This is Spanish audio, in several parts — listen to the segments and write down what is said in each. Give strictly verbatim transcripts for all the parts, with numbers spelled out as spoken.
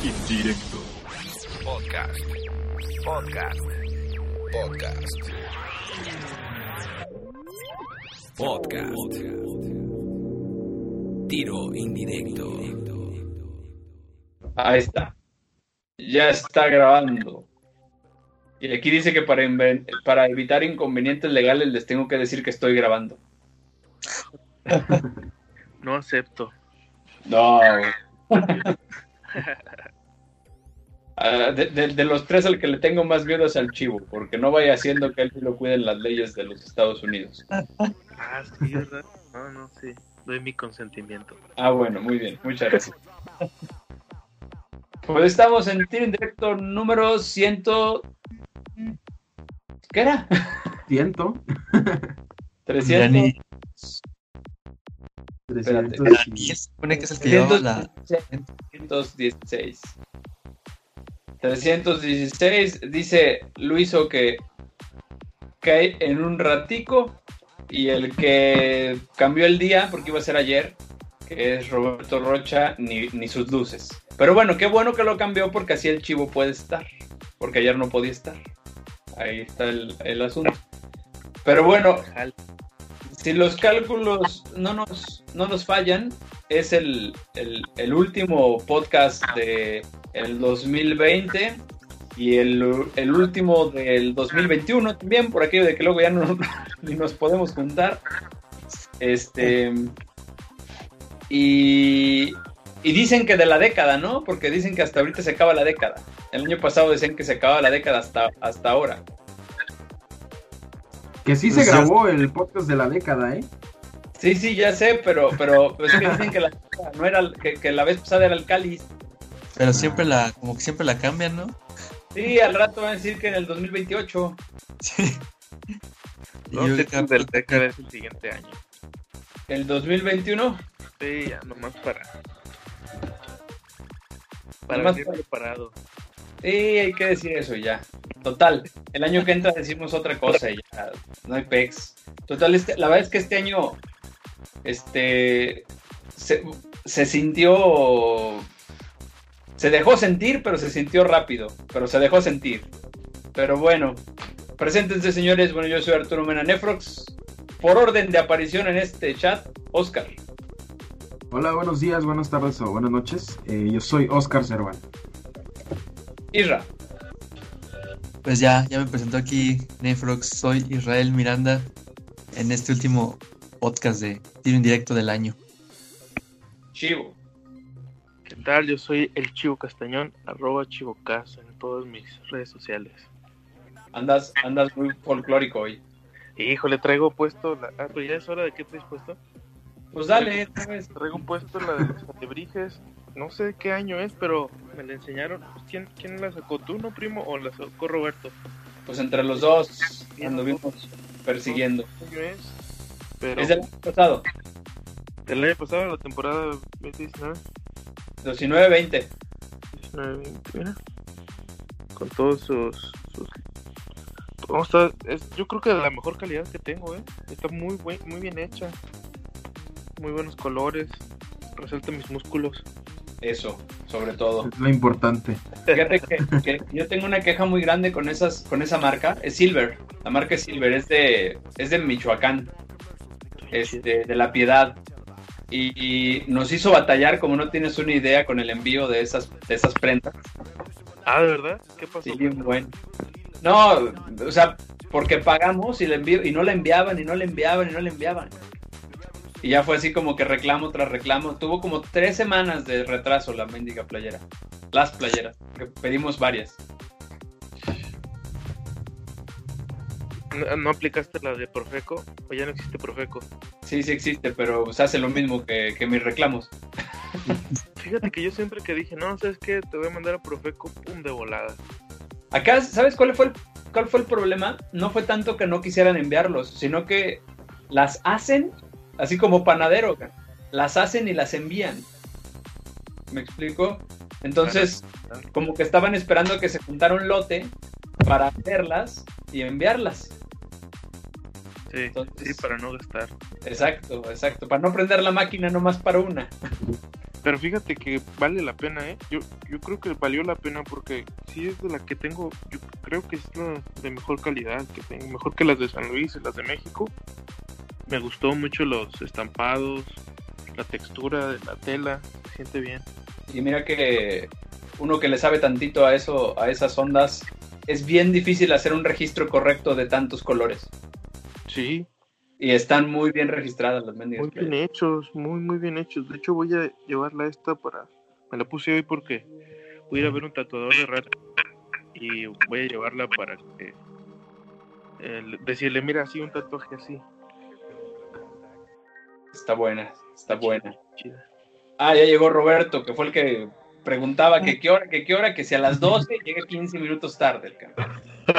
Indirecto. Podcast. Podcast. Podcast. Podcast. Tiro indirecto. Ahí está. Ya está grabando. Y aquí dice que para, inven- para evitar inconvenientes legales les tengo que decir que estoy grabando. No acepto. No. Ah, de, de- de los tres al que le tengo más miedo es al Chivo, porque no vaya haciendo que él sí lo cuiden las leyes de los Estados Unidos. Ah, sí, ¿verdad? No, no, sí. Doy mi consentimiento. Ah, bueno, muy bien, muchas gracias. Pues estamos en tiro indirecto número ciento... ¿Qué era? Ciento. trescientos. Espérate. trescientos Aquí se supone que es el que llevaba la... trescientos dieciséis. trescientos dieciséis dice Luiso que cae en un ratico y el que cambió el día porque iba a ser ayer, que es Roberto Rocha, ni, ni sus luces. Pero bueno, qué bueno que lo cambió porque así el Chivo puede estar, porque ayer no podía estar. Ahí está el, el asunto. Pero bueno, si los cálculos no nos, no nos fallan, es el, el, el último podcast de el dos mil veinte y el, el último del dos mil veintiuno también, por aquello de que luego ya no ni nos podemos juntar. Este y, y dicen que de la década, ¿no? Porque dicen que hasta ahorita se acaba la década. El año pasado decían que se acababa la década hasta, hasta ahora. Que sí se grabó el podcast de la década, ¿eh? Sí, sí, ya sé, pero, pero pues, es que dicen que la, no era, que, que la vez pasada era el cáliz. Pero siempre la, como que siempre la cambian, ¿no? Sí, al rato van a decir que en el dos mil veintiocho. Sí. Y No yo sé creo si del que- década es el siguiente año. ¿El dos mil veintiuno? Sí, ya, nomás para... Para Nomás venir para- preparado. Sí, hay que decir eso ya. Total, el año que entra decimos otra cosa y ya, no hay pex. Total, este, la verdad es que este año este se, se sintió, se dejó sentir, pero se sintió rápido, pero se dejó sentir. Pero bueno, preséntense señores, bueno yo soy Arturo Mena Nefrox, por orden de aparición en este chat, Oscar. Hola, buenos días, buenas tardes o buenas noches. Eh, yo soy Oscar Cervantes. Isra. Pues ya, ya me presentó aquí Nefrox, soy Israel Miranda en este último podcast de Tiro Indirecto del año. Chivo. ¿Qué tal? Yo soy el Chivo Castañón, arroba chivocas en todas mis redes sociales. Andas, andas muy folclórico hoy. Híjole, traigo puesto... La... Ah, pero ya es hora de qué traes puesto. Pues dale, otra vez. Traigo puesto la de los alebrijes. No sé qué año es, pero me la enseñaron. ¿Quién, quién la sacó? ¿Tú, no, primo? ¿O la sacó Roberto? Pues entre los dos anduvimos persiguiendo. No sé qué año es, pero... Es del año pasado, El año pasado, la temporada veinte diecinueve. diecinueve veinte. diecinueve veinte, mira. Con todos sus... sus... ¿Cómo está? Es, yo creo que de la mejor calidad que tengo, ¿eh? Está muy, buen, muy bien hecha. Muy buenos colores. Resalta mis músculos. Eso, sobre todo. Es lo importante. Fíjate que, que yo tengo una queja muy grande con esas, con esa marca. Es Silver. La marca es Silver, es de, es de Michoacán, este, de La Piedad. Y, y nos hizo batallar, como no tienes una idea, con el envío de esas, de esas prendas. Ah, ¿de verdad? ¿Qué pasó? Sí, bien bueno. No, o sea, porque pagamos y, le envi- y no la enviaban, y no la enviaban, y no la enviaban. Y ya fue así como que reclamo tras reclamo. Tuvo como tres semanas de retraso la mendiga playera. Las playeras, que pedimos varias. ¿No, no aplicaste la de Profeco? ¿O ya no existe Profeco? Sí, sí existe, pero se hace lo mismo que, que mis reclamos. Fíjate que yo siempre que dije, no, ¿sabes qué? Te voy a mandar a Profeco, pum, de volada. Acá, ¿sabes cuál fue el, cuál fue el problema? No fue tanto que no quisieran enviarlos, sino que las hacen, así como panadero, las hacen y las envían. ¿Me explico? Entonces, como que estaban esperando a que se juntara un lote para hacerlas y enviarlas. Sí, Entonces- sí, para no gastar. Exacto, exacto. Para no prender la máquina nomás para una. Pero fíjate que vale la pena, ¿eh? Yo, yo creo que valió la pena porque sí es de la que tengo, yo creo que es la de mejor calidad que tengo, mejor que las de San Luis y las de México. Me gustó mucho los estampados, la textura de la tela, se siente bien. Y mira que uno que le sabe tantito a eso, a esas ondas, es bien difícil hacer un registro correcto de tantos colores. Sí. Y están muy bien registradas las mendigas. Muy bien hechos, muy muy bien hechos. De hecho voy a llevarla esta para... Me la puse hoy porque voy a ir a ver un tatuador de rato y voy a llevarla para que... Eh, decirle, mira, así un tatuaje así. Está buena, está buena. Chida. Ah, ya llegó Roberto, que fue el que preguntaba que qué hora, que qué hora, que si a las doce llega quince minutos tarde el cabrón.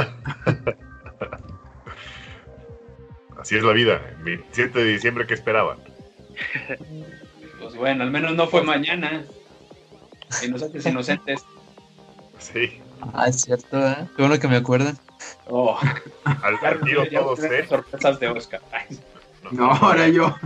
Así es la vida. veintisiete de diciembre, ¿qué esperaban? Pues bueno, al menos no fue mañana. Inocentes, inocentes. Sí. Ah, es cierto, ¿eh? Qué bueno que me acuerdan. Oh, Al ya, retiro ya todos, tenemos ¿eh? sorpresas de Oscar. Ay, No, ahora yo.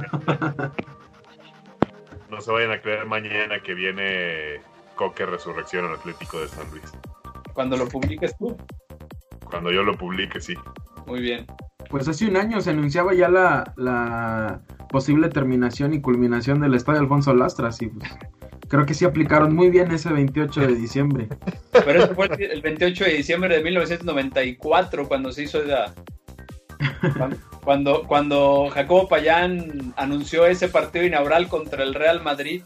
No se vayan a creer mañana que viene Coque Resurrección al Atlético de San Luis. cuando lo publiques tú. Cuando yo lo publique, sí. Muy bien. Pues hace un año se anunciaba ya la, la posible terminación y culminación del Estadio Alfonso Lastras y pues, creo que sí aplicaron muy bien ese veintiocho de diciembre. Pero eso fue el veintiocho de diciembre de mil novecientos noventa y cuatro cuando se hizo esa... Cuando, cuando Jacobo Payán anunció ese partido inaugural contra el Real Madrid.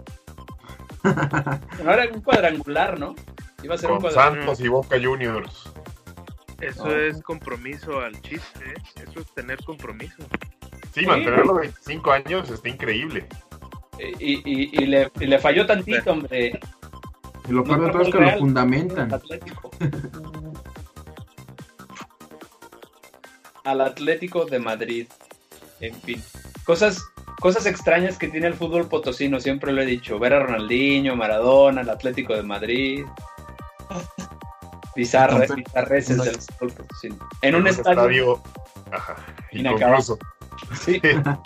No era un cuadrangular, ¿no? Iba a ser un Con cuadrangular. Santos y Boca Juniors. Eso No. es compromiso al chiste, ¿eh? Eso es tener compromiso. Sí, Sí. mantenerlo veinticinco años está increíble. Y, y, y, le, y le falló tantito, hombre. Y lo peor No de todo es que Real, lo fundamentan. Atlético. Al Atlético de Madrid. En fin. Cosas, cosas extrañas que tiene el fútbol potosino, siempre lo he dicho. Ver a Ronaldinho, Maradona, el Atlético de Madrid. Bizarre, Entonces, bizarreces no- del fútbol potosino. En un ese estadio. Ajá, Inacabado. inconcluso. Sí.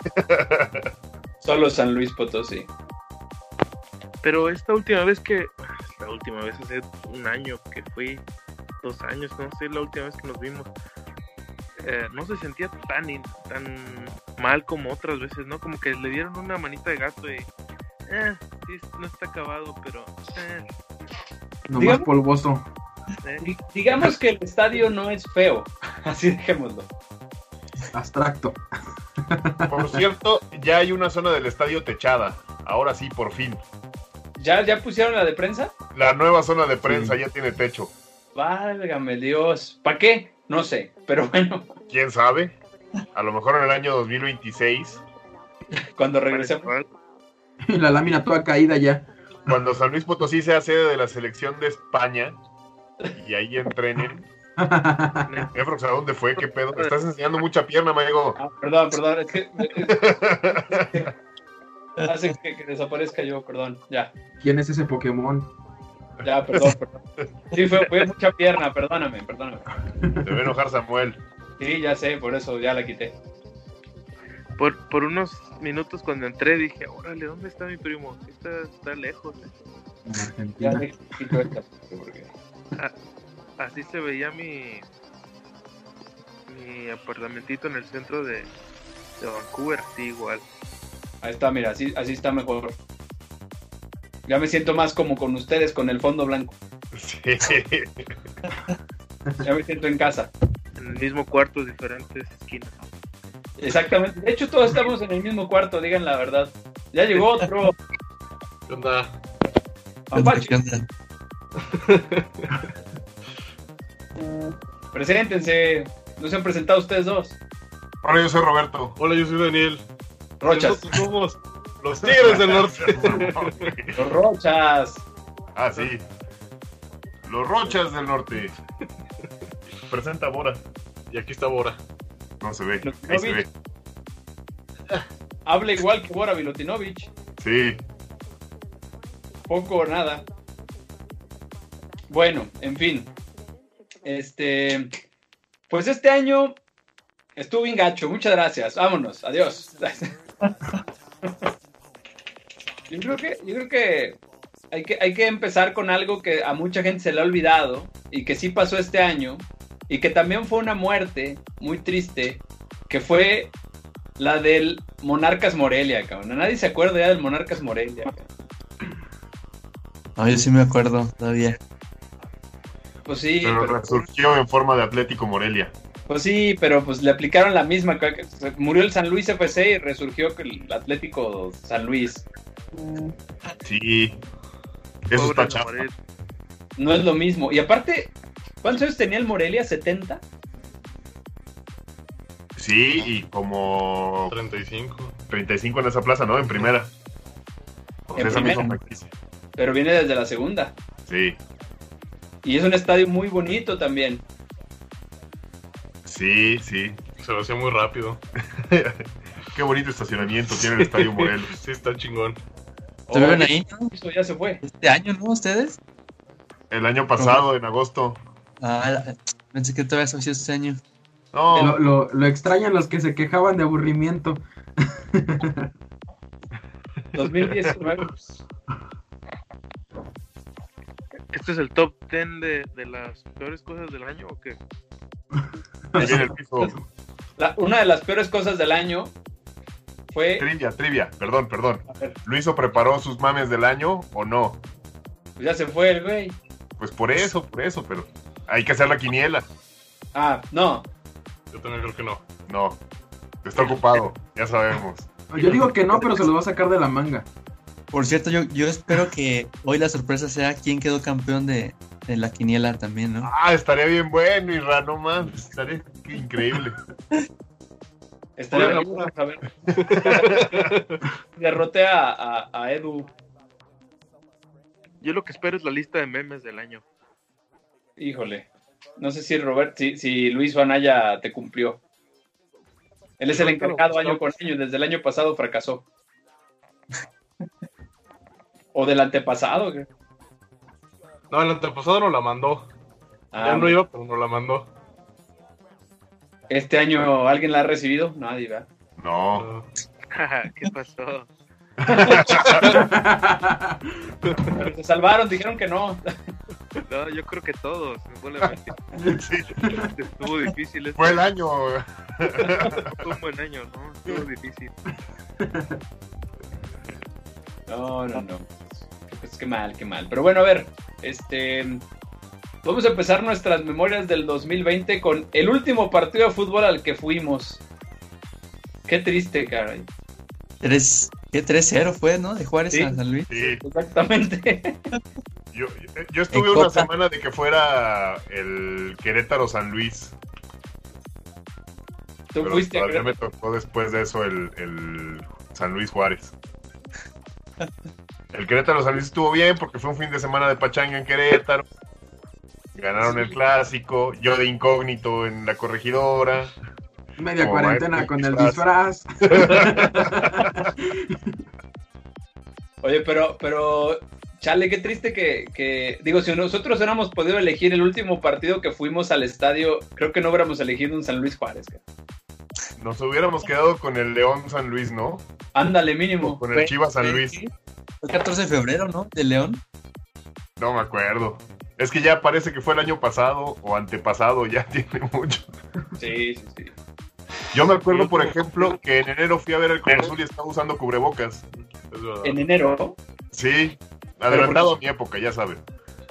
Solo San Luis Potosí. Pero esta última vez que... La última vez hace un año que fui, dos años, no sé, la última vez que nos vimos. Eh, no se sentía tan, in- tan mal como otras veces, ¿no? Como que le dieron una manita de gato y... Eh, sí, no está acabado, pero... Eh, Nomás Digamos- polvoso. eh. Di- Digamos que el estadio no es feo. Así dejémoslo. Abstracto. Por cierto, ya hay una zona del estadio techada. Ahora sí, por fin. ¿Ya, ya pusieron la de prensa? La nueva zona de prensa Sí. ya tiene techo. Válgame Dios. ¿Para qué? No sé. Pero bueno, ¿Quién sabe? A lo mejor en el año dos mil veintiséis, cuando regresemos. Y la lámina toda caída ya. cuando San Luis Potosí sea sede de la selección de España y ahí entrenen. Efrox, ¿a dónde fue? ¿Qué pedo? Me estás enseñando mucha pierna, amigo. Ah, perdón, perdón. Es que. Hace que, que desaparezca yo, perdón. Ya, ¿Quién es ese Pokémon? ya, perdón, perdón. Sí, fue, fue mucha pierna, perdóname, perdóname. Te va a enojar Samuel. Sí, ya sé, por eso ya la quité. Por, por unos minutos cuando entré dije, órale, ¿dónde está mi primo? Está, está lejos. ¿eh? En Ya Argentina. le quito esta. Porque... Así se veía mi mi apartamentito en el centro de, de Vancouver, así igual. Ahí está, mira, así, así está mejor. Ya me siento más como con ustedes, con el fondo blanco. Sí. Ya me siento en casa. En el mismo cuarto, diferentes esquinas. Exactamente. De hecho, todos estamos en el mismo cuarto, digan la verdad. Ya llegó otro. ¿Qué onda? Apache. ¿Qué onda? Preséntense. ¿No se han presentado ustedes dos? Hola, yo soy Roberto. Hola, yo soy Daniel. Rochas. Nosotros somos los Tigres del Norte. Los Rochas. Ah, sí. Los Rochas del Norte. Presenta Bora. Y aquí está Bora. No se ve. Ahí se ve. Habla igual que Bora Milutinovich. Sí. Poco o nada. Bueno, en fin. Este. Pues este año estuvo bien gacho. Muchas gracias. Vámonos. Adiós. Yo creo que, yo creo que hay que hay que empezar con algo que a mucha gente se le ha olvidado y que sí pasó este año y que también fue una muerte muy triste, que fue la del Monarcas Morelia, cabrón. Nadie se acuerda ya del Monarcas Morelia, cabrón. No, yo sí me acuerdo todavía. Pues sí, Pero pero, resurgió en forma de Atlético Morelia. pues sí, pero pues le aplicaron la misma. que- se Murió el San Luis F C y resurgió el Atlético San Luis. Sí. Eso Pobre está la chafa. Morelia. No es lo mismo. Y aparte, ¿cuántos años tenía el Morelia? ¿setenta? Sí, y como treinta y cinco. treinta y cinco en esa plaza, ¿no? En primera. En Esa primera. misma franquicia. Pero viene desde la segunda. Sí, Y es un estadio muy bonito también. sí, sí. Se lo hacía muy rápido. Qué bonito estacionamiento tiene el Estadio Morelos. Sí, está chingón. ¿Estuvieron ahí, no? Eso ya se fue. Este año, ¿no? ¿Ustedes? El año pasado, en agosto. Ah, la- pensé que todavía se hacía este año. No, Lo, lo, lo extrañan los que se quejaban de aburrimiento. dos mil diecinueve. ¿Este es el top diez de, de las peores cosas del año o qué? ahí viene el piso. La- una de las peores cosas del año fue... Trivia, trivia. Perdón, perdón. A ver, ¿Luiso preparó sus mames del año o no? pues ya se fue el güey. Pues por eso, por eso, pero hay que hacer la quiniela. Ah, no. Yo también creo que no. No, está ocupado, ya sabemos. Yo digo que no, pero se los va a sacar de la manga. Por cierto, yo, yo espero que hoy la sorpresa sea quién quedó campeón de, de la quiniela también, ¿no? Ah, estaría bien bueno, Irra, no más. Estaría qué increíble. Estaría Hola, bien, vamos a ver. Derroté a, a, a Edu. Yo lo que espero es la lista de memes del año. Híjole. No sé si Robert, si, si Luis Vanaya te cumplió. Él es el encargado año con año. Desde el año pasado fracasó. O del antepasado. ¿Qué? No, el antepasado nos la mandó. Ah, ya no iba, pero nos la mandó. Este año alguien la ha recibido. Nadie, ¿verdad? No, ¿Qué pasó? Pero se salvaron, dijeron que no. No, yo creo que todos. Me huele a mentir. sí, Estuvo difícil. Este fue el año. Fue un buen año, ¿no? Estuvo difícil. No, no, no. Pues qué mal, qué mal. Pero bueno, a ver, este... Vamos a empezar nuestras memorias del dos mil veinte con el último partido de fútbol al que fuimos. Qué triste, caray. Tres, ¿qué? tres cero fue, ¿no? De Juárez Sí. a San Luis. Sí, Exactamente. yo, yo estuve En una Copa. semana de que fuera el Querétaro San Luis. Tú Pero fuiste a todavía me ver. tocó después de eso el, el San Luis Juárez. El Querétaro San Luis estuvo bien porque fue un fin de semana de pachanga en Querétaro. Ganaron el clásico, yo de incógnito en la corregidora. Media Como cuarentena maestro con el disfraz. disfraz. Oye, pero, pero, chale, qué triste que, que, digo, si nosotros hubiéramos podido elegir el último partido que fuimos al estadio, creo que no hubiéramos elegido un San Luis Juárez. Cara. Nos hubiéramos quedado con el León San Luis, ¿no? Ándale, mínimo. Con el Chivas San Luis. Fue catorce de febrero, ¿no? De León. No me acuerdo. Es que ya parece que fue el año pasado o antepasado, ya tiene mucho. Sí, sí, sí. Yo me acuerdo, por ejemplo, que en enero fui a ver el Cruz Azul y estaba usando cubrebocas. Es verdad. En enero, Sí, adelantado a mi época, ya saben.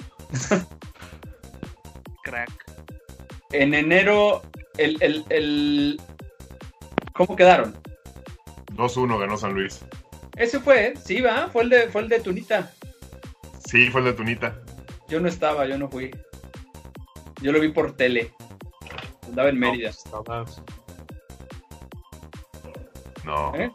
Crack. en enero, el, el, el, ¿cómo quedaron? dos uno ganó San Luis. Ese fue, ¿eh? Sí, va, fue el de, fue el de Tunita. Sí, fue el de Tunita. Yo no estaba, yo no fui. Yo lo vi por tele. Andaba en Mérida. No, pues, estabas- No, ¿Eh?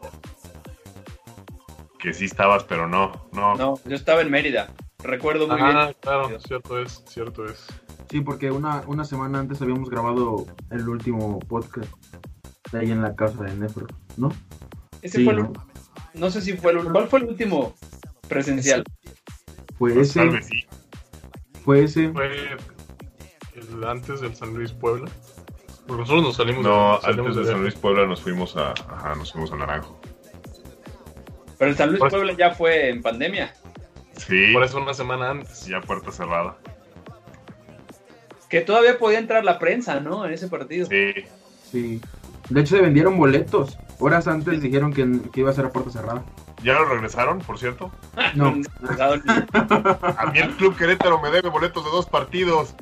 que sí estabas, pero no, no. No, yo estaba en Mérida. Recuerdo muy Ah, bien. claro, cierto es, cierto es. Sí, porque una, una semana antes habíamos grabado el último podcast de ahí en la casa de Nefro, ¿no? Ese Sí, fue el, ¿no? no sé si fue el, ¿cuál fue el último presencial? Fue Pues ese, tal vez sí. fue ese. Fue el antes del San Luis Puebla. Porque nosotros nos salimos No, de, salimos antes de de San Luis Puebla nos fuimos a, ajá, nos fuimos a Naranjo. Pero el San Luis Pues- Puebla ya fue en pandemia. Sí, Por eso una semana antes. ya puerta cerrada. Que todavía podía entrar la prensa, ¿no? En ese partido. Sí. Sí. De hecho, se vendieron boletos. Horas antes dijeron que, que iba a ser a puerta cerrada. ¿Ya lo regresaron, por cierto? No. A mí el Club Querétaro me debe boletos de dos partidos.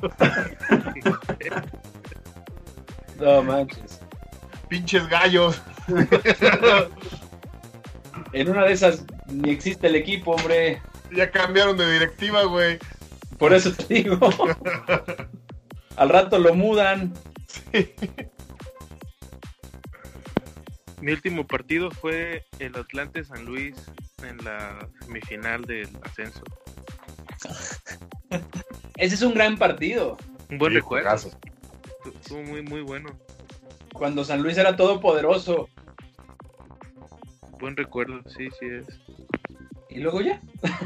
No manches. Pinches gallos. En una de esas ni existe el equipo, hombre. Ya cambiaron de directiva, güey. Por eso te digo. Al rato lo mudan. Mi último partido fue el Atlante San Luis en la semifinal del ascenso. Ese es un gran partido. Un buen Sí, recuerdo. juegazo. Estuvo muy, muy bueno. Cuando San Luis era todopoderoso. Buen recuerdo, sí, sí es. Y luego ya.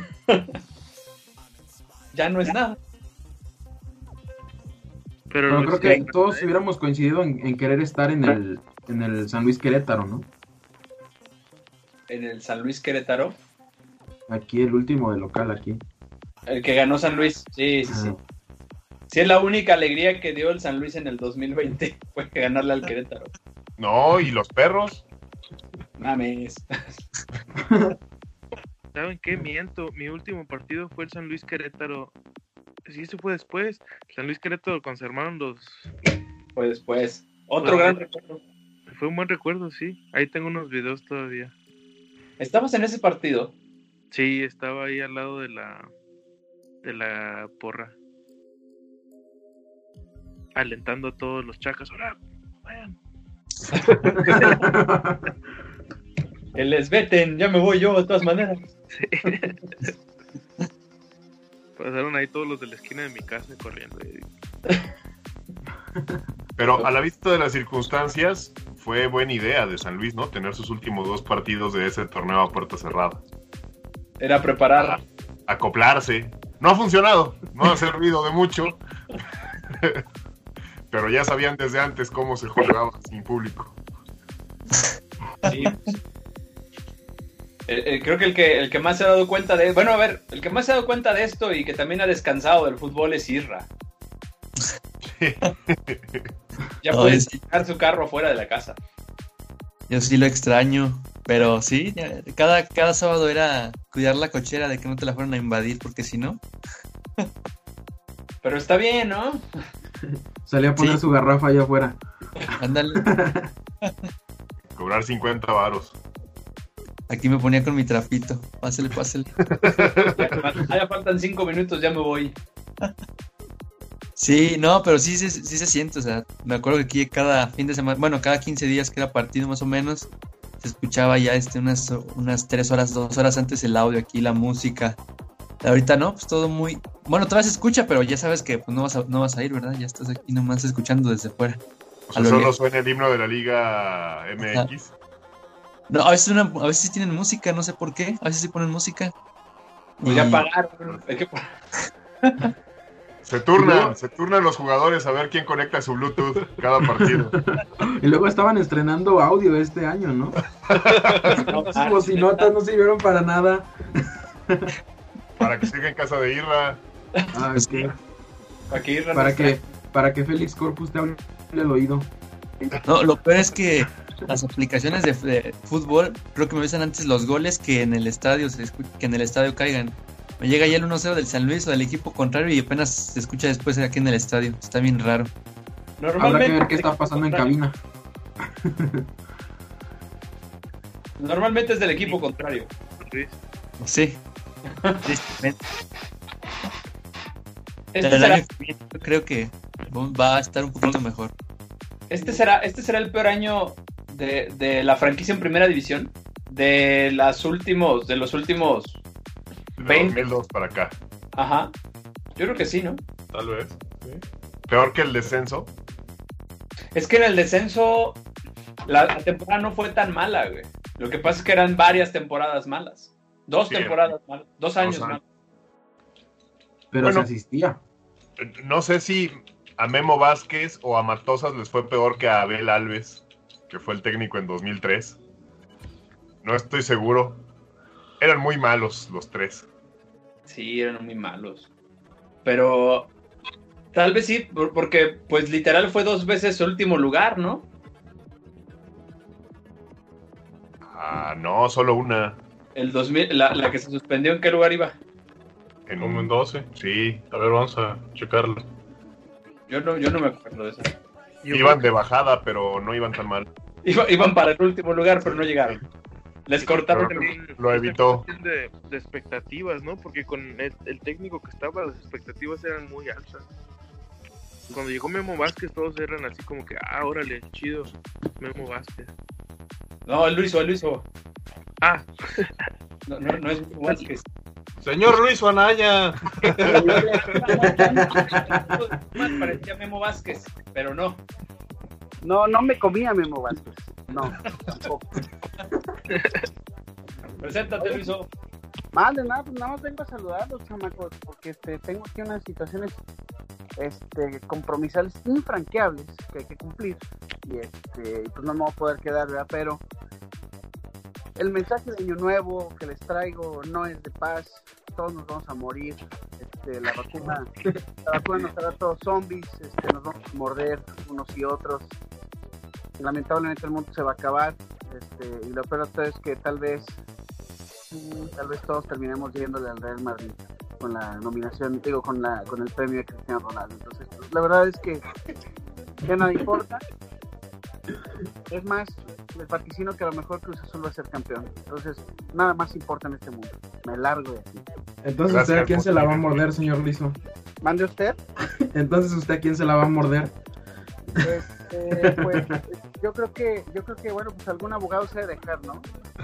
Ya no es nada. Pero, Pero lo creo sí, que todos hubiéramos coincidido en, en querer estar en el, en el San Luis Querétaro, ¿no? En el San Luis Querétaro. Aquí el último de local, aquí. El que ganó San Luis. Sí, sí, sí. Ajá. Sí, es la única alegría que dio el San Luis en el dos mil veinte. Fue ganarle al Querétaro. No, ¿y los perros? Mames. ¿Saben qué? Miento. Mi último partido fue el San Luis Querétaro. Sí, eso fue después. San Luis Querétaro conservaron los... Fue después. Otro Bueno. gran recuerdo. Fue un buen recuerdo, sí. Ahí tengo unos videos todavía. Estabas en ese partido. Sí, estaba ahí al lado de la... de la porra. Alentando a todos los chacas. ¡Ahora! ¡Vayan! Que les veten, ya me voy yo de todas maneras. Pasaron ahí todos los de la esquina de mi casa corriendo. y- Pero a la vista de las circunstancias, fue buena idea de San Luis, ¿no? Tener sus últimos dos partidos de ese torneo a puerta cerrada. Era preparar. Acoplarse. No ha funcionado, no ha servido de mucho. Pero ya sabían desde antes cómo se jugaba sin público. Sí. Eh, eh, creo que el que el que más se ha dado cuenta de... Bueno, a ver, el que más se ha dado cuenta de esto y que también ha descansado del fútbol es Isra. Ya No, puede es- sacar su carro fuera de la casa. Yo sí lo extraño, pero sí, ya- cada, cada sábado era cuidar la cochera de que no te la fueran a invadir, porque si no, Pero está bien, ¿no? Salía a poner Sí. su garrafa allá afuera. ándale, Cobrar cincuenta varos. aquí me ponía con mi trapito, pásale, pásale. Ya, ya faltan cinco minutos, ya me voy. Sí, no, pero sí, se- sí se siente, o sea, me acuerdo que aquí cada fin de semana, bueno, cada quince días que era partido más o menos, se escuchaba ya este unas, unas tres horas, dos horas antes el audio aquí, la música. Ahorita no, pues todo muy... Bueno, todavía se escucha, pero ya sabes que pues, no, vas a, no vas a ir, ¿verdad? Ya estás aquí nomás escuchando desde fuera. O A sea, lo solo lejos. suena el himno de la Liga M X. No, a veces, una, a veces sí tienen música, no sé por qué, a veces sí ponen música. Pues Y- ya pagaron. Hay que... Se turnan, se turnan los jugadores a ver quién conecta su Bluetooth cada partido. Y luego estaban estrenando audio este año, ¿no? Sus bocinotas no sirvieron para nada. Para que siga en casa de Irra. Ah, Pues ok. Para que Isra Para no que, esté. para que Félix Corpus te hable el oído. No, lo peor es que las aplicaciones de, de fútbol creo que me avisan antes los goles que en el estadio se escu- que en el estadio caigan. Me llega ya el uno cero del San Luis o del equipo contrario y apenas se escucha después aquí en el estadio. Está bien raro. Habrá que ver qué está pasando en cabina. Normalmente es del equipo contrario. Luis. Sí. Tristemente. Este El será, año que viene yo creo que va a estar un poquito mejor. este será, este será el peor año de, de la franquicia en primera división. De las últimos, de los últimos De veinte. dos mil dos para acá. Ajá. Yo creo que sí, ¿no? Tal vez. Peor que el descenso. Es que en el descenso la, la temporada no fue tan mala, güey. Lo que pasa es que eran varias temporadas malas. Dos Sí, temporadas malas. Dos años años. malos. Pero Bueno. se asistía. No sé si a Memo Vázquez o a Matosas les fue peor que a Abel Alves, que fue el técnico en dos mil tres. No estoy seguro. Eran muy malos los tres. Sí, eran muy malos. Pero tal vez sí, porque pues literal fue dos veces su último lugar, ¿no? Ah, no, solo una. El dos mil, la, la que se suspendió, ¿en qué lugar iba? En Como en un... doce. Sí. A ver, vamos a checarlo. Yo no, yo no me acuerdo de eso. Yo Iban creo de bajada, pero no iban tan mal. Iba- iban para el último lugar, pero no llegaron. Les cortaron Pero- el... también lo es evitó. cuestión De, de expectativas, ¿no? Porque con el, el técnico que estaba, las expectativas eran muy altas. Cuando llegó Memo Vázquez, todos eran así como que, ah, órale, chido, Memo Vázquez. No, el Luiso, el Luiso. Ah, No, no, no es Vázquez. Señor Luis Anaya. Parecía Memo Vázquez, pero no. No, no me comía Memo Vázquez. No, tampoco. Preséntate, Luiso. Más de nada, pues nada más vengo a saludarlos, chamacos, porque este, tengo aquí unas situaciones este, compromisales infranqueables que hay que cumplir. Y este, pues no me voy a poder quedar, ¿verdad? Pero el mensaje de Año Nuevo que les traigo no es de paz. Todos nos vamos a morir. Este, la vacuna, la vacuna nos hará todos zombies. Este, nos vamos a morder unos y otros. Lamentablemente el mundo se va a acabar. Este, y lo peor de todo es que tal vez tal vez todos terminemos yéndole al Real Madrid con la nominación, digo, con la con el premio de Cristiano Ronaldo. Entonces, pues, la verdad es que ya nada importa. Es más, les vaticino que a lo mejor Cruz Azul va a ser campeón. Entonces, nada más importa en este mundo. Me largo de aquí. Entonces, Gracias, ¿usted a quién se la va a Montenegro. morder, señor Lizo? ¿Mande usted? Entonces, ¿usted a quién se la va a morder? Este, pues, yo creo que, yo creo que, bueno, pues algún abogado se debe dejar, ¿no?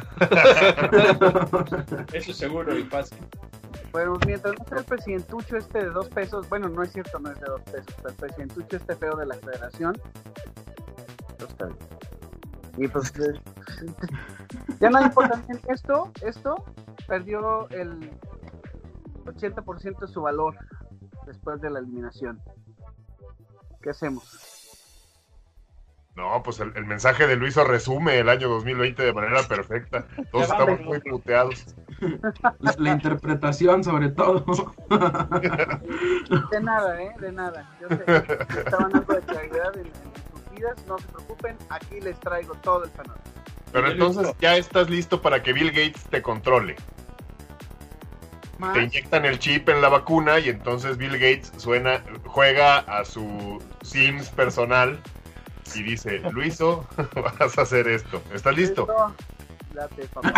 Eso es seguro y fácil. Bueno, mientras no sea el presidentucho este de dos pesos, bueno, no es cierto, no es de dos pesos, pero el presidentucho este feo de la federación, pues está bien. Y pues, eh, ya no importa, esto, esto perdió el ochenta por ciento de su valor después de la eliminación. ¿Qué hacemos? No, pues el, el mensaje de Luiso resume el año dos mil veinte de manera perfecta. Todos Ya estamos vamos. muy puteados. La, la interpretación, sobre todo. De nada, ¿eh? De nada. Yo sé que estaban algo de claridad en, en sus vidas, no se preocupen, aquí les traigo todo el panorama. Pero entonces ya estás listo para que Bill Gates te controle. Más, Te inyectan el chip en la vacuna y entonces Bill Gates suena, juega a su Sims personal y dice, Luiso, vas a hacer esto. ¿Estás listo? esto, date, papá.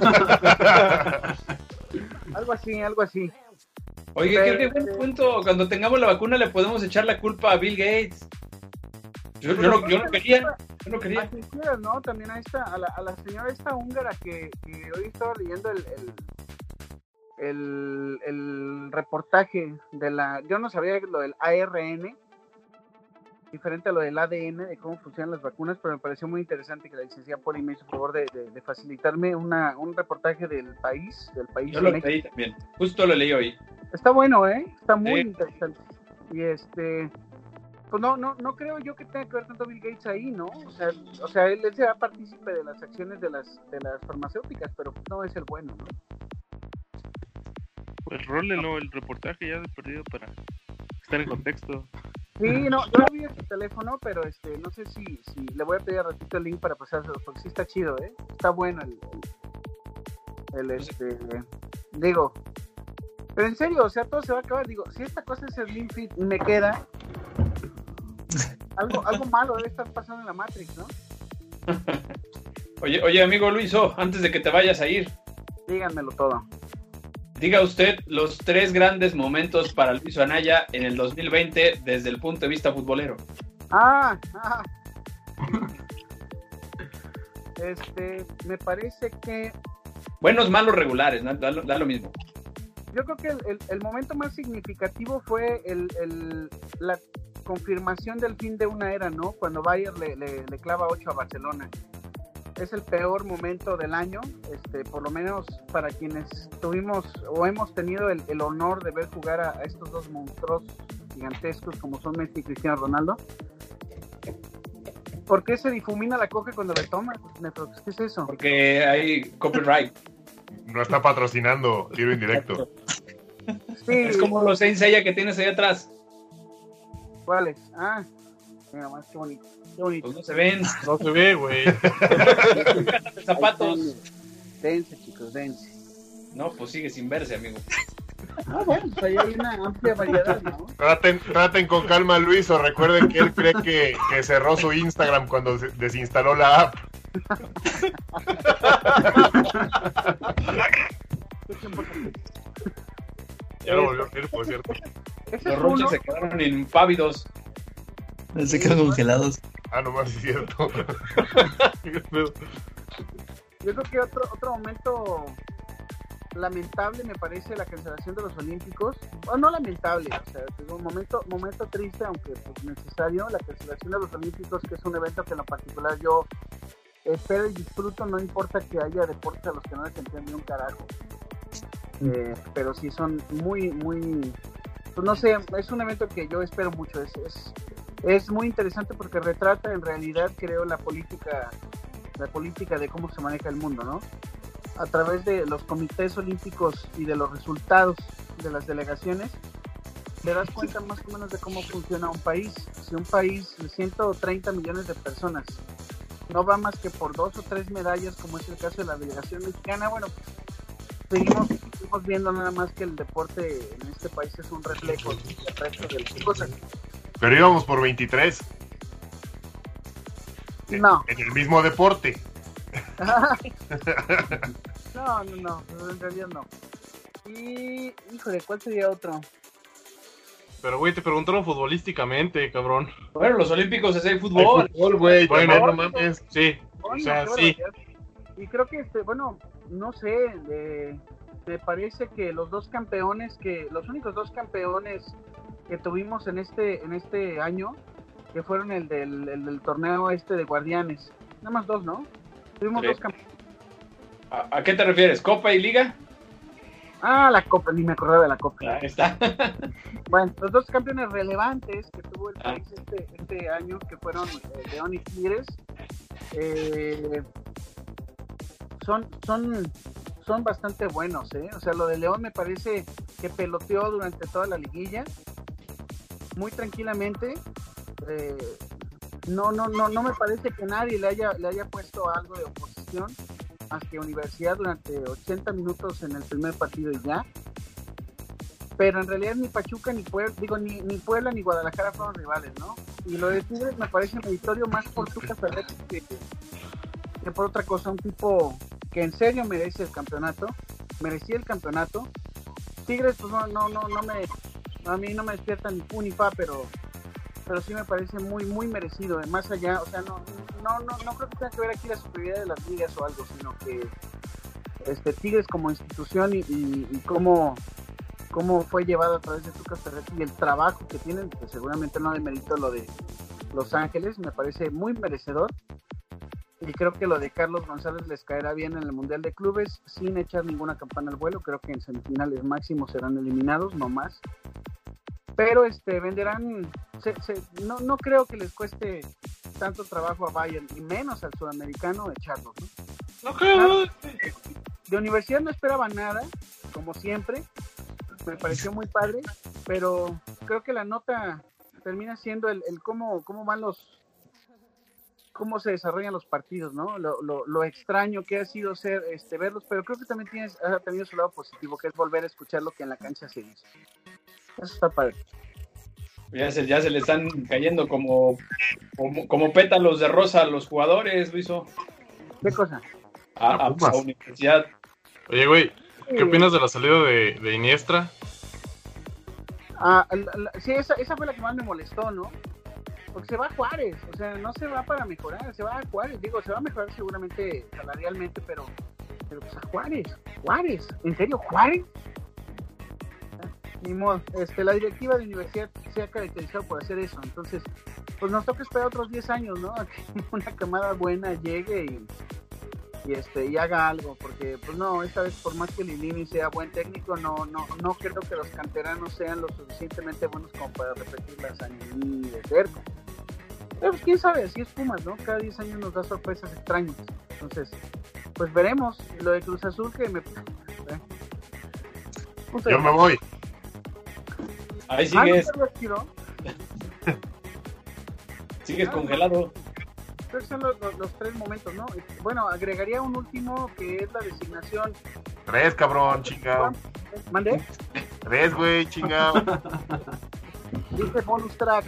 Algo así, algo así. Oye, Pero, qué buen este- punto. Cuando tengamos la vacuna le podemos echar la culpa a Bill Gates. Yo, yo no, yo no quería. Yo no A quería. quien quieras, ¿no? También a esta, a la, a la señora esta húngara que, que hoy estaba leyendo el, el, el, el reportaje de la, yo no sabía lo del A R N, diferente a lo del A D N, de cómo funcionan las vacunas, pero me pareció muy interesante que la licenciada Poli me hizo favor de, de, de facilitarme una, un reportaje del país, del país Yo de lo México. leí también. Justo lo leí hoy. Está bueno, ¿eh? Está muy Sí. interesante. Y este, pues no, no, no creo yo que tenga que ver tanto Bill Gates ahí, ¿no? O sea, o sea, él, él será partícipe de las acciones de las, de las farmacéuticas, pero no es el bueno, ¿no? pues rólenlo el reportaje ya de perdido para estar en contexto. Sí, no, yo lo vi en su teléfono, pero este, no sé si, si le voy a pedir a ratito el link para pasárselo, porque sí está chido, ¿eh? Está bueno el, el, el, este, digo, pero en serio, o sea, todo se va a acabar, digo, si esta cosa es Slim Fit y me queda, algo, algo malo debe estar pasando en la Matrix, ¿no? Oye, oye, amigo Luiso, antes de que te vayas a ir, Díganmelo todo. diga usted los tres grandes momentos para Luis Anaya en el dos mil veinte desde el punto de vista futbolero. Ah, ah. Este, me parece que Buenos, malos, regulares, da, da lo- da lo mismo. yo creo que el, el, el momento más significativo fue el, el, la confirmación del fin de una era, ¿no? Cuando Bayern le, le, le clava ocho a Barcelona. Es el peor momento del año, este, por lo menos para quienes tuvimos o hemos tenido el, el honor de ver jugar a, a estos dos monstruos gigantescos como son Messi y Cristiano Ronaldo. ¿Por qué se difumina la coca cuando la tomas? ¿Qué es eso? Porque hay copyright. No está patrocinando tiro indirecto. Sí, Es como los Saint Seiya que tienes ahí atrás. ¿cuáles? Ah, mira más, qué bonito. Qué bonito. Pues no se ven. No se ve, güey. Zapatos. Dense, chicos, dense. No, pues sigue sin verse, amigo. Ah, bueno, pues ahí hay una amplia variedad, ¿no? Traten, traten con calma a Luis, o recuerden que él cree que, que cerró su Instagram cuando se- desinstaló la app. Ya lo volvió a abrir, por cierto. Ese Los es uno. roches se quedaron impávidos. Se quedan congelados. Ah, nomás es cierto. ¿Qué pedo? Yo creo que otro, otro momento lamentable me parece la cancelación de los Olímpicos. O no lamentable, o sea, es un momento, momento triste, aunque pues, necesario, la cancelación de los Olímpicos, que es un evento que en lo particular yo espero y disfruto, no importa que haya deportes a los que no les entiendo un carajo. Eh, pero sí son muy, muy, pues no sé, es un evento que yo espero mucho, es, es, es muy interesante porque retrata en realidad, creo, la política, la política de cómo se maneja el mundo, ¿no? A través de los comités olímpicos y de los resultados de las delegaciones, te das cuenta más o menos de cómo funciona un país. Si un país de ciento treinta millones de personas no va más que por dos o tres medallas, como es el caso de la delegación mexicana, bueno, seguimos, seguimos viendo nada más que el deporte en este país es un reflejo del resto de las cosas. Pero íbamos por veintitrés. En- No. En el mismo deporte. No, no, no, en realidad no. Y, híjole, ¿cuál sería otro? Pero, güey, te preguntaron futbolísticamente, cabrón. Bueno, los Olímpicos es el Ay, fútbol. fútbol, güey. Bueno, también, no mames. Sí, o Coño, sea, qué sí. barbaridad. Y creo que, este, bueno, no sé, eh, me parece que los dos campeones, que los únicos dos campeones que tuvimos en este en este año, que fueron el del, el del torneo este de Guardianes, nada más dos, ¿no? Tuvimos Sí. dos campeones. ¿A, a qué te refieres? ¿Copa y Liga? Ah, la Copa, ni me acordaba de la Copa. Ahí está. Bueno, los dos campeones relevantes que tuvo el Ah. país este, este año, que fueron eh, León y Tigres, eh, son, son, son bastante buenos, ¿eh? O sea, lo de León me parece que peloteó durante toda la liguilla, muy tranquilamente. Eh, no, no, no, no me parece que nadie le haya, le haya puesto algo de oposición, más que Universidad durante ochenta minutos en el primer partido y ya. Pero en realidad ni Pachuca, ni Puebla, digo, ni, ni Puebla ni Guadalajara fueron rivales, ¿no? Y lo de Tigres me parece meritorio más por Tuca Ferretti que, que por otra cosa, un tipo que en serio merece el campeonato, merecía el campeonato. Tigres, pues no, no, no, no me, a mí no me despierta ni fu ni fa, pero, pero sí me parece muy, muy merecido, eh, más allá, o sea, no, no, no, no creo que tenga que ver aquí la superioridad de las ligas o algo, sino que este Tigres como institución y, y, y cómo cómo fue llevado a través de Tuca Ferretti y el trabajo que tienen, que seguramente no demerito lo de Los Ángeles, me parece muy merecedor. Y creo que lo de Carlos González les caerá bien en el Mundial de Clubes, sin echar ninguna campana al vuelo. Creo que en semifinales máximo serán eliminados, no más. Pero este venderán, se, se, no, no creo que les cueste tanto trabajo a Bayern, y menos al sudamericano, echarlos, ¿no? No creo. De Universidad no esperaba nada, como siempre. Me pareció muy padre, pero creo que la nota termina siendo el, el cómo, cómo van los, cómo se desarrollan los partidos, ¿no? Lo, lo, lo extraño que ha sido ser, este, verlos, pero creo que también tienes, ha tenido su lado positivo, que es volver a escuchar lo que en la cancha se dice. Eso está padre. Ya se, ya se le están cayendo como, como, como pétalos de rosa a los jugadores, Luiso. ¿Qué cosa? A, a, a Universidad. Oye, güey, ¿qué opinas de la salida de, de Iniestra? Ah, la, la, sí, esa, esa fue la que más me molestó, ¿no? Porque se va a Juárez, o sea, no se va para mejorar, se va a Juárez, digo, se va a mejorar seguramente salarialmente, pero, pero pues a Juárez, Juárez, ¿en serio, Juárez? Ni modo, este, la directiva de universidad se ha caracterizado por hacer eso, entonces, pues nos toca esperar otros diez años, ¿no? A que una camada buena llegue y, y este y haga algo, porque pues no, esta vez por más que Lilini sea buen técnico, no no no creo que los canteranos sean lo suficientemente buenos como para repetir la hazaña ni de cerca. Pero pues quién sabe, así es Pumas, ¿no? Cada diez años nos da sorpresas extrañas. Entonces, pues veremos. Lo de Cruz Azul que me... Eh. Yo me voy. Ahí Ah, ¿no sigues, te lo tiró? sigues Ah, congelado. Creo que son los, los, los tres momentos, ¿no? Bueno, agregaría un último que es la designación. Tres, cabrón, chingado. ¿Mandé? Tres, güey, chingado. Dice bonus track.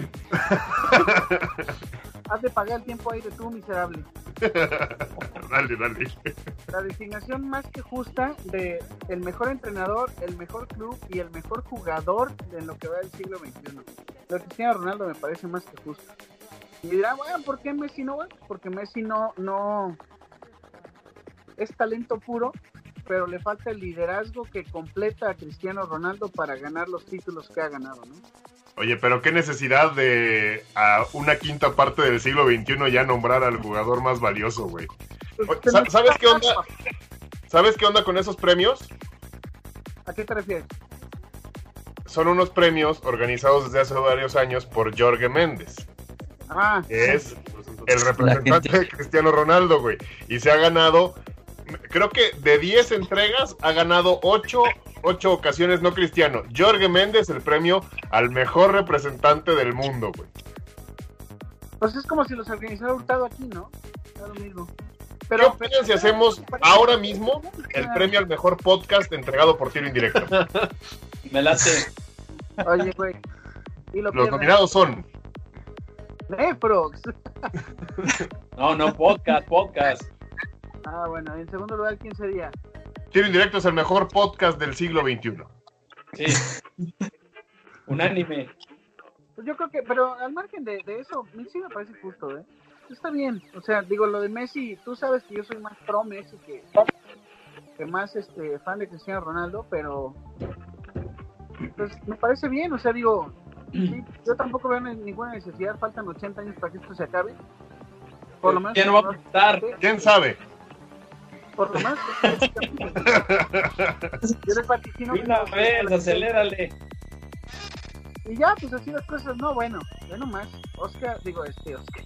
Has de pagar el tiempo ahí de tú, miserable. Dale, dale. La designación más que justa de el mejor entrenador, el mejor club y el mejor jugador de lo que va del siglo veintiuno. Lo de Cristiano Ronaldo me parece más que justo. Y dirán, bueno, ¿por qué Messi no? Bueno, porque Messi no, no es talento puro, pero le falta el liderazgo que completa a Cristiano Ronaldo para ganar los títulos que ha ganado, ¿no? Oye, pero qué necesidad de a una quinta parte del siglo veintiuno ya nombrar al jugador más valioso, güey. Oye, ¿sabes qué onda? ¿Sabes qué onda con esos premios? ¿A qué te refieres? Son unos premios organizados desde hace varios años por Jorge Méndez. Ah, Que es el representante de Cristiano Ronaldo, güey. Y se ha ganado, creo que de diez entregas, ha ganado ocho, ocho ocasiones, no Cristiano. Jorge Méndez, el premio al mejor representante del mundo, güey. pues es como si los organizara Hurtado aquí, ¿no? Es lo mismo. ¿Qué opinan si hacemos ahora mismo el premio al mejor podcast entregado por Tiro Indirecto? Me late. Oye, güey. Y lo Los pierden. nominados son... Neprox. No, no, podcast, podcast. Ah, bueno, en segundo lugar, ¿quién sería? Tiro Indirecto es el mejor podcast del siglo veintiuno. Sí. Unánime. Pues yo creo que, pero al margen de, de eso, a mí sí me parece justo, ¿eh? Está bien, o sea, digo, lo de Messi, tú sabes que yo soy más pro Messi que, que más este fan de Cristiano Ronaldo, pero pues me parece bien, o sea, digo, sí, yo tampoco veo ninguna necesidad, faltan ochenta años para que esto se acabe. Por lo menos... ¿Quién no va a apuntar? ¿Quién sabe? Por lo menos... yo le vaticino... De una vez, acelérale. Y ya, pues así las cosas, no, bueno, ya nomás, Oscar, digo, este, Oscar,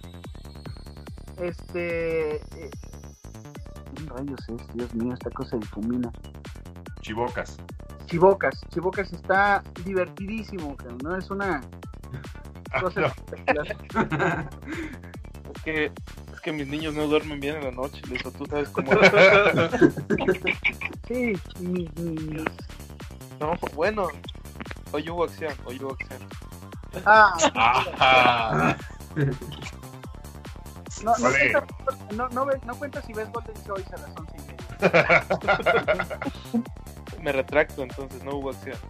este, eh, ¿qué rayos es? Dios mío, esta cosa difumina. Chivocas. Chivocas, Chivocas está divertidísimo, pero no es una cosa no. espectacular. Es que, es que mis niños no duermen bien en la noche, Lizo, tú sabes cómo. Sí, mi, mi... No, bueno, hoy hubo acción, hoy hubo acción. Ah, Ajá. no, no, Vale. cuenta, no, no, ves- no cuenta si ves Golden Choice a las once y media. Me retracto, entonces no hubo acción.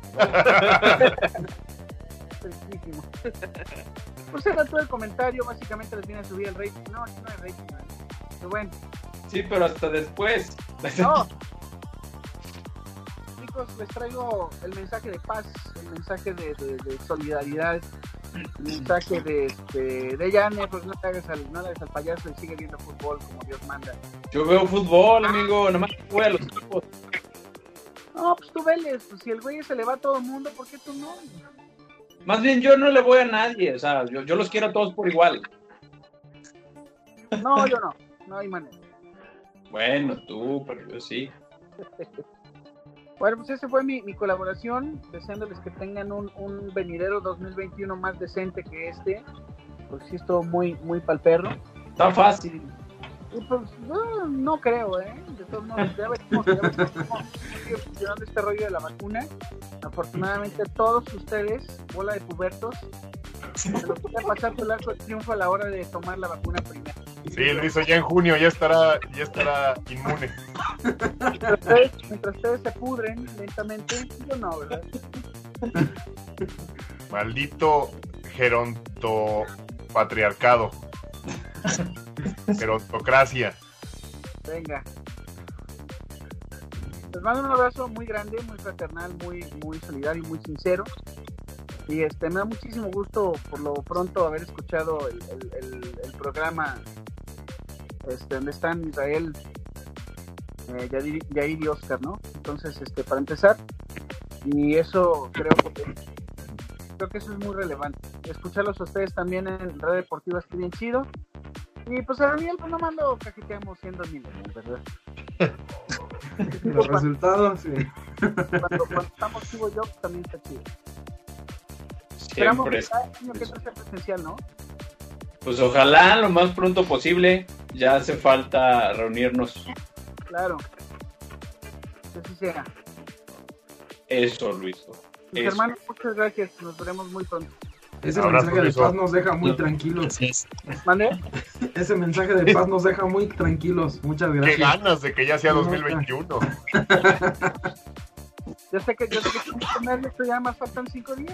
Tristísimo. Pues era todo el comentario, básicamente les viene a subir el rating. No, aquí no hay rating, ¿vale? Pero bueno, Sí, pero hasta después. no. Chicos, les traigo el mensaje de paz, el mensaje de, de, de solidaridad, el mensaje de, este, de ya, ne, pues no te hagas al, no le hagas al payaso y sigue viendo fútbol como Dios manda. Yo veo fútbol, amigo. Nada más voy a los equipos. No, pues tú veles, pues si el güey se le va a todo el mundo, ¿por qué tú no? Más bien, yo no le voy a nadie. O sea, yo, yo los quiero a todos por igual. No, yo no, no hay manera. Bueno, tú, pero yo sí. Bueno, pues esa fue mi, mi colaboración, deseándoles que tengan un, un venidero dos mil veintiuno más decente que este, pues sí estuvo muy, muy pa'l perro. Está fácil. Y pues no, no creo, ¿eh? De todos modos, ya veremos, ya veremos cómo sigue funcionando este rollo de la vacuna. Afortunadamente todos ustedes, bola de pubertos, se los voy a pasar por el arco del triunfo a la hora de tomar la vacuna primero. Sí, lo hizo ya en junio, ya estará, ya estará inmune. Mientras ustedes, mientras ustedes se pudren lentamente, yo no, ¿verdad? Maldito gerontopatriarcado. Gerontocracia. Venga. Les mando un abrazo muy grande, muy fraternal, muy, muy solidario y muy sincero. Y este me da muchísimo gusto por lo pronto haber escuchado el, el, el, el programa este, donde están Israel, eh, Yair, Yair y Oscar, ¿no? Entonces, este, para empezar, y eso creo que creo que eso es muy relevante. Escucharlos a ustedes también en Radio Deportiva está bien chido. Y pues a Daniel, pues nomás lo cajeteamos siendo milenial, ¿verdad? Los resultados, sí. Cuando, cuando estamos chivo yo, también está chido. Esperamos Siempre. que cada año que esto sea presencial, ¿no? Pues ojalá lo más pronto posible. Ya hace falta reunirnos. Claro. Que así sea. Eso, Luiso. Mis Eso. hermanos, muchas gracias. Nos veremos muy pronto. Ese Abrazo, mensaje de Luiso. paz nos deja muy tranquilos. Así es. ¿Mande? Ese mensaje de paz nos deja muy tranquilos. Muchas Qué gracias. ganas de que ya sea dos mil veintiuno. Yo sé que yo sé que tengo que comer esto, ya más faltan cinco días.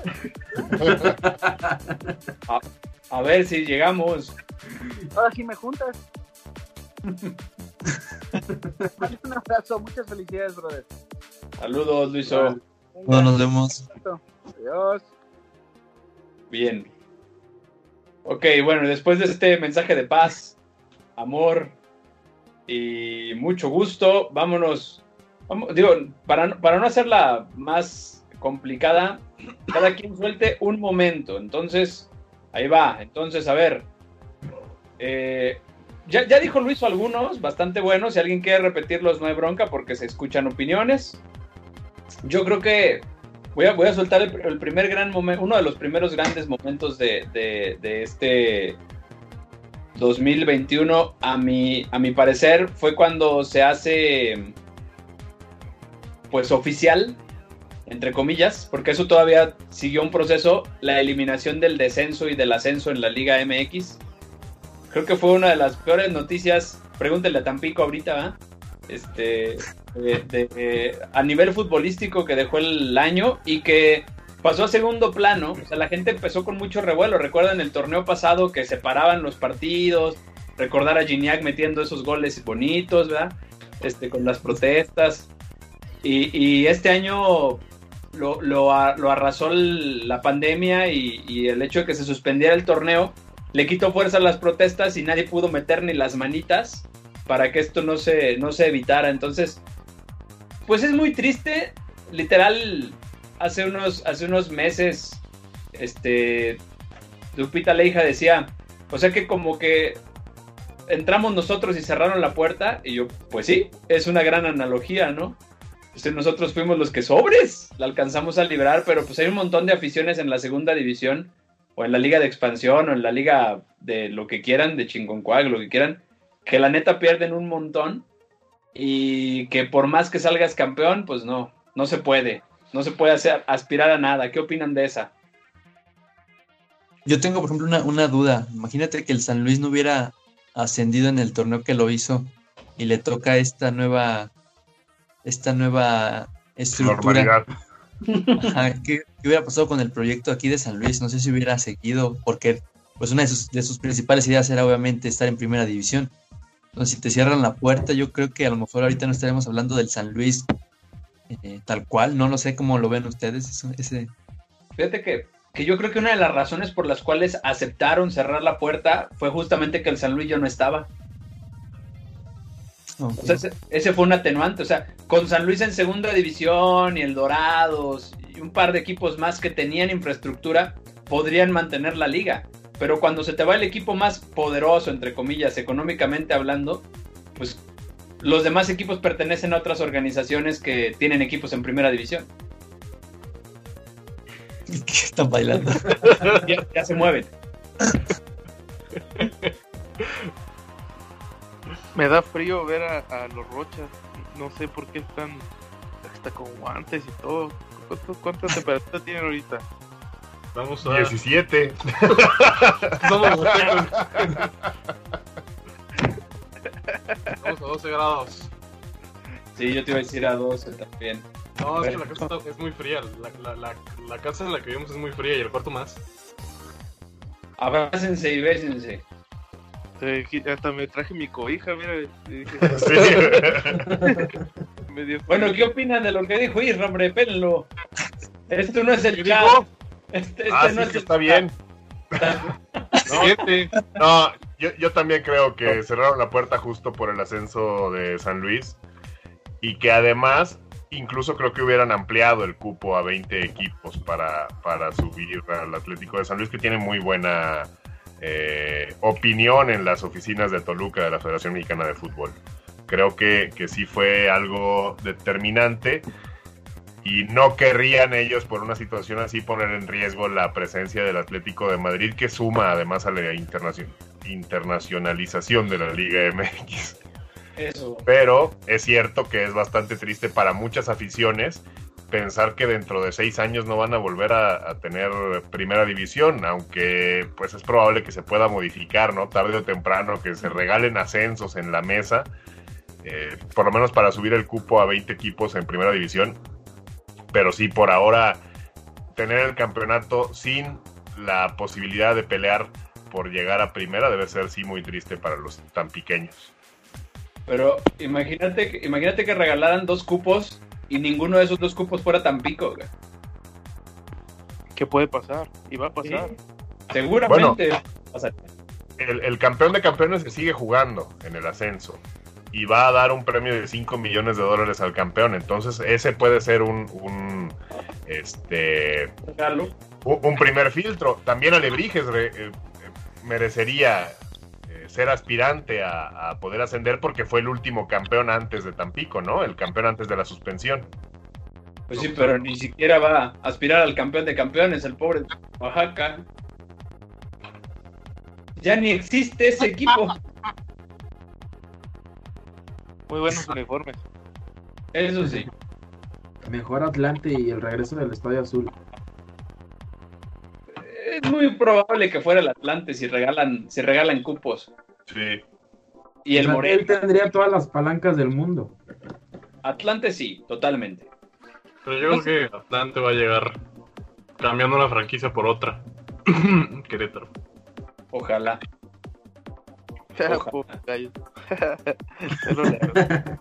A, a ver si llegamos. Ahora sí me juntas. Dale un abrazo, muchas felicidades, brother. Saludos, Luiso. No, nos vemos. Adiós. Bien. Ok, bueno, después de este mensaje de paz, amor y mucho gusto, vámonos. Vamos, digo, para, para no hacerla más complicada, cada quien suelte un momento. Entonces, ahí va. Entonces, a ver. Eh, ya, ya dijo Luiso algunos, bastante buenos. Si alguien quiere repetirlos, no hay bronca porque se escuchan opiniones. Yo creo que voy a, voy a soltar el, el primer gran momento, uno de los primeros grandes momentos de, de, de este dos mil veintiuno, a mi, a mi parecer, fue cuando se hace, pues, oficial, entre comillas, porque eso todavía siguió un proceso, la eliminación del descenso y del ascenso en la Liga M X. Creo que fue una de las peores noticias, pregúntenle a Tampico ahorita, ¿verdad? Este, de, de, de, a nivel futbolístico que dejó el año y que pasó a segundo plano. O sea, la gente empezó con mucho revuelo. Recuerdan el torneo pasado que separaban los partidos, recordar a Gignac metiendo esos goles bonitos, ¿verdad? Este, con las protestas. Y, y este año lo, lo, lo arrasó el, la pandemia y, y el hecho de que se suspendiera el torneo le quitó fuerza a las protestas y nadie pudo meter ni las manitas para que esto no se, no se evitara. Entonces, pues es muy triste. Literal, hace unos, hace unos meses, este, Lupita Leija decía, o sea que como que entramos nosotros y cerraron la puerta, y yo, pues sí, es una gran analogía, ¿no? Entonces nosotros fuimos los que sobres, la alcanzamos a librar, pero pues hay un montón de aficiones en la segunda división, o en la liga de expansión, o en la liga de lo que quieran, de Chingoncuag, lo que quieran, que la neta pierden un montón y que por más que salgas campeón, pues no, no se puede, no se puede hacer, aspirar a nada. ¿Qué opinan de esa? Yo tengo, por ejemplo, una, una duda. Imagínate que el San Luis no hubiera ascendido en el torneo que lo hizo y le toca esta nueva, esta nueva estructura. Normalidad. Ajá, ¿qué, ¿Qué hubiera pasado con el proyecto aquí de San Luis? No sé si hubiera seguido, porque pues una de sus, de sus principales ideas era obviamente estar en primera división. Entonces, si te cierran la puerta, yo creo que a lo mejor ahorita no estaremos hablando del San Luis eh, tal cual. No lo sé cómo lo ven ustedes. Eso, ese... Fíjate que, que yo creo que una de las razones por las cuales aceptaron cerrar la puerta fue justamente que el San Luis ya no estaba. Okay. O sea, ese, ese fue un atenuante. O sea, con San Luis en segunda división y el Dorados y un par de equipos más que tenían infraestructura, podrían mantener la liga. Pero cuando se te va el equipo más poderoso, entre comillas, económicamente hablando, pues los demás equipos pertenecen a otras organizaciones que tienen equipos en primera división. ¿Qué están bailando? Ya, ya se mueven. Me da frío ver a, a los Rochas. No sé por qué están hasta con guantes y todo. ¿Cuánto, ¿Cuánta temperatura tienen ahorita? Vamos a... diecisiete. Somos boteros. Vamos a doce grados. Sí, yo te iba a decir a doce también. No, es que la casa está- es muy fría. La, la, la, la casa en la que vivimos es muy fría y el cuarto más. Abrácense y bésense. Sí, hasta me traje mi cobija, mira. Y dije, Sí. me dio Bueno, frío. ¿qué opinan de lo que dijo Isra, hombre? Pélenlo. Esto no es el ¿Qué chat. dijo? Este, este Ah, no sí, es que el está chat. bien. Siete. No, yo, yo también creo que cerraron la puerta justo por el ascenso de San Luis y que además incluso creo que hubieran ampliado el cupo a veinte equipos para, para subir al Atlético de San Luis, que tiene muy buena eh, opinión en las oficinas de Toluca de la Federación Mexicana de Fútbol. Creo que, que sí fue algo determinante y no querrían ellos por una situación así poner en riesgo la presencia del Atlético de Madrid, que suma además a la internacion- internacionalización de la Liga M X. Eso. Pero es cierto que es bastante triste para muchas aficiones pensar que dentro de seis años no van a volver a, a tener primera división, aunque pues es probable que se pueda modificar, ¿no? Tarde o temprano, que se regalen ascensos en la mesa, eh, por lo menos para subir el cupo a veinte equipos en primera división. Pero sí, por ahora, tener el campeonato sin la posibilidad de pelear por llegar a primera debe ser sí muy triste para los tan pequeños. Pero imagínate, que- imagínate que regalaran dos cupos y ninguno de esos dos cupos fuera Tampico, güey. ¿Qué puede pasar? Y va a pasar. Sí. Seguramente. Bueno. O sea, El, el campeón de campeones se sigue jugando en el ascenso y va a dar un premio de cinco millones de dólares al campeón. Entonces ese puede ser un, un este regalo. un, un primer filtro. También Alebrijes re- eh, merecería eh, ser aspirante a, a poder ascender porque fue el último campeón antes de Tampico, ¿no? El campeón antes de la suspensión. Pues sí, pero ni siquiera va a aspirar al campeón de campeones, el pobre Oaxaca. Ya ni existe ese equipo. Muy buenos uniformes. Eso sí. Mejor Atlante y el regreso del Estadio Azul. Es muy probable que fuera el Atlante si regalan, si regalan cupos. Sí. Y el O sea, Morelia. él tendría todas las palancas del mundo. Atlante sí, totalmente. Pero yo creo que Atlante va a llegar cambiando una franquicia por otra. Querétaro. Ojalá. Ojalá. Pobre gallo. Pero la-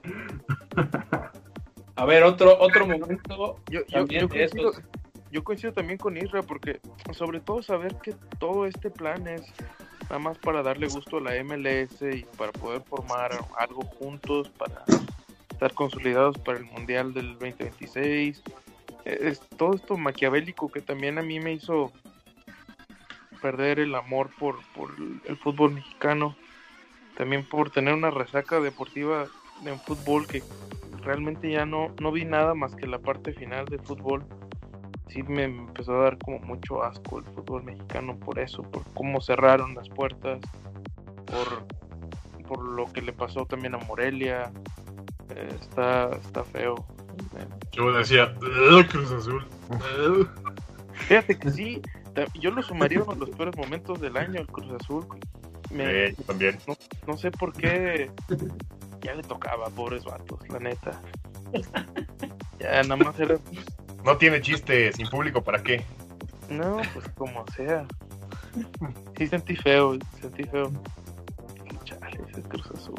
A ver, otro, otro momento. yo, yo, también yo de coincido, esos. yo coincido también con Isra, porque sobre todo saber que todo este plan es nada más para darle gusto a la M L S y para poder formar algo juntos, para estar consolidados para el Mundial del veinte veintiséis. Es todo esto maquiavélico que también a mí me hizo perder el amor por, por el fútbol mexicano, también por tener una resaca deportiva de un fútbol que realmente ya no, no vi nada más que la parte final del fútbol. Sí me empezó a dar como mucho asco el fútbol mexicano por eso, por cómo cerraron las puertas, por, por lo que le pasó también a Morelia. Eh, está, está feo. Eh, Yo decía, "Ugh, Cruz Azul. Ugh". Fíjate que sí, ta- yo lo sumaría uno de los peores momentos del año, el Cruz Azul. Me- Sí, también. no, no sé por qué ya le tocaba, pobres vatos, la neta. Ya nada más era, No tiene chiste, sin público, ¿para qué? no, pues como sea. Sí sentí feo, sentí feo. Chale, ese Cruz Azul.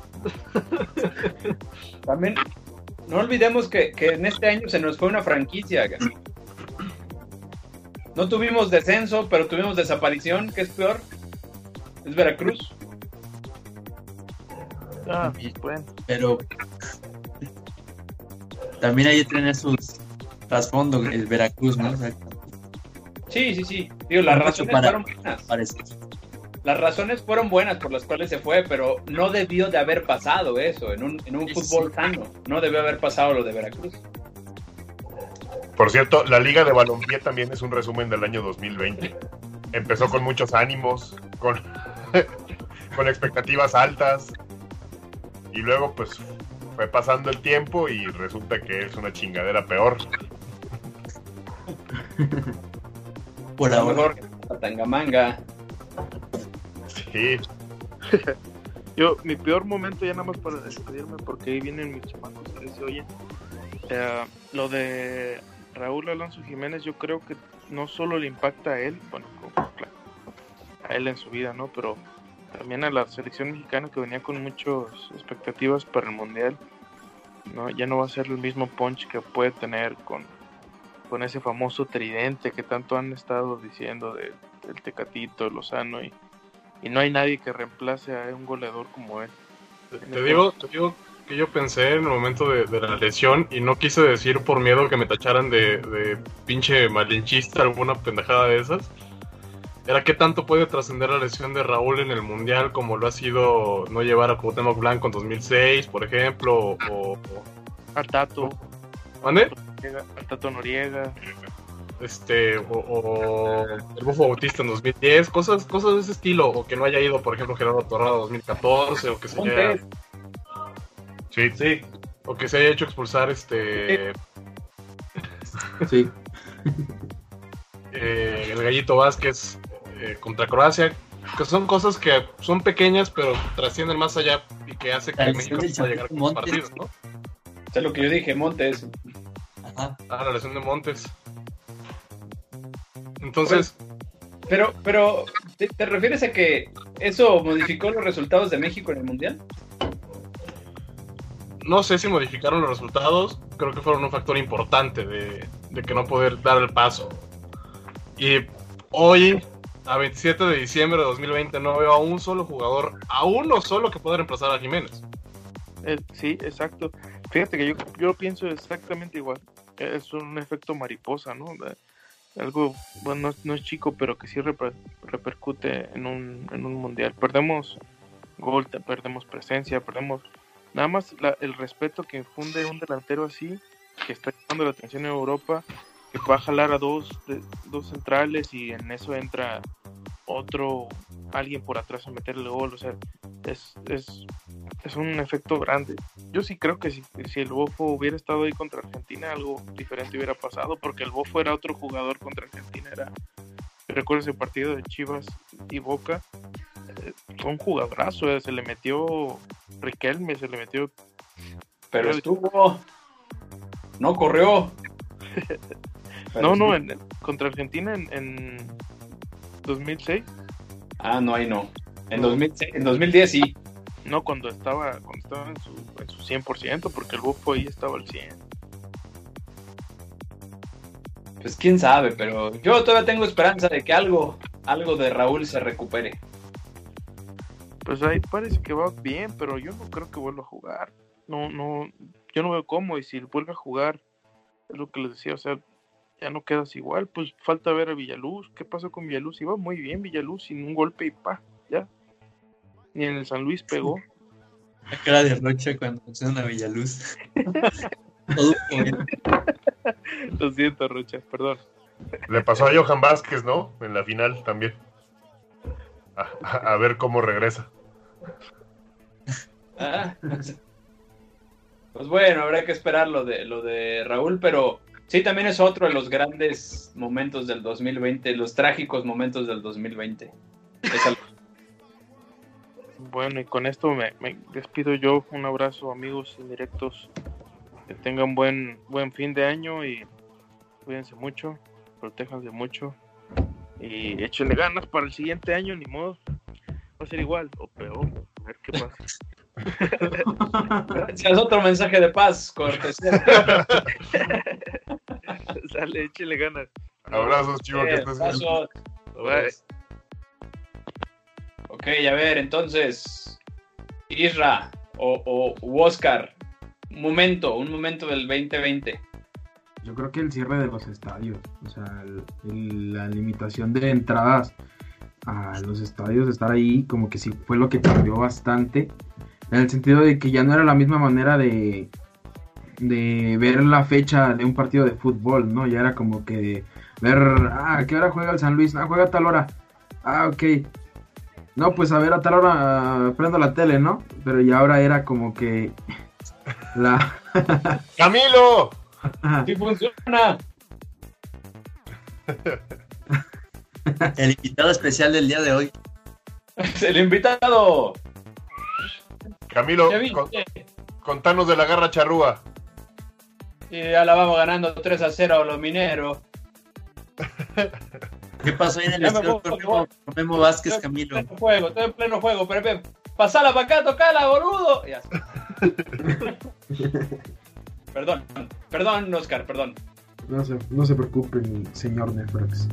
También, no olvidemos que, que en este año se nos fue una franquicia. güey. No tuvimos descenso, pero tuvimos desaparición, que es peor. Es Veracruz. Ah, bueno. Pero también ahí tiene sus trasfondo el Veracruz, ¿no? O sea, Sí, sí, sí. Digo, las mucho razones para- fueron buenas. parece. Las razones fueron buenas por las cuales se fue, pero no debió de haber pasado eso en un, en un Sí, fútbol sí. sano. No debió haber pasado lo de Veracruz. Por cierto, la Liga de Balompié también es un resumen del año dos mil veinte. Empezó con muchos ánimos, con, con expectativas altas, y luego pues fue pasando el tiempo y resulta que es una chingadera peor. Por A lo ahora. mejor la Tangamanga. Sí, Yo, mi peor momento, ya nada más para despedirme, porque ahí vienen mis chamacos que se oyen. Eh, lo de Raúl Alonso Jiménez, yo creo que no solo le impacta a él, bueno, como, claro, a él en su vida, ¿no? Pero también a la selección mexicana que venía con muchas expectativas para el Mundial, ¿no? Ya no va a ser el mismo punch que puede tener con, con ese famoso tridente que tanto han estado diciendo de, del Tecatito, Lozano, y, y no hay nadie que reemplace a un goleador como él. Te, te digo, te digo que yo pensé en el momento de, de la lesión y no quise decir por miedo que me tacharan de, de pinche malinchista alguna pendejada de esas. era qué tanto puede trascender la lesión de Raúl en el Mundial, como lo ha sido no llevar a Cuauhtémoc Blanco en dos mil seis, por ejemplo, o... o... A Tato. ¿Mande? A Tato Noriega. Este, o, o el Bofo Bautista en dos mil diez, cosas, cosas de ese estilo, o que no haya ido, por ejemplo, Gerardo Torrado en dos mil catorce, o que se haya... Sí, sí, o que se haya hecho expulsar este... Sí. eh, el Gallito Vázquez eh, contra Croacia, que son cosas que son pequeñas, pero trascienden más allá y que hace que México pueda llegar a los partidos, ¿no? Es lo que yo dije, Montes. Ajá. Ah, la lesión de Montes. Entonces... Pero, pero, ¿te, ¿te refieres a que eso modificó los resultados de México en el Mundial? No sé si modificaron los resultados, creo que fueron un factor importante de, de que no poder dar el paso. Y hoy, a veintisiete de diciembre de dos mil veinte, no veo a un solo jugador, a uno solo que pueda reemplazar a Jiménez. Eh, sí, exacto. Fíjate que yo, yo pienso exactamente igual. Es un efecto mariposa, ¿no? Algo, bueno, no, no es chico, pero que sí reper, repercute en un, en un mundial. Perdemos gol, perdemos presencia, perdemos... Nada más la, el respeto que infunde un delantero así, que está llamando la atención en Europa, que va a jalar a dos, de, dos centrales y en eso entra otro, alguien por atrás a meterle el gol. O sea, es, es, es un efecto grande. Yo sí creo que si, si el Bofo hubiera estado ahí contra Argentina, algo diferente hubiera pasado, porque el Bofo era otro jugador contra Argentina. Era, recuerdo ese partido de Chivas y Boca, eh, fue un jugadorazo, eh, se le metió Riquelme, se le metió... Pero estuvo... No corrió. no, no, en, contra Argentina en, en dos mil seis. Ah, no, ahí no. En, no. dos mil seis, en dos mil diez sí. No, cuando estaba, cuando estaba en su, en su cien por ciento, porque el Bofo ahí estaba al cien. Pues quién sabe, pero yo todavía tengo esperanza de que algo, algo de Raúl se recupere. Pues ahí parece que va bien, pero yo no creo que vuelva a jugar. No, no, yo no veo cómo, y si vuelve a jugar, es lo que les decía, o sea, ya no quedas igual. Pues falta ver a Villaluz. ¿Qué pasó con Villaluz? Iba muy bien Villaluz, sin un golpe y pa, ya. Ni en el San Luis pegó. La cara de Rocha cuando pusieron a Villaluz. Todo bien. Lo siento, Rocha, perdón. Le pasó a Johan Vázquez, ¿no? En la final también. A, a, a ver cómo regresa. Ah, pues bueno, habrá que esperar lo de, lo de Raúl, pero sí, también es otro de los grandes momentos del dos mil veinte, los trágicos momentos del dos mil veinte. Es algo... Bueno, y con esto me, me despido yo. Un abrazo, amigos indirectos. Que tengan buen buen fin de año y cuídense mucho, protéjanse mucho y échenle ganas para el siguiente año, ni modo. Va a ser igual o peor. A ver qué pasa. Gracias, otro mensaje de paz, cortesía. Sale, échenle ganas. Abrazos, Chivo, que estés bien. Bye. Ok, a ver, entonces, Isra o, o u Oscar, un momento, un momento del veinte veinte. Yo creo que el cierre de los estadios, o sea, el, el, la limitación de entradas a los estadios, estar ahí, como que sí fue lo que cambió bastante, en el sentido de que ya no era la misma manera de, de ver la fecha de un partido de fútbol, ¿no? Ya era como que ver, ah, ¿a qué hora juega el San Luis? Ah, juega a tal hora. Ah, ok. No, pues a ver, a tal hora prendo la tele, ¿no? Pero ya ahora era como que la... ¡Camilo! ¡Sí funciona! El invitado especial del día de hoy. ¡El invitado! Camilo, con, contanos de la garra charrúa. Y ya la vamos ganando tres a cero a los mineros. ¿Qué pasó ahí en el estadio con Memo, Memo Vázquez, estoy Camilo? En pleno juego, estoy en pleno juego, pero, pero pasala para acá, tocala, boludo. Ya. Perdón, perdón, Oscar, perdón. No se, no se preocupen, señor Nefrox.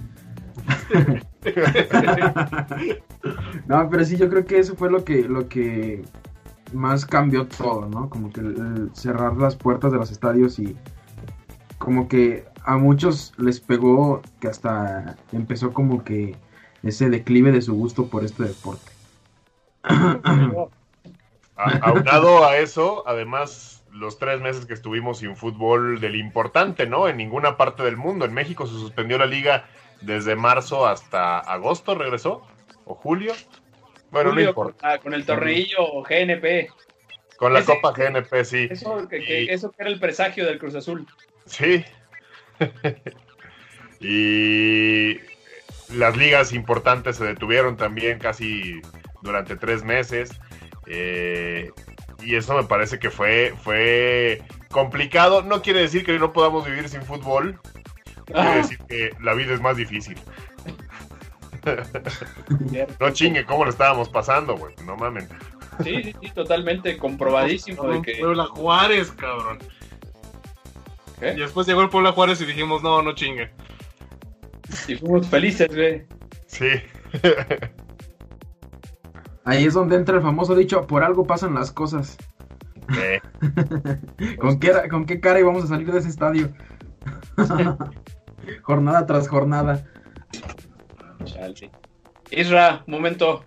No, pero sí, yo creo que eso fue lo que, lo que más cambió todo, ¿no? Como que el, el cerrar las puertas de los estadios y como que a muchos les pegó que hasta empezó como que ese declive de su gusto por este deporte. A- aunado a eso, además, los tres meses que estuvimos sin fútbol del importante, ¿no? En ninguna parte del mundo. En México se suspendió la liga desde marzo hasta agosto, ¿regresó? ¿O julio? Bueno, Julio, no importa. ah, con el tornillo G N P. Con la ese- Copa G N P, sí. Eso que, que- Y- eso que era el presagio del Cruz Azul. Sí. Y las ligas importantes se detuvieron también casi durante tres meses. Eh, y eso me parece que fue, fue complicado. No quiere decir que no podamos vivir sin fútbol. Quiere Ah. decir que la vida es más difícil. No chingue, ¿cómo lo estábamos pasando, güey? No mamen. Sí, sí, sí, totalmente comprobadísimo de que... Puebla Juárez, cabrón. ¿Qué? Y después llegó el Puebla Juárez y dijimos, no, no chingue. Y fuimos felices, güey. Sí. Ahí es donde entra el famoso dicho, por algo pasan las cosas. Eh, ¿Con qué, ¿Con qué cara íbamos a salir de ese estadio? Jornada tras jornada. Chale. Isra, un momento.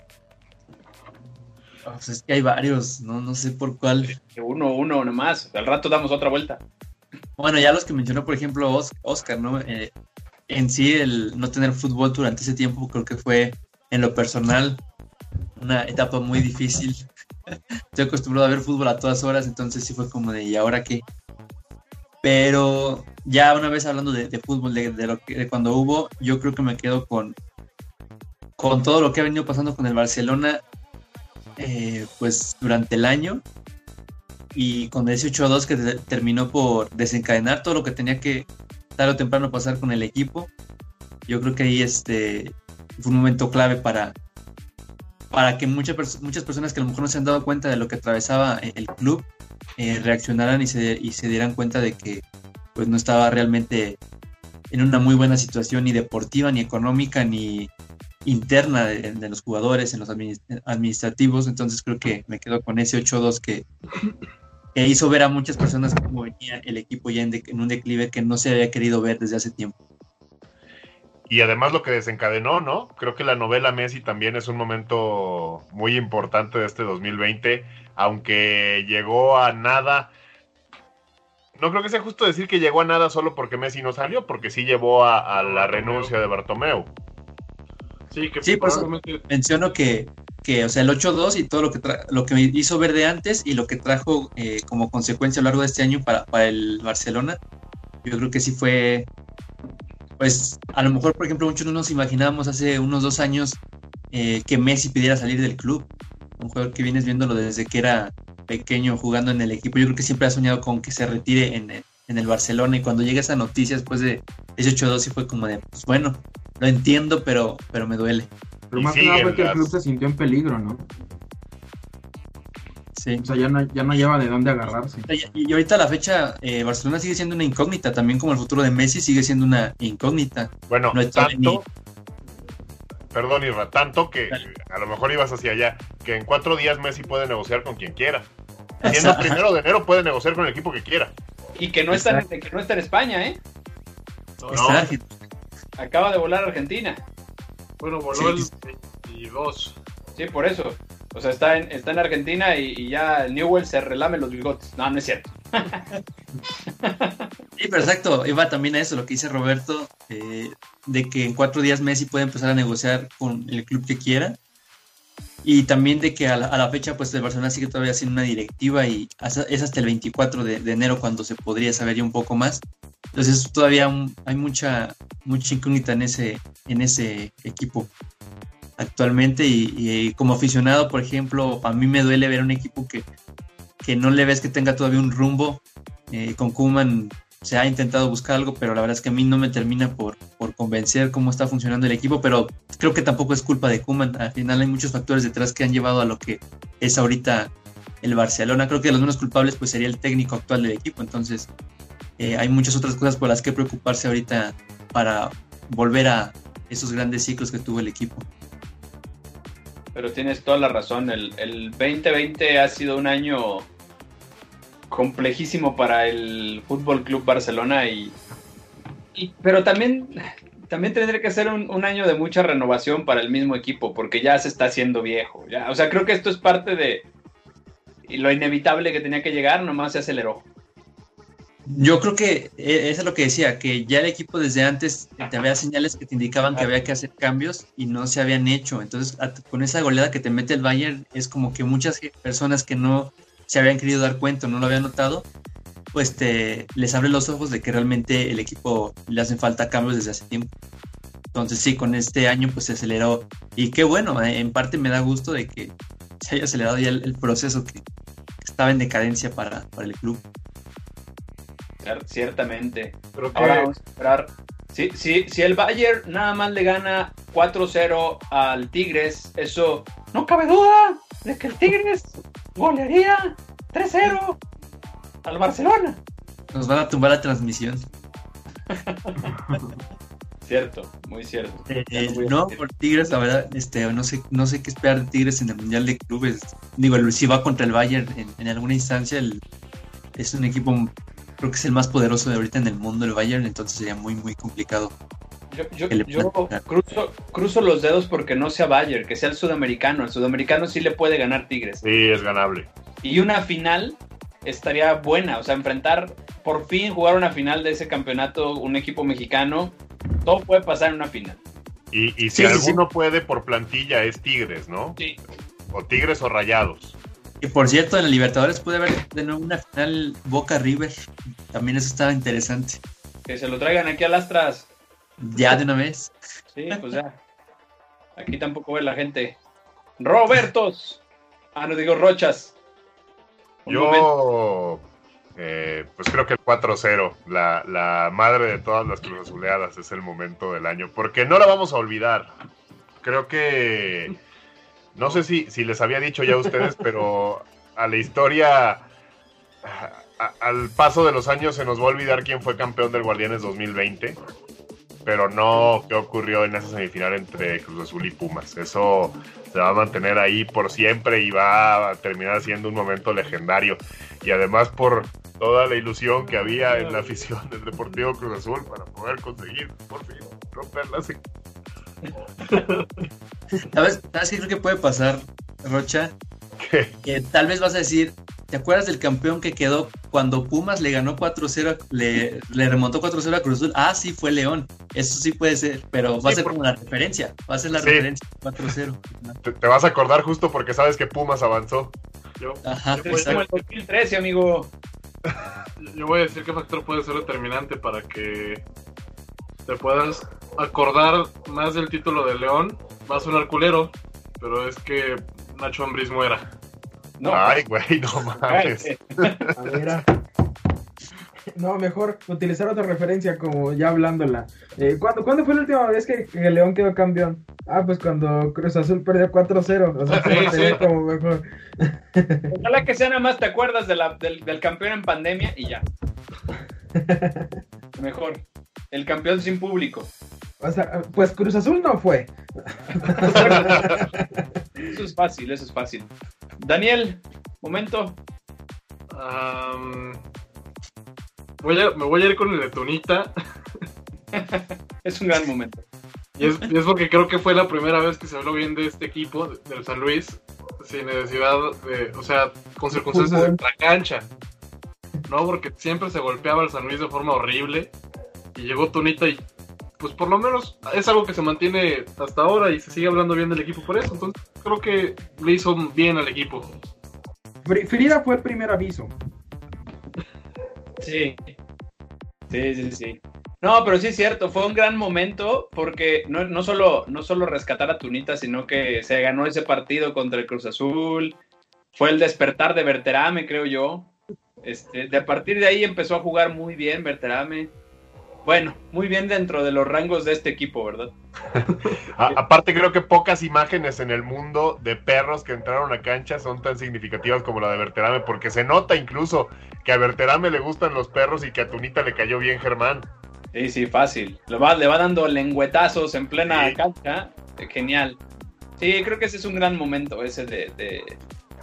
Pues es que hay varios, no, no sé por cuál. Uno, uno nomás. Al rato damos otra vuelta. Bueno, ya los que mencionó, por ejemplo, Os- Oscar, ¿no? Eh, en sí, el no tener fútbol durante ese tiempo creo que fue, en lo personal, una etapa muy difícil. Estoy acostumbrado a ver fútbol a todas horas, entonces sí fue como de, ¿y ahora qué? Pero ya una vez hablando de, de fútbol, de, de lo que, de cuando hubo, yo creo que me quedo con, con todo lo que ha venido pasando con el Barcelona, eh, pues durante el año, y con ese ocho a dos que te- terminó por desencadenar todo lo que tenía que tarde o temprano pasar con el equipo. Yo creo que ahí este fue un momento clave para, para que muchas, pers- muchas personas que a lo mejor no se han dado cuenta de lo que atravesaba eh, el club eh, reaccionaran y se, y se dieran cuenta de que pues no estaba realmente en una muy buena situación ni deportiva, ni económica, ni interna de, de los jugadores, en los adminis- administrativos. Entonces creo que me quedo con ese ocho dos que, que hizo ver a muchas personas cómo venía el equipo ya en, de- en un declive que no se había querido ver desde hace tiempo. Y además lo que desencadenó, ¿no? Creo que la novela Messi también es un momento muy importante de este dos mil veinte, aunque llegó a nada. No creo que sea justo decir que llegó a nada solo porque Messi no salió, porque sí llevó a, a la renuncia de Bartomeu. Sí, que Sí, por eso probablemente... menciono que, que o sea, el ocho dos y todo lo que, tra- lo que me hizo ver de antes y lo que trajo eh, como consecuencia a lo largo de este año para, para el Barcelona, yo creo que sí fue, pues a lo mejor, por ejemplo, muchos no nos imaginábamos hace unos dos años eh, que Messi pidiera salir del club, un jugador que vienes viéndolo desde que era pequeño jugando en el equipo. Yo creo que siempre ha soñado con que se retire en el, en el Barcelona, y cuando llega esa noticia después de ese ocho dos sí fue como de, pues bueno, lo entiendo, pero, pero me duele. Pero Y más que nada fue siguen que el las- club se sintió en peligro, ¿no? Sí. O sea, ya no, ya no lleva de dónde agarrarse. Y, y ahorita a la fecha, eh, Barcelona sigue siendo una incógnita, también como el futuro de Messi sigue siendo una incógnita. Bueno, No hay todavía tanto, perdón, Irra, tanto que a lo mejor ibas hacia allá, que en cuatro días Messi puede negociar con quien quiera. Siendo Exacto. primero de enero puede negociar con el equipo que quiera. Y que no, está, en- que no está en España, ¿eh? No, Está no. Argen- Acaba de volar a Argentina. Bueno, voló Sí. el veintidós. Sí, por eso. O sea, está en, está en Argentina y, y ya el Newell se relame los bigotes. No, no es cierto. Sí, pero exacto, iba también a eso, lo que dice Roberto, eh, de que en cuatro días Messi puede empezar a negociar con el club que quiera, y también de que a la, a la fecha pues el Barcelona sigue todavía sin una directiva, y hasta- es hasta el veinticuatro de, de enero cuando se podría saber ya un poco más. Entonces todavía un- hay mucha mucha incógnita en ese, en ese equipo actualmente, y, y como aficionado, por ejemplo, a mí me duele ver un equipo que, que no le ves que tenga todavía un rumbo. Eh, con Koeman se ha intentado buscar algo, pero la verdad es que a mí no me termina por, por convencer cómo está funcionando el equipo, pero creo que tampoco es culpa de Koeman. Al final hay muchos factores detrás que han llevado a lo que es ahorita el Barcelona. Creo que los menos culpables pues sería el técnico actual del equipo. Entonces eh, hay muchas otras cosas por las que preocuparse ahorita para volver a esos grandes ciclos que tuvo el equipo. Pero tienes toda la razón. El, el veinte veinte ha sido un año complejísimo para el Fútbol Club Barcelona y, y pero también también tendría que ser un, un año de mucha renovación para el mismo equipo, porque ya se está haciendo viejo. Ya, o sea, creo que esto es parte de lo inevitable que tenía que llegar, nomás se aceleró. Yo creo que eso es lo que decía, que ya el equipo desde antes te había señales que te indicaban que había que hacer cambios y no se habían hecho. Entonces, con esa goleada que te mete el Bayern, es como que muchas personas que no se habían querido dar cuenta, no lo habían notado, pues te, les abre los ojos de que realmente el equipo le hacen falta cambios desde hace tiempo. Entonces sí, con este año pues se aceleró. Y qué bueno, en parte me da gusto de que se haya acelerado ya el, el proceso que, que estaba en decadencia para, para el club. Ciertamente. Creo que... Ahora vamos a esperar. Si, si, si el Bayern nada más le gana cuatro cero al Tigres, eso no cabe duda de que el Tigres golearía tres cero al Barcelona. Nos van a tumbar la transmisión. Cierto, muy cierto. Eh, no, por Tigres, la verdad, este, no sé, no sé qué esperar de Tigres en el Mundial de Clubes. Digo, el, si va contra el Bayern en, en alguna instancia, el, es un equipo, creo que es el más poderoso de ahorita en el mundo, el Bayern, entonces sería muy, muy complicado. Yo, yo, yo cruzo, cruzo los dedos porque no sea Bayern, que sea el sudamericano. El sudamericano sí le puede ganar Tigres. Sí, es ganable. Y una final estaría buena, o sea, enfrentar, por fin jugar una final de ese campeonato, un equipo mexicano, todo puede pasar en una final. Y, y si sí, alguno sí. puede por plantilla es Tigres, ¿no? Sí. O Tigres o Rayados. Y por cierto, en el Libertadores puede haber de nuevo una final Boca River, también eso estaba interesante. Que se lo traigan aquí a Lastras. Ya de una vez. Sí, pues ya. Aquí tampoco ve la gente. Robertos. Ah, no digo Rochas. Un Yo, eh, pues creo que el cuatro cero, la, la madre de todas las Cruz Azuleadas, es el momento del año, porque no la vamos a olvidar. Creo que, no sé si, si les había dicho ya a ustedes, pero a la historia, a, a, al paso de los años se nos va a olvidar quién fue campeón del Guardianes dos mil veinte, pero no qué ocurrió en esa semifinal entre Cruz Azul y Pumas. Eso se va a mantener ahí por siempre y va a terminar siendo un momento legendario. Y además por toda la ilusión que había en la afición del Deportivo Cruz Azul para poder conseguir, por fin, romperla así. ¿Sabes, ¿Sabes qué creo que puede pasar, Rocha? ¿Qué? Que tal vez vas a decir, ¿te acuerdas del campeón que quedó cuando Pumas le ganó cuatro cero, le, le remontó cuatro cero a Cruz Azul? Ah, sí, fue León. Eso sí puede ser, pero va sí, a ser por... como la referencia. Va a ser la sí. referencia cuatro cero. Te, te vas a acordar justo porque sabes que Pumas avanzó. Yo, Ajá, yo como el dos mil trece, amigo. Yo voy a decir qué factor puede ser determinante para que te puedas acordar más del título de León. Va a sonar culero, pero es que Nacho Ambriz muera. No, ay, güey, no mames. A ver, no, mejor utilizar otra referencia como ya hablándola. Eh, ¿cuándo, ¿Cuándo fue la última vez que, que León quedó campeón? Ah, pues cuando Cruz Azul perdió cuatro cero. O sea, sí, sí. Como mejor. Ojalá que sea nada más te acuerdas de la, del, del campeón en pandemia y ya. Mejor. El campeón sin público. O sea, pues Cruz Azul no fue. Eso es fácil, eso es fácil. Daniel, momento. Um, voy a, me voy a ir con el de Tunita. Es un gran momento. Y es, y es porque creo que fue la primera vez que se habló bien de este equipo, de, del San Luis, sin necesidad de, o sea, con circunstancias de la cancha. No, porque siempre se golpeaba el San Luis de forma horrible. Y llegó Tunita y pues por lo menos es algo que se mantiene hasta ahora y se sigue hablando bien del equipo por eso. Entonces creo que le hizo bien al equipo. Frida fue el primer aviso. Sí. Sí, sí, sí. No, pero sí es cierto, fue un gran momento porque no, no, solo, no solo rescatar a Tunita, sino que se ganó ese partido contra el Cruz Azul. Fue el despertar de Berterame, creo yo. Este, de a partir de ahí empezó a jugar muy bien Berterame. Bueno, muy bien dentro de los rangos de este equipo, ¿verdad? a, aparte creo que pocas imágenes en el mundo de perros que entraron a cancha son tan significativas como la de Berterame, porque se nota incluso que a Berterame le gustan los perros y que a Tunita le cayó bien Germán. Sí, sí, fácil. Le va, le va dando lengüetazos en plena sí. cancha. Genial. Sí, creo que ese es un gran momento, ese de, de,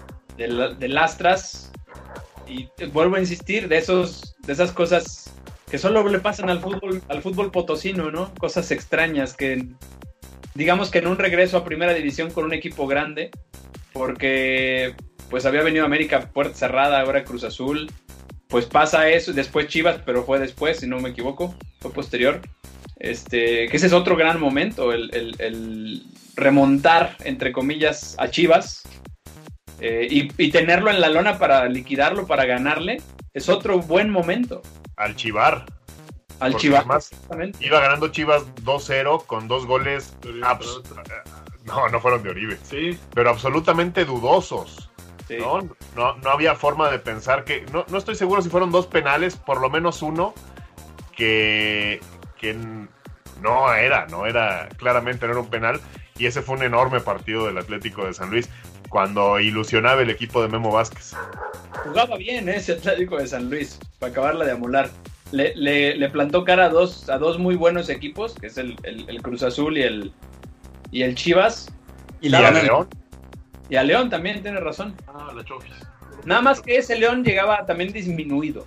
de, de Lastras. Y vuelvo a insistir, de esos, de esas cosas que solo le pasan al fútbol, al fútbol potosino, ¿no? Cosas extrañas que, digamos que en un regreso a primera división con un equipo grande, porque pues había venido América puerta cerrada, ahora Cruz Azul, pues pasa eso, después Chivas, pero fue después, si no me equivoco, fue posterior. Este, que ese es otro gran momento, el, el, el remontar, entre comillas, a Chivas eh, y, y tenerlo en la lona para liquidarlo, para ganarle, es otro buen momento. Al Chivar. Al Chivas. Iba ganando Chivas dos cero con dos goles. Abs- no, no fueron de Oribe. Sí. Pero absolutamente dudosos. Sí. ¿no? No, no había forma de pensar que. No, no estoy seguro si fueron dos penales, por lo menos uno, que, que no era, no era, claramente no era un penal. Y ese fue un enorme partido del Atlético de San Luis, cuando ilusionaba el equipo de Memo Vázquez. Jugaba bien ¿eh? ese Atlético de San Luis, para acabarla de amolar. Le, le, le plantó cara a dos, a dos muy buenos equipos, que es el, el, el Cruz Azul y el, y el Chivas. Y, y a León. Y a León también, tiene razón. Ah, la Chofis. Nada más que ese León llegaba también disminuido.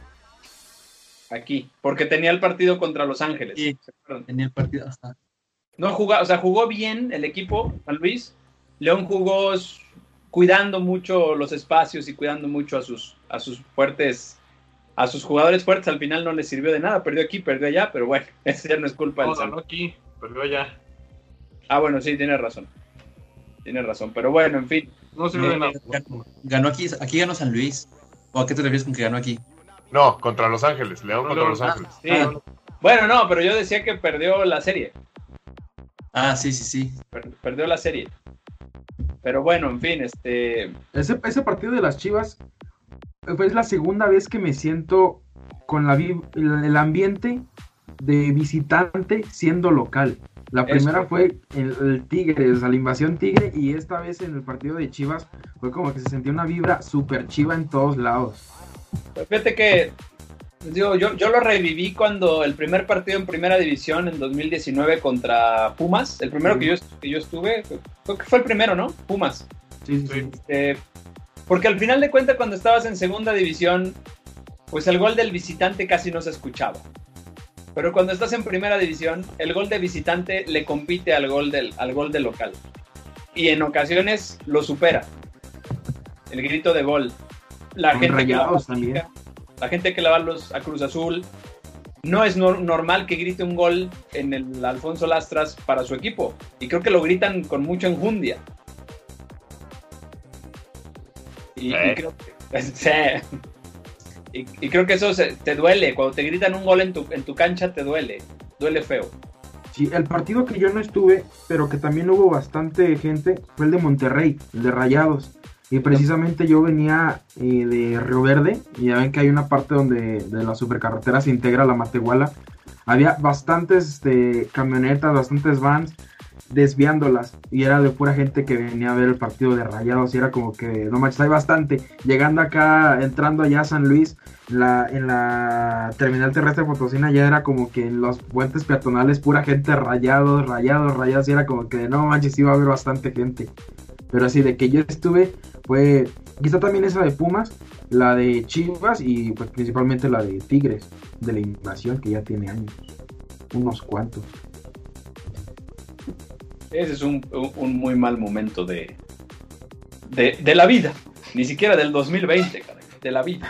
Aquí, porque tenía el partido contra Los Ángeles. Sí, tenía el partido. Ajá. No jugó, o sea, jugó bien el equipo, San Luis. León jugó cuidando mucho los espacios y cuidando mucho a sus, a sus fuertes, a sus jugadores fuertes. Al final no les sirvió de nada, perdió aquí, perdió allá, pero bueno, ese ya no es culpa del No, San no Luis. aquí, perdió allá. Ah, bueno, sí, tienes razón. Tienes razón, pero bueno, en fin. No sirve de nada. Ganó, ganó aquí, aquí ganó San Luis. ¿O a qué te refieres con que ganó aquí? No, contra Los Ángeles, León No, contra León. Los Ángeles. Sí. Ah. Bueno, no, pero yo decía que perdió la serie. Ah, sí, sí, sí. Per- perdió la serie. Pero bueno, en fin, este... Ese, ese partido de las Chivas es la segunda vez que me siento con la vi- el, el ambiente de visitante siendo local. La primera Eso. fue el, el Tigre, o sea, la invasión Tigre, y esta vez en el partido de Chivas fue como que se sentía una vibra super chiva en todos lados. Fíjate que digo, yo, yo lo reviví cuando el primer partido en primera división en dos mil diecinueve contra Pumas, el primero que yo, que yo estuve, creo que fue el primero, ¿no? Pumas. Sí, sí, sí. Eh, porque al final de cuentas cuando estabas en segunda división, pues el gol del visitante casi no se escuchaba. Pero cuando estás en primera división, el gol de visitante le compite al gol del, al gol del local. Y en ocasiones lo supera. El grito de gol. La Con gente Rayados que va a también. La gente que le va a, los, a Cruz Azul. No es no, normal que grite un gol en el Alfonso Lastras para su equipo. Y creo que lo gritan con mucha enjundia. Y, ¿Eh? y creo que... Sí. Y, y creo que eso se, te duele. Cuando te gritan un gol en tu, en tu cancha, te duele. Duele feo. Sí, el partido que yo no estuve, pero que también hubo bastante gente, fue el de Monterrey, el de Rayados. Y precisamente yo venía eh, de Río Verde, y ya ven que hay una parte donde de la supercarretera se integra la Matehuala. Había bastantes este, camionetas, bastantes vans desviándolas, y era de pura gente que venía a ver el partido de Rayados, y era como que, no manches, hay bastante. Llegando acá, entrando allá a San Luis, la, en la terminal terrestre Potosina, ya era como que en los puentes peatonales, pura gente Rayados, Rayados, Rayados, y era como que, no manches, iba a haber bastante gente. Pero así, de que yo estuve, fue quizá también esa de Pumas, la de Chivas y pues principalmente la de Tigres, de la invasión, que ya tiene años, unos cuantos. Ese es un, un, un muy mal momento de, de, de la vida. Ni siquiera del dos mil veinte, caray, de la vida.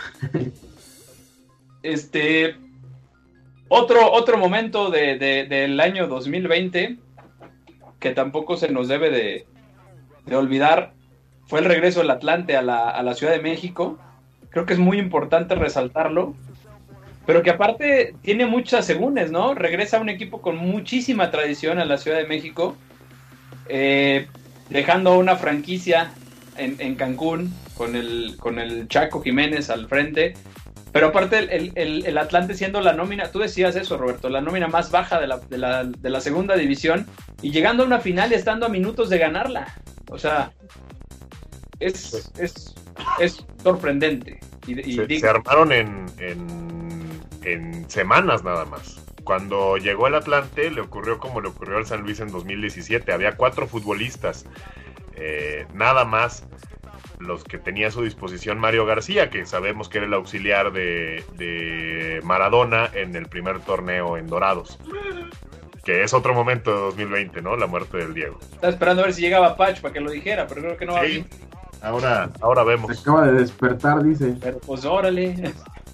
Este... Otro, otro momento de, de, del año dos mil veinte que tampoco se nos debe de, de olvidar fue el regreso del Atlante a la, a la Ciudad de México. Creo que es muy importante resaltarlo, pero que aparte tiene muchas segúnes, ¿no? Regresa un equipo con muchísima tradición a la Ciudad de México, eh, dejando una franquicia en, en Cancún con el, con el Chaco Jiménez al frente. Pero aparte el, el, el Atlante siendo la nómina, tú decías eso, Roberto, la nómina más baja de la, de la, de la segunda división, y llegando a una final y estando a minutos de ganarla. O sea, es, es, es sorprendente. Y, y se, digo, se armaron en, en, en semanas nada más. Cuando llegó el Atlante le ocurrió como le ocurrió al San Luis en dos mil diecisiete. Había cuatro futbolistas, eh, nada más. los que tenía a su disposición Mario García, que sabemos que era el auxiliar de, de Maradona en el primer torneo en Dorados. Que es otro momento de dos mil veinte, ¿no? La muerte del Diego. Estaba esperando a ver si llegaba Patch para que lo dijera, pero creo que no va sí. Ahora, ahora vemos. Se acaba de despertar, dice. Pero pues órale.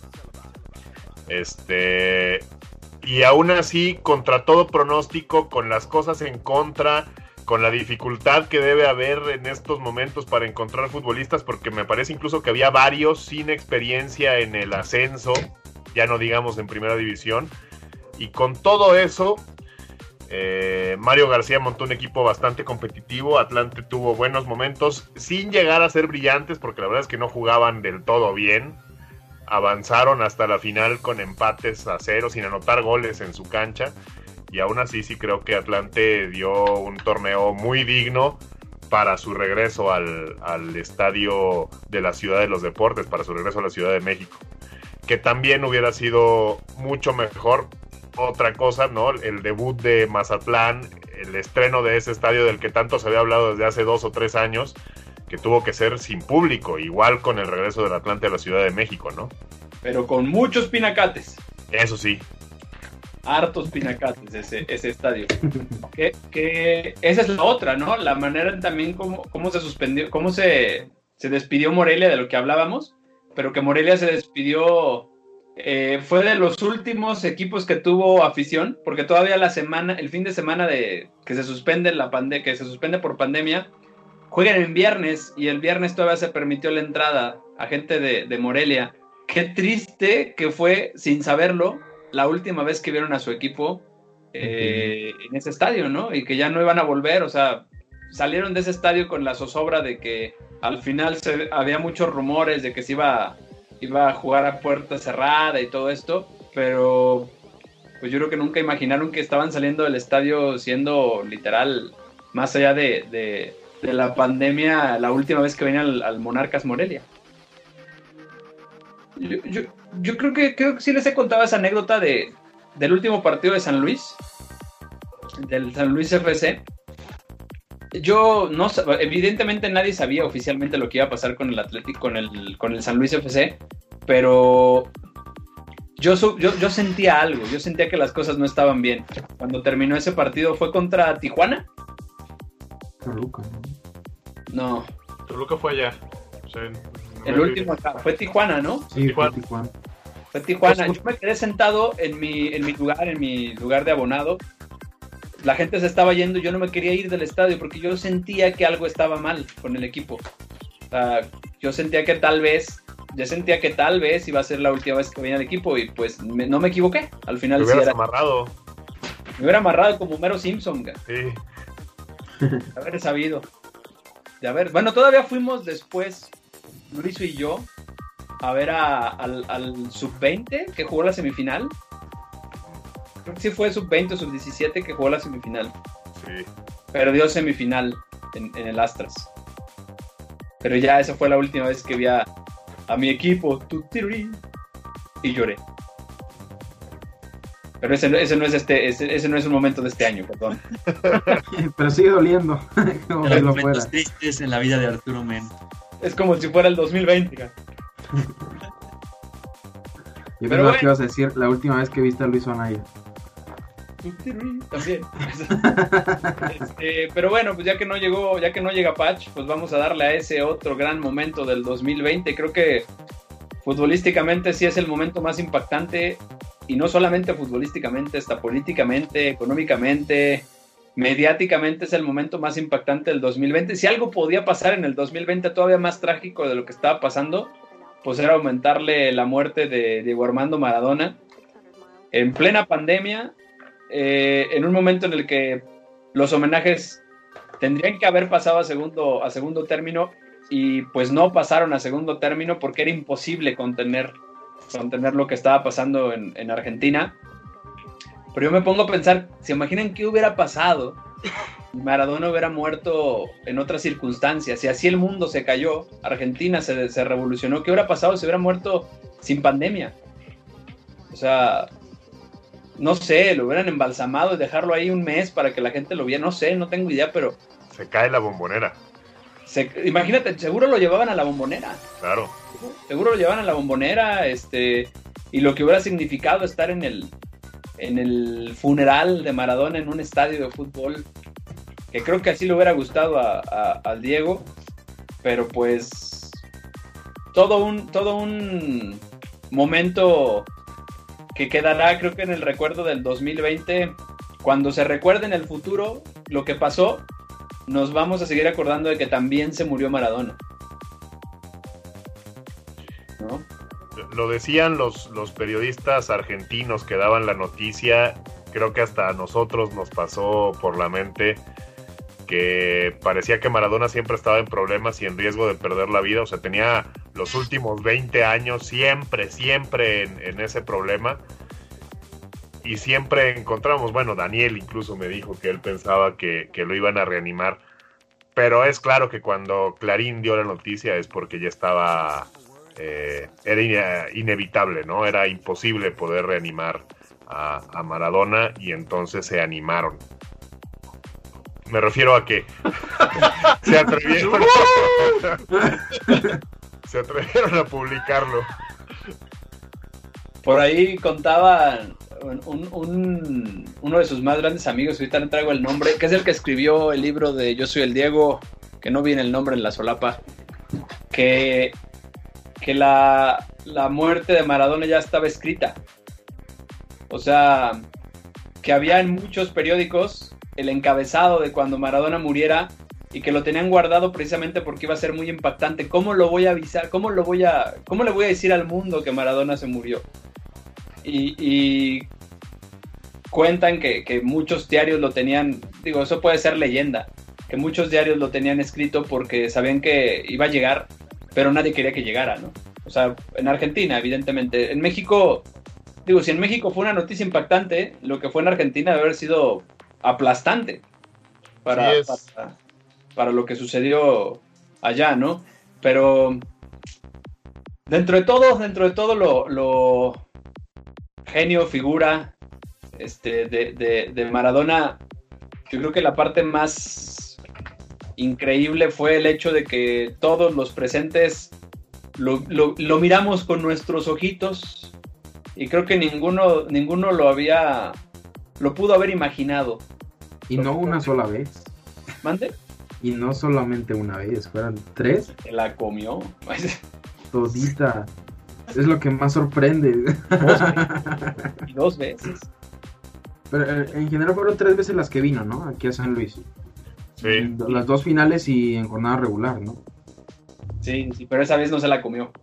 Este... Y aún así, contra todo pronóstico, con las cosas en contra, con la dificultad que debe haber en estos momentos para encontrar futbolistas, porque me parece incluso que había varios sin experiencia en el ascenso, ya no digamos en primera división, y con todo eso, eh, Mario García montó un equipo bastante competitivo. Atlante tuvo buenos momentos, sin llegar a ser brillantes, porque la verdad es que no jugaban del todo bien. Avanzaron hasta la final con empates a cero, sin anotar goles en su cancha, y aún así sí creo que Atlante dio un torneo muy digno para su regreso al, al estadio de la Ciudad de los Deportes, para su regreso a la Ciudad de México, que también hubiera sido mucho mejor. Otra cosa, ¿no? El debut de Mazatlán, el estreno de ese estadio del que tanto se había hablado desde hace dos o tres años, que tuvo que ser sin público, igual con el regreso del Atlante a la Ciudad de México, ¿no? Pero con muchos pinacates. Eso sí. Hartos pinacates ese, ese estadio. que, que esa es la otra, ¿no? La manera también como, cómo se suspendió, cómo se, se despidió Morelia, de lo que hablábamos, pero que Morelia se despidió, eh, fue de los últimos equipos que tuvo afición, porque todavía la semana, el fin de semana de que se suspende la pande, que se suspende por pandemia, juegan en viernes, y el viernes todavía se permitió la entrada a gente de, de Morelia. Qué triste que fue, sin saberlo, la última vez que vieron a su equipo eh, uh-huh. en ese estadio, ¿no? Y que ya no iban a volver, o sea, salieron de ese estadio con la zozobra de que al final se, había muchos rumores de que se iba, iba a jugar a puerta cerrada y todo esto, pero pues yo creo que nunca imaginaron que estaban saliendo del estadio siendo literal, más allá de... de de la pandemia, la última vez que venía al, al Monarcas Morelia. Yo, yo, yo creo que creo que sí les he contado esa anécdota de, del último partido de San Luis, del San Luis F C. Yo no, evidentemente nadie sabía oficialmente lo que iba a pasar con el Atlético, con el, con el San Luis F C, pero yo, yo, yo sentía algo, yo sentía que las cosas no estaban bien. Cuando terminó ese partido, ¿fue contra Tijuana? Toluca, ¿no? No. Toluca fue allá. O sea, no el último acá. Fue Tijuana, ¿no? Sí, Tijuana. fue Tijuana. Fue Tijuana. Yo me quedé sentado en mi, en mi lugar, en mi lugar de abonado. La gente se estaba yendo y yo no me quería ir del estadio porque yo sentía que algo estaba mal con el equipo. O sea, yo sentía que tal vez, yo sentía que tal vez iba a ser la última vez que venía el equipo y pues me, no me equivoqué. Al final Te hubieras sí era, amarrado. Me hubiera amarrado como Homero Simpson. Sí. De haber sabido. De haber... Bueno, todavía fuimos después, Luis y yo, a ver a, al, al sub veinte que jugó la semifinal. Creo que sí fue sub veinte o sub diecisiete que jugó la semifinal. Sí. Perdió semifinal en, en el Astras. Pero ya esa fue la última vez que vi a, a mi equipo. Y lloré. Pero ese, ese no es este, ese, ese no es un momento de este año, perdón. Pero sigue doliendo. Como Los que lo momentos fuera. tristes en la vida de Arturo Men. Es como si fuera el dos mil veinte. Yo Pero pensaba bueno. que ibas a decir la última vez que viste a Luis Anaya. También. Este, pero bueno, pues ya que no llegó, ya que no llega Patch, pues vamos a darle a ese otro gran momento del dos mil veinte. Creo que futbolísticamente sí es el momento más impactante, y no solamente futbolísticamente, hasta políticamente, económicamente, mediáticamente es el momento más impactante del dos mil veinte. Si algo podía pasar en el dos mil veinte todavía más trágico de lo que estaba pasando, pues era aumentarle la muerte de Diego Armando Maradona en plena pandemia, eh, en un momento en el que los homenajes tendrían que haber pasado a segundo, a segundo término, y pues no pasaron a segundo término porque era imposible contener, contener lo que estaba pasando en, en Argentina. Pero yo me pongo a pensar, ¿se imaginan qué hubiera pasado si Maradona hubiera muerto en otras circunstancias? Si así el mundo se cayó, Argentina se, se revolucionó, ¿qué hubiera pasado si hubiera muerto sin pandemia? O sea, no sé, lo hubieran embalsamado y dejarlo ahí un mes para que la gente lo viera, no sé, no tengo idea, pero... Se cae la bombonera. Se, imagínate, seguro lo llevaban a la Bombonera. Claro. Seguro lo llevaban a la Bombonera, este, y lo que hubiera significado estar en el, en el funeral de Maradona en un estadio de fútbol, que creo que así le hubiera gustado a, a, al Diego, pero pues todo un, todo un momento que quedará, creo que en el recuerdo del dos mil veinte, cuando se recuerde en el futuro lo que pasó, nos vamos a seguir acordando de que también se murió Maradona, ¿no? Lo decían los, los periodistas argentinos que daban la noticia, creo que hasta a nosotros nos pasó por la mente que parecía que Maradona siempre estaba en problemas y en riesgo de perder la vida, o sea, tenía los últimos veinte años siempre, siempre en, en ese problema, y siempre encontramos, bueno, Daniel incluso me dijo que él pensaba que, que lo iban a reanimar, pero es claro que cuando Clarín dio la noticia es porque ya estaba, eh, era ine- inevitable, ¿no? Era imposible poder reanimar a, a Maradona, y entonces se animaron. Me refiero a que se atrevieron se atrevieron a publicarlo. Por ahí contaban un, un, uno de sus más grandes amigos, ahorita no traigo el nombre, que es el que escribió el libro de Yo soy el Diego, que no viene el nombre en la solapa, que, que la, la muerte de Maradona ya estaba escrita. O sea, que había en muchos periódicos el encabezado de cuando Maradona muriera, y que lo tenían guardado precisamente porque iba a ser muy impactante. ¿Cómo lo voy a avisar? ¿Cómo lo voy a, cómo le voy a decir al mundo que Maradona se murió? Y, y cuentan que, que muchos diarios lo tenían, digo, eso puede ser leyenda, que muchos diarios lo tenían escrito porque sabían que iba a llegar, pero nadie quería que llegara, ¿no? O sea, en Argentina, evidentemente. En México, digo, si en México fue una noticia impactante, lo que fue en Argentina debe haber sido aplastante para, Sí para, para lo que sucedió allá, ¿no? Pero dentro de todo, dentro de todo lo, lo genio, figura este, de, de, de Maradona, yo creo que la parte más increíble fue el hecho de que todos los presentes lo, lo, lo miramos con nuestros ojitos, y creo que ninguno, ninguno lo había, lo pudo haber imaginado. Y no una sola vez. ¿Mande? Y no solamente una vez, fueran tres. Se la comió. Todita. Es lo que más sorprende. Dos veces. Y dos veces. Pero eh, en general fueron tres veces las que vino, ¿no? Aquí a San Luis. Sí. Las dos finales y en jornada regular, ¿no? Sí, sí, pero esa vez no se la comió.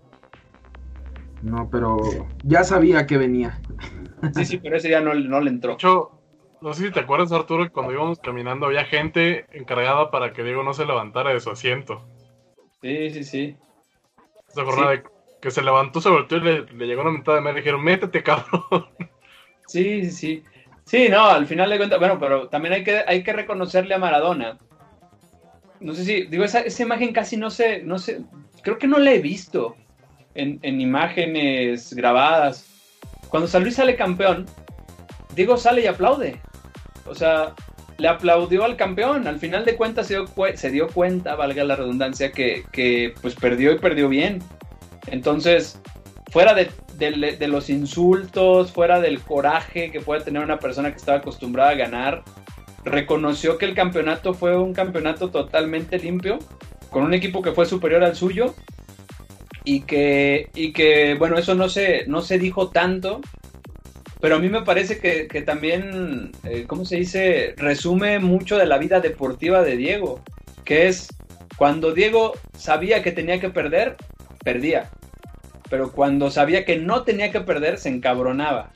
No, pero ya sabía que venía. Sí, sí, pero ese día no, no le entró. De hecho, no sé si te acuerdas, Arturo, que cuando íbamos caminando había gente encargada para que Diego no se levantara de su asiento. Sí, sí, sí. Esa jornada Sí. de que se levantó, se volteó y le, le llegó una mentada de madre y le dijeron, métete, cabrón. Sí, sí, sí. Sí, no, al final de cuentas, bueno, pero también hay que, hay que reconocerle a Maradona. No sé si, digo, esa, esa imagen casi no sé, no sé, creo que no la he visto en, en imágenes grabadas. Cuando San Luis sale campeón, Diego sale y aplaude. O sea, le aplaudió al campeón. Al final de cuentas se dio, cu- se dio cuenta, valga la redundancia, que, que pues perdió y perdió bien. Entonces, fuera de, de, de los insultos, fuera del coraje que puede tener una persona que estaba acostumbrada a ganar, reconoció que el campeonato fue un campeonato totalmente limpio, con un equipo que fue superior al suyo, y que, y que bueno, eso no se, no se dijo tanto, pero a mí me parece que, que también, eh, ¿cómo se dice? Resume mucho de la vida deportiva de Diego, que es cuando Diego sabía que tenía que perder, perdía, pero cuando sabía que no tenía que perder, se encabronaba.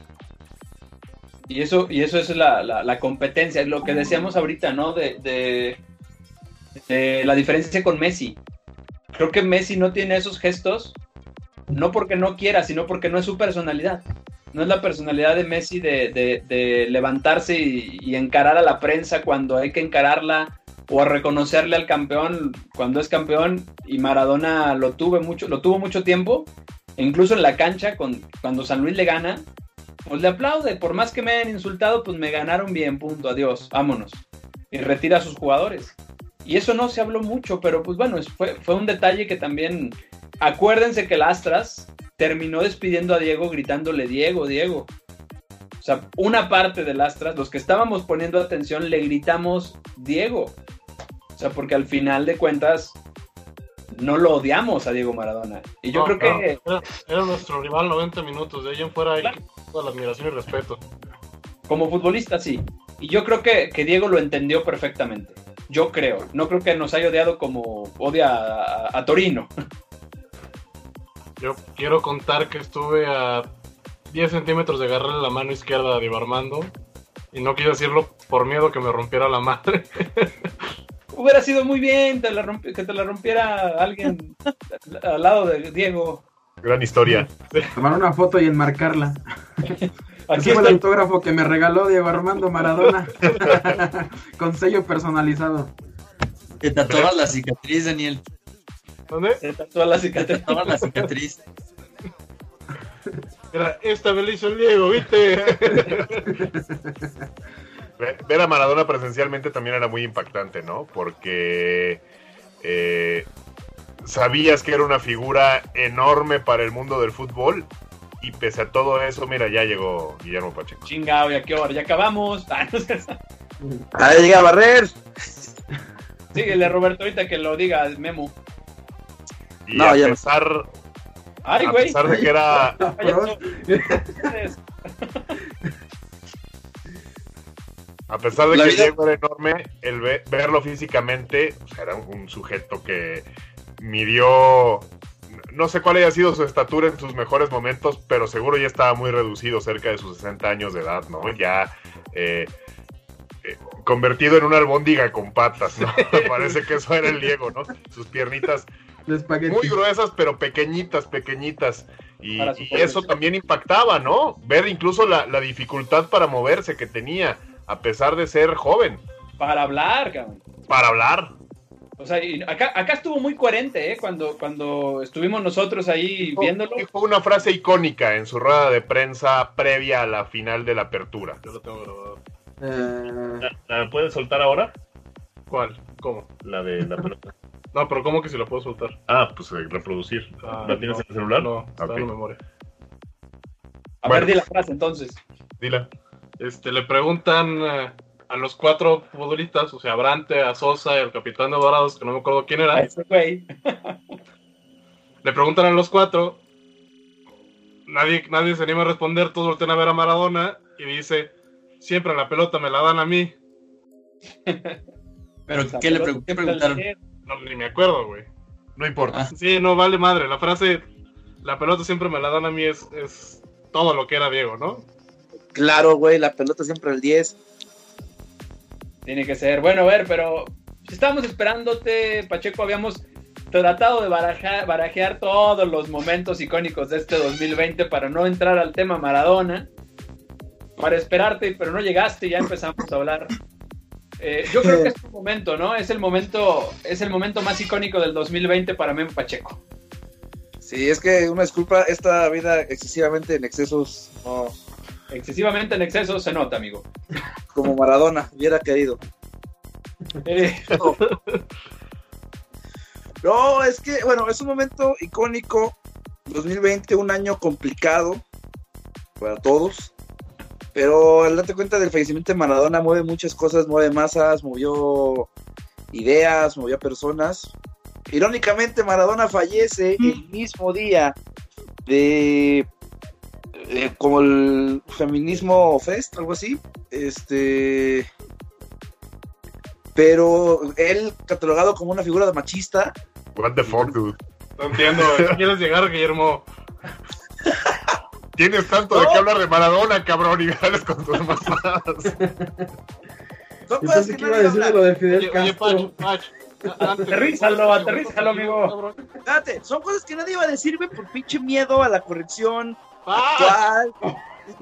Y eso, y eso es la, la, la competencia, es lo que decíamos ahorita, ¿no? De, de, de la diferencia con Messi. Creo que Messi no tiene esos gestos, no porque no quiera, sino porque no es su personalidad. No es la personalidad de Messi de, de, de levantarse y, y encarar a la prensa cuando hay que encararla, o a reconocerle al campeón cuando es campeón, y Maradona lo tuvo mucho, lo tuvo mucho tiempo, e incluso en la cancha, con, cuando San Luis le gana, pues le aplaude, por más que me hayan insultado, pues me ganaron bien, punto, adiós, vámonos, y retira a sus jugadores. Y eso no se habló mucho, pero pues bueno, fue, fue un detalle que también... Acuérdense que el Astras terminó despidiendo a Diego gritándole Diego, Diego. O sea, una parte del Astras, los que estábamos poniendo atención, le gritamos Diego. O sea, porque al final de cuentas no lo odiamos a Diego Maradona. Y yo no, creo no. que... Era, era nuestro rival noventa minutos, de ahí en fuera hay claro. Toda la admiración y respeto. Como futbolista, sí. Y yo creo que, que Diego lo entendió perfectamente. Yo creo. No creo que nos haya odiado como odia a, a, a Torino. Yo quiero contar que estuve a diez centímetros de agarrarle la mano izquierda a Diego Armando y no quiero decirlo por miedo que me rompiera la madre. Hubiera sido muy bien te la rompi- que te la rompiera alguien al lado de Diego. Gran historia. Tomar una foto y enmarcarla. Aquí Ese fue está el autógrafo que me regaló Diego Armando Maradona. Con sello personalizado. Te tatuabas la cicatriz, Daniel. ¿Dónde? Se tatuó la cicatriz. Te tatuabas la cicatriz. Era, esta me la hizo el Diego, ¿viste? Ver a Maradona presencialmente también era muy impactante, ¿no? Porque eh, sabías que era una figura enorme para el mundo del fútbol y pese a todo eso, mira, ya llegó Guillermo Pacheco. Chingao, ¿y a qué hora? ¿Ya acabamos? Ah, no sé. Ahí llega a barrer. Síguele, Roberto, ahorita que lo diga Memo. Y No, a ya no. pesar, Ay, a güey. pesar de que era... A pesar de La que vida- Diego era enorme, el ve- verlo físicamente, o sea, era un, un sujeto que midió, no sé cuál haya sido su estatura en sus mejores momentos, pero seguro ya estaba muy reducido, cerca de sus sesenta años de edad, ¿no? Ya eh, eh, convertido en una albóndiga con patas, ¿no? Me parece que eso era el Diego, ¿no? Sus piernitas De espagueti. muy gruesas, pero pequeñitas, pequeñitas. Y, Para su y población. eso también impactaba, ¿no? Ver incluso la, la dificultad para moverse que tenía, a pesar de ser joven, Para hablar, cabrón. para hablar. O sea, y acá, acá estuvo muy coherente, ¿eh? Cuando, cuando estuvimos nosotros ahí viéndolo. Dijo una frase icónica en su rueda de prensa previa a la final de la apertura. Yo lo tengo grabado. Eh, ¿La, la puedes soltar ahora? ¿Cuál? ¿Cómo? La de la pelota. No, pero ¿cómo que si lo puedo soltar? Ah, pues eh, reproducir. Ah, ¿La tienes no, en el celular? No, está Ok. en la memoria. A Bueno. ver, di la frase entonces. Dila. Este, le preguntan eh, a los cuatro futbolistas, o sea, a Brante, a Sosa y al capitán de Dorados, que no me acuerdo quién A era. ese güey. Le preguntan a los cuatro. Nadie, nadie se anima a responder, todos voltean a ver a Maradona y dice, siempre la pelota me la dan a mí. Pero, O sea, ¿qué le pero- pre- qué preguntaron? No, ni me acuerdo, güey. No importa. Ah. Sí, no, vale madre. La frase, la pelota siempre me la dan a mí, es, es todo lo que era Diego, ¿no? Claro, güey, la pelota siempre al diez. Tiene que ser. Bueno, a ver, pero si estábamos esperándote, Pacheco, habíamos tratado de barajar, barajear todos los momentos icónicos de este dos mil veinte para no entrar al tema Maradona, para esperarte, pero no llegaste y ya empezamos a hablar. Eh, yo creo que es un momento, ¿no? Es el momento, es el momento más icónico del dos mil veinte para Memo Pacheco. Sí, es que una disculpa, esta vida excesivamente en excesos, no, Excesivamente en exceso se nota, amigo. como Maradona hubiera querido. Eh, No, es que, bueno, es un momento icónico. dos mil veinte, un año complicado para todos. Pero al darte cuenta del fallecimiento de Maradona, mueve muchas cosas, mueve masas, movió ideas, movió personas. Irónicamente, Maradona fallece el mismo día de, de como el feminismo fest, algo así. Este, pero él catalogado como una figura de machista. What the fuck, dude. No entiendo, ¿qué quieres llegar, Guillermo? Tienes tanto de qué hablar de Maradona, cabrón, y sales con tus mamadas. Son Yo cosas pensé que que iba a nadie decir habla. lo de Fidel Oye, oye, Castro. Pach, Pach, antes- Aterrízalo, aterrízalo, amigo. Espérate, son cosas que nadie iba a decir, güey, por pinche miedo a la corrección Pach, actual.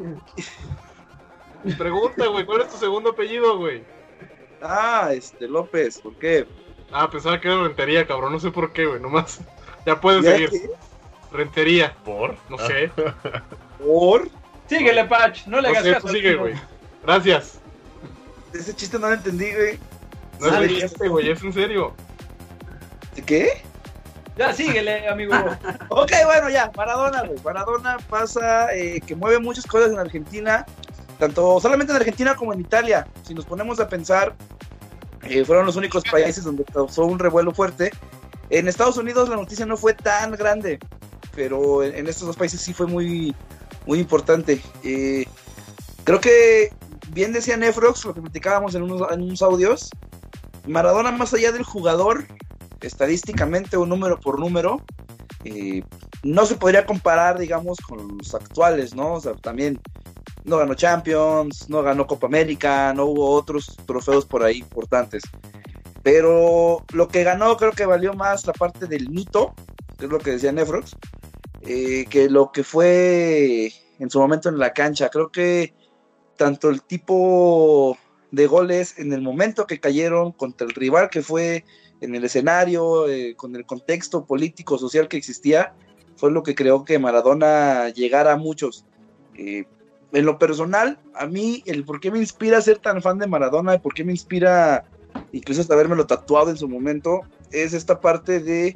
pregunta, güey, ¿cuál es tu segundo apellido, güey? Ah, este, López, ¿por qué? Ah, pensaba que era Rentería, cabrón, no sé por qué, güey, nomás. Ya puedes ¿Ya seguir. qué? Rentería, ¿Por? no sé. ¿Por? síguele, Pach, no le No hagas sé, caso. tú sigue, güey. Gracias. Ese chiste no lo entendí, güey. No es de este, güey, es en serio. ¿De qué? Ya, síguele, amigo. Ok, bueno, ya, Maradona, güey. Maradona pasa eh, que mueve muchas cosas en Argentina, tanto solamente en Argentina como en Italia. Si nos ponemos a pensar, eh, fueron los únicos países donde causó un revuelo fuerte. En Estados Unidos la noticia no fue tan grande, pero en, en estos dos países sí fue muy, muy importante. Eh, creo que, bien decía Nefrox, lo que platicábamos en unos, en unos audios, Maradona, más allá del jugador, estadísticamente o número por número, eh, no se podría comparar, digamos, con los actuales, ¿no? O sea, también no ganó Champions, no ganó Copa América, no hubo otros trofeos por ahí importantes. Pero lo que ganó creo que valió más la parte del mito, que es lo que decía Nefrox, eh, que lo que fue en su momento en la cancha. Creo que tanto el tipo de goles en el momento que cayeron contra el rival que fue en el escenario, eh, con el contexto político, social que existía, fue lo que creó que Maradona llegara a muchos. Eh, en lo personal, a mí, el por qué me inspira a ser tan fan de Maradona, el por qué me inspira incluso hasta habérmelo tatuado en su momento, es esta parte de...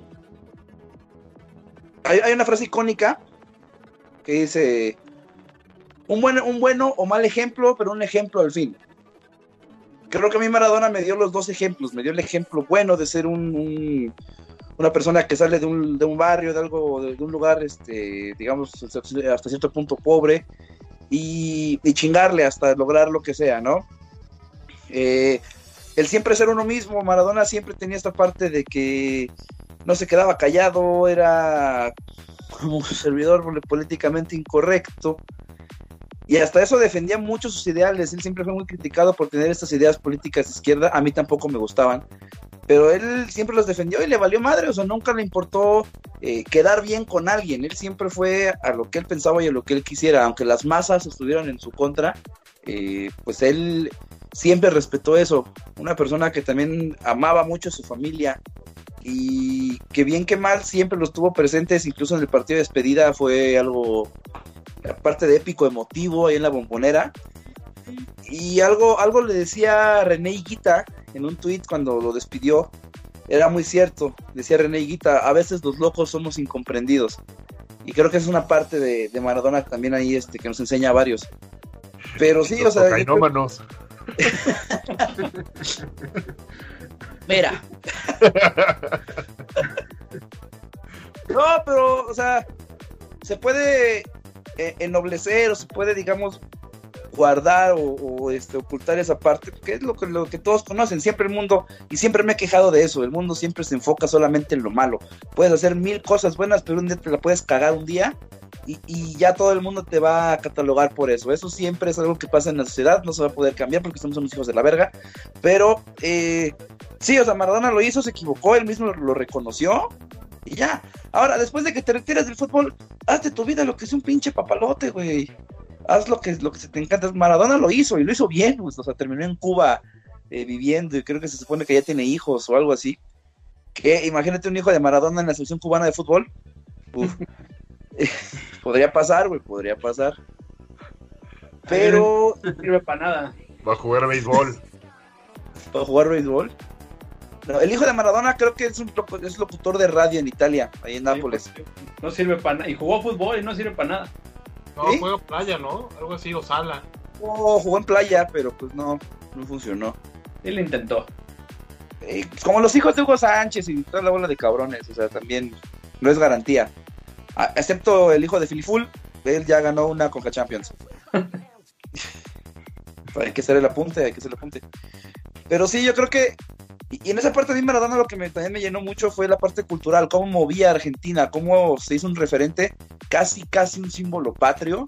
Hay, hay una frase icónica que dice, un, buen, un bueno o mal ejemplo, pero un ejemplo al fin. Creo que a mí Maradona me dio los dos ejemplos, me dio el ejemplo bueno de ser un, un, una persona que sale de un, de un barrio, de algo, de, de un lugar, este, digamos, hasta cierto punto pobre, y, y chingarle hasta lograr lo que sea, ¿no? Eh, el siempre ser uno mismo, Maradona siempre tenía esta parte de que no se quedaba callado, era como un servidor políticamente incorrecto, y hasta eso defendía mucho sus ideales. Él siempre fue muy criticado por tener estas ideas políticas de izquierda, a mí tampoco me gustaban, pero él siempre los defendió y le valió madre, o sea, nunca le importó eh, quedar bien con alguien. Él siempre fue a lo que él pensaba y a lo que él quisiera, aunque las masas estuvieran en su contra, eh, pues él siempre respetó eso. Una persona que también amaba mucho a su familia y que bien que mal siempre los tuvo presentes, incluso en el partido de despedida fue algo, aparte de épico, emotivo ahí en la Bombonera. Y algo, algo le decía René Higuita en un tuit cuando lo despidió, era muy cierto, decía René Higuita, a veces los locos somos incomprendidos, y creo que es una parte de, de Maradona también ahí, este, que nos enseña a varios. Pero sí, los o sea... Cocainómanos. Mira. No, pero, o sea, se puede eh, ennoblecer, o se puede, digamos, guardar o, o este, ocultar esa parte, que es lo que, lo que todos conocen. Siempre el mundo, y siempre me he quejado de eso, el mundo siempre se enfoca solamente en lo malo. Puedes hacer mil cosas buenas, pero un día te la puedes cagar un día y, y ya todo el mundo te va a catalogar por eso. Eso siempre es algo que pasa en la sociedad, no se va a poder cambiar porque somos unos hijos de la verga, pero eh, sí, o sea, Maradona lo hizo, se equivocó, él mismo lo, lo reconoció y ya. Ahora, después de que te retiras del fútbol, haz de tu vida lo que es un pinche papalote, güey. Haz lo que, lo que se te encanta. Maradona lo hizo y lo hizo bien, pues, o sea, terminó en Cuba eh, viviendo, y creo que se supone que ya tiene hijos o algo así. Que imagínate un hijo de Maradona en la selección cubana de fútbol. Uf. Podría pasar, güey, podría pasar. Pero no sirve para nada. Va a jugar béisbol. ¿Va a jugar béisbol? No, el hijo de Maradona creo que es un es locutor de radio en Italia, ahí en Nápoles. Sí, no sirve para nada. Y jugó fútbol y no sirve para nada. No, ¿Sí? juega playa, ¿no? Algo así, o sala. Oh, jugó en playa, pero pues no, no funcionó. Él lo intentó. Eh, como los hijos de Hugo Sánchez y toda la bola de cabrones, o sea, también no es garantía. Ah, excepto el hijo de Filiful, él ya ganó una Conca Champions. Hay que hacer el apunte, hay que hacer el apunte. Pero sí, yo creo que, y en esa parte de Maradona lo que me, también me llenó mucho fue la parte cultural, cómo movía a Argentina, cómo se hizo un referente, casi, casi un símbolo patrio.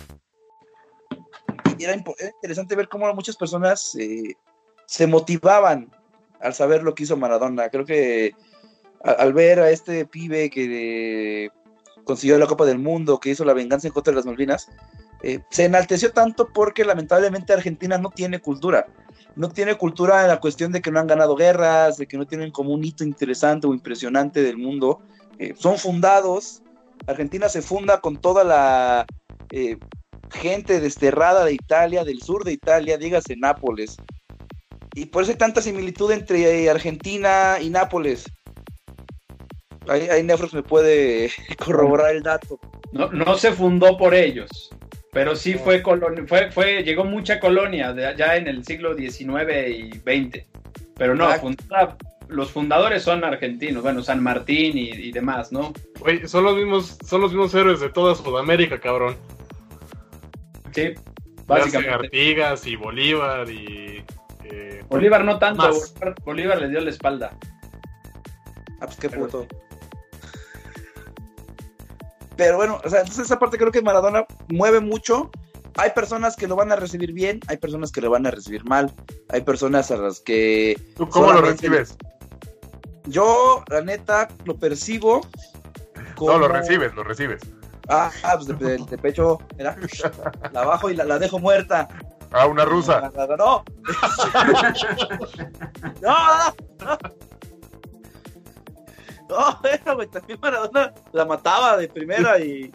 Y era, impo- era interesante ver cómo muchas personas eh, se motivaban al saber lo que hizo Maradona. Creo que a, al ver a este pibe que eh, consiguió la Copa del Mundo, que hizo la venganza en contra de las Malvinas, eh, se enalteció tanto porque lamentablemente Argentina no tiene cultura. No tiene cultura en la cuestión de que no han ganado guerras, de que no tienen como un hito interesante o impresionante del mundo. Eh, son fundados, Argentina se funda con toda la eh, gente desterrada de Italia, del sur de Italia, dígase Nápoles. Y por eso hay tanta similitud entre Argentina y Nápoles. Ahí, ahí Nefros me puede corroborar el dato. No, no se fundó por ellos, pero sí fue, colonia, fue, fue llegó mucha colonia de allá en el siglo diecinueve y veinte. Pero no, funda, los fundadores son argentinos, bueno, San Martín y, y demás, ¿no? Güey, son los mismos, son los mismos héroes de toda Sudamérica, cabrón. Sí, básicamente. Artigas y Bolívar y... Eh, Bolívar no tanto, Bolívar, Bolívar le dio la espalda. Ah, pues qué puto. Pero bueno, o sea, entonces esa parte creo que Maradona mueve mucho. Hay personas que lo van a recibir bien, hay personas que lo van a recibir mal, hay personas a las que... ¿Tú cómo lo recibes? Yo, la neta, lo percibo como... No, lo recibes, lo recibes. Ah, ah pues de, de, de pecho, mira, la bajo y la, la dejo muerta. Ah, una rusa. No, no, no. no, no, no. No, bueno, güey, también Maradona la mataba de primera y...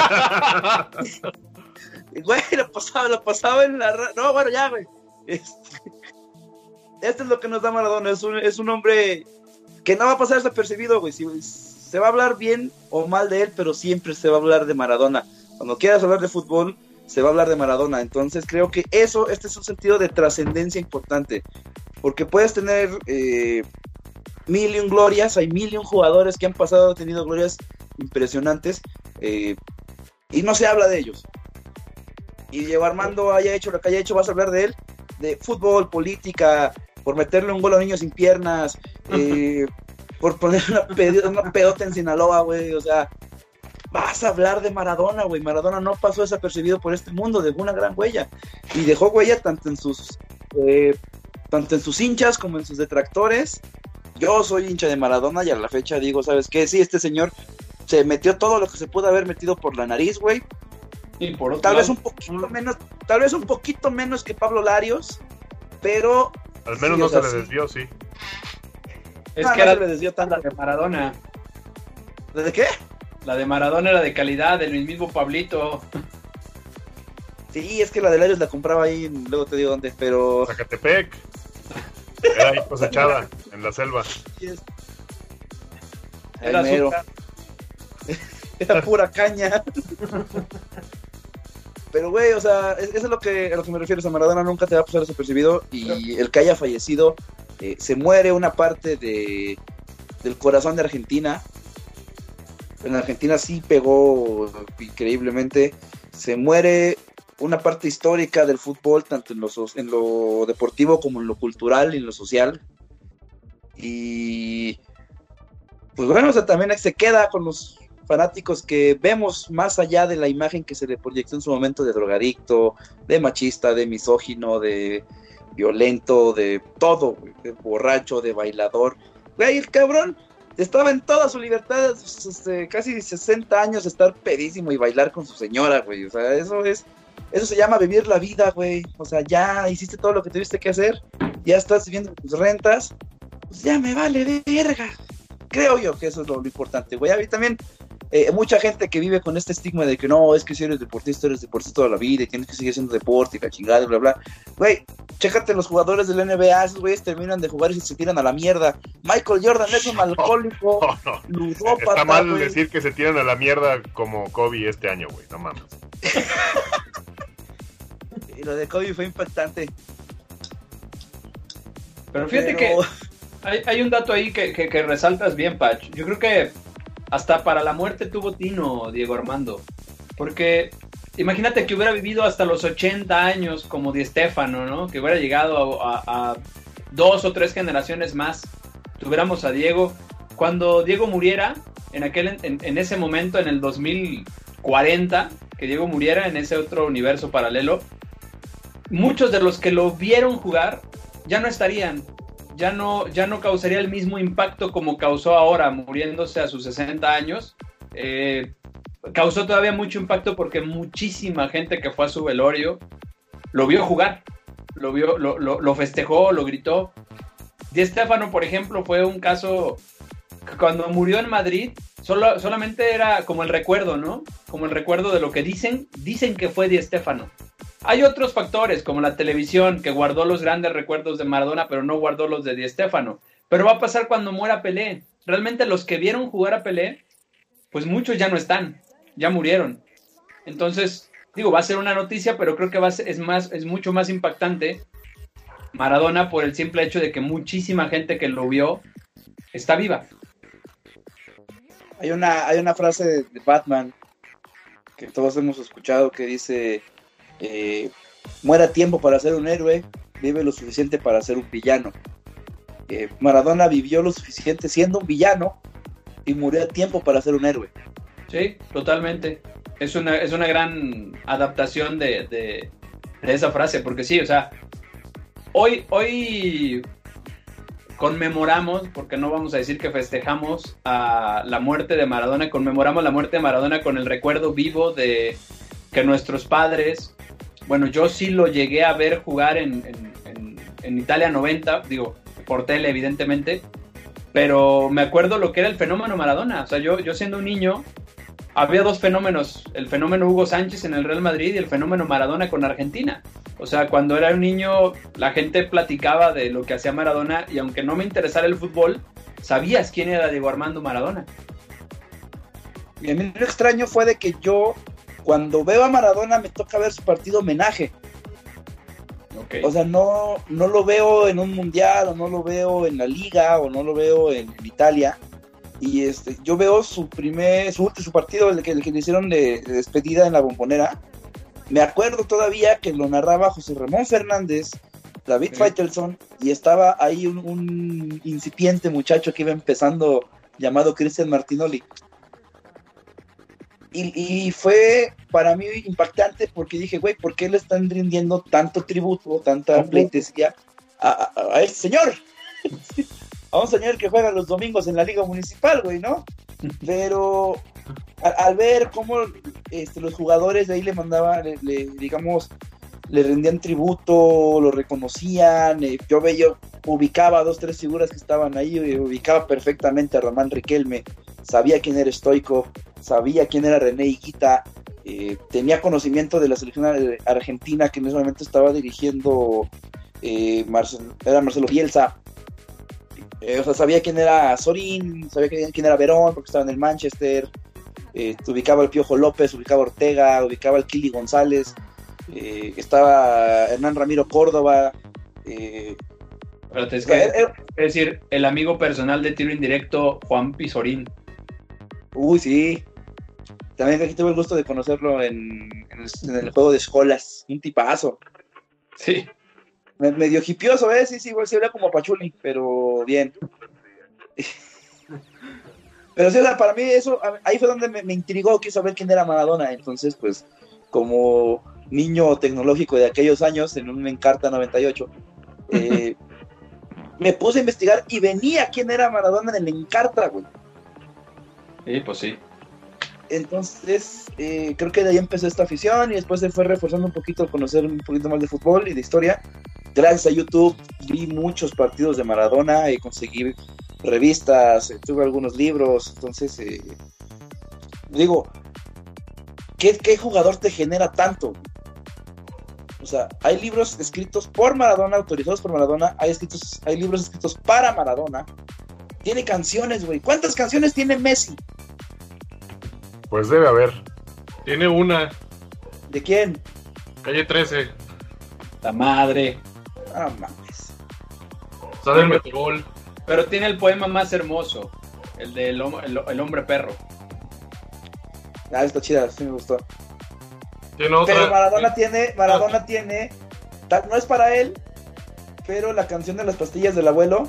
y güey, lo pasaba, lo pasaba en la... No, bueno, ya, güey. Este... Esto es lo que nos da Maradona, es un, es un hombre que no va a pasar desapercibido, güey. Si, se va a hablar bien o mal de él, pero siempre se va a hablar de Maradona. Cuando quieras hablar de fútbol, se va a hablar de Maradona. Entonces creo que eso, este es un sentido de trascendencia importante. Porque puedes tener... Eh, mil y un glorias, hay mil y un jugadores que han pasado, tenido glorias impresionantes, eh, y no se habla de ellos. Y Diego Armando haya hecho lo que haya hecho, vas a hablar de él, de fútbol, política, por meterle un gol a un niño sin piernas, eh, por poner una, ped- una pedota en Sinaloa, güey, o sea, vas a hablar de Maradona, güey. Maradona no pasó desapercibido por este mundo, dejó una gran huella, y dejó huella tanto en sus, eh, tanto en sus hinchas como en sus detractores. Yo soy hincha de Maradona y a la fecha digo, ¿sabes qué? Sí, este señor se metió todo lo que se pudo haber metido por la nariz, güey. Y por otro tal lado, vez un poquito menos, tal vez un poquito menos que Pablo Larios, pero al menos sí, no o sea, se le sí. desvió, sí. Es No, que no era se le desvió tanto. la de Maradona. ¿De qué? La de Maradona era de calidad, del mismo Pablito. Sí, es que la de Larios la compraba ahí, luego te digo dónde, pero... Zacatepec. Era ahí cosechada, en la selva. Era Ay, mero. azúcar. Era pura caña. Pero, güey, o sea, eso es lo que, a lo que me refiero. O sea, Maradona nunca te va a pasar desapercibido. Y el que haya fallecido, eh, se muere una parte de del corazón de Argentina. En Argentina sí pegó increíblemente. Se muere una parte histórica del fútbol, tanto en lo, en lo deportivo como en lo cultural y en lo social. Y pues bueno, o sea, también se queda con los fanáticos que vemos más allá de la imagen que se le proyectó en su momento de drogadicto, de machista, de misógino, de violento, de todo, de borracho, de bailador. Güey, el cabrón estaba en toda su libertad, este, casi sesenta años, estar pedísimo y bailar con su señora, güey. O sea, eso es, eso se llama vivir la vida, güey. O sea, ya hiciste todo lo que tuviste que hacer, ya estás viviendo tus rentas, pues ya me vale de verga. Creo yo que eso es lo, lo importante, güey. A mí también, eh, mucha gente que vive con este estigma de que no, es que si eres deportista, eres deportista toda la vida y tienes que seguir haciendo deporte y la chingada, bla, bla. Güey, chécate los jugadores del N B A, esos güeyes terminan de jugar y se tiran a la mierda. Michael Jordan es un alcohólico, No, no. ludópata, Está mal güey. decir que se tiran a la mierda como Kobe este año, güey. No mames. Y lo de Kobe fue impactante. Pero fíjate Pero- que hay, hay un dato ahí que, que, que resaltas bien, Pach. Yo creo que hasta para la muerte tuvo tino Diego Armando. Porque imagínate que hubiera vivido hasta los ochenta años como Di Stéfano, ¿no? Que hubiera llegado a, a, a dos o tres generaciones más. Tuviéramos a Diego. Cuando Diego muriera, en, aquel, en, en ese momento, en el dos mil cuarenta, que Diego muriera en ese otro universo paralelo, muchos de los que lo vieron jugar ya no estarían. Ya no, ya no causaría el mismo impacto como causó ahora, muriéndose a sus sesenta años. Eh, causó todavía mucho impacto porque muchísima gente que fue a su velorio lo vio jugar, lo vio, lo, lo, lo festejó, lo gritó. Di Stéfano, por ejemplo, fue un caso que cuando murió en Madrid, solo, solamente era como el recuerdo, ¿no? Como el recuerdo de lo que dicen, dicen que fue Di Stéfano. Hay otros factores, como la televisión, que guardó los grandes recuerdos de Maradona, pero no guardó los de Di Stéfano. Pero va a pasar cuando muera Pelé. Realmente los que vieron jugar a Pelé, pues muchos ya no están, ya murieron. Entonces, digo, va a ser una noticia, pero creo que va a ser, es, más, es mucho más impactante Maradona por el simple hecho de que muchísima gente que lo vio está viva. Hay una, hay una frase de, de Batman que todos hemos escuchado que dice... Eh, muera tiempo para ser un héroe, vive lo suficiente para ser un villano. Eh, Maradona vivió lo suficiente siendo un villano y murió a tiempo para ser un héroe. Sí, totalmente. Es una, es una gran adaptación de, de, de esa frase, porque sí, o sea, hoy, hoy conmemoramos, porque no vamos a decir que festejamos a la muerte de Maradona, conmemoramos la muerte de Maradona con el recuerdo vivo de que nuestros padres, bueno, yo sí lo llegué a ver jugar en, en, en, en Italia noventa, digo, por tele evidentemente, pero me acuerdo lo que era el fenómeno Maradona. O sea, yo, yo siendo un niño, había dos fenómenos, el fenómeno Hugo Sánchez en el Real Madrid y el fenómeno Maradona con Argentina. O sea, cuando era un niño, la gente platicaba de lo que hacía Maradona y aunque no me interesara el fútbol, sabías quién era Diego Armando Maradona. Y a mí lo extraño fue de que yo, cuando veo a Maradona, me toca ver su partido homenaje. Okay. O sea, no, no lo veo en un mundial, o no lo veo en la liga, o no lo veo en, en Italia. Y este, yo veo su primer, su, su partido, el que, el que le hicieron de, de despedida en la Bombonera. Me acuerdo todavía que lo narraba José Ramón Fernández, David sí. Faitelson, y estaba ahí un, un incipiente muchacho que iba empezando, llamado Cristian Martinoli. Y, y fue para mí impactante porque dije, güey, ¿por qué le están rindiendo tanto tributo, tanta pleitesía a, a, a este señor? A un señor que juega los domingos en la Liga Municipal, güey, ¿no? Pero a, al ver cómo este, los jugadores de ahí le mandaban, le, le, digamos, le rendían tributo, lo reconocían, eh, yo veía, ubicaba a dos, tres figuras que estaban ahí, eh, ubicaba perfectamente a Román Riquelme, sabía quién era Stoico, sabía quién era René Higuita, eh, tenía conocimiento de la selección argentina que en ese momento estaba dirigiendo eh, Marcelo, era Marcelo Bielsa, eh, o sea, sabía quién era Sorín, sabía quién era Verón porque estaba en el Manchester, eh, ubicaba al Piojo López, ubicaba a Ortega, ubicaba al Kili González, eh, estaba Hernán Ramiro Córdoba. Eh, Pero es, que, eh, es decir, el amigo personal de Tiro Indirecto, Juan Pizorín. Uy, sí. También aquí tuve el gusto de conocerlo en, en, el, en el juego de escolas. Un tipazo. Sí. Me, medio hipioso, ¿eh? Sí, sí, igual sí habla como Pachuli, pero bien. Pero sí, o sea, para mí eso, ahí fue donde me, me intrigó, quise saber quién era Maradona. Entonces, pues, como niño tecnológico de aquellos años, en un Encarta noventa y ocho, eh, me puse a investigar y venía quién era Maradona en el Encarta, güey. Sí, pues sí. Entonces, eh, creo que de ahí empezó esta afición y después se fue reforzando un poquito, conocer un poquito más de fútbol y de historia. Gracias a YouTube vi muchos partidos de Maradona y conseguí revistas, eh, tuve algunos libros. Entonces, eh, digo, ¿qué, ¿qué jugador te genera tanto? O sea, hay libros escritos por Maradona, autorizados por Maradona, hay, escritos, hay libros escritos para Maradona. Tiene canciones, güey. ¿Cuántas canciones tiene Messi? Pues debe haber. Tiene una. ¿De quién? Calle trece. La madre. Ah, mames. Sale el Metegol. Pero tiene el poema más hermoso. El de el, el, el hombre perro. Ah, está chida, sí me gustó. Tiene otra. Pero Maradona tiene, Maradona ah. tiene, tal, no es para él, pero la canción de las pastillas del abuelo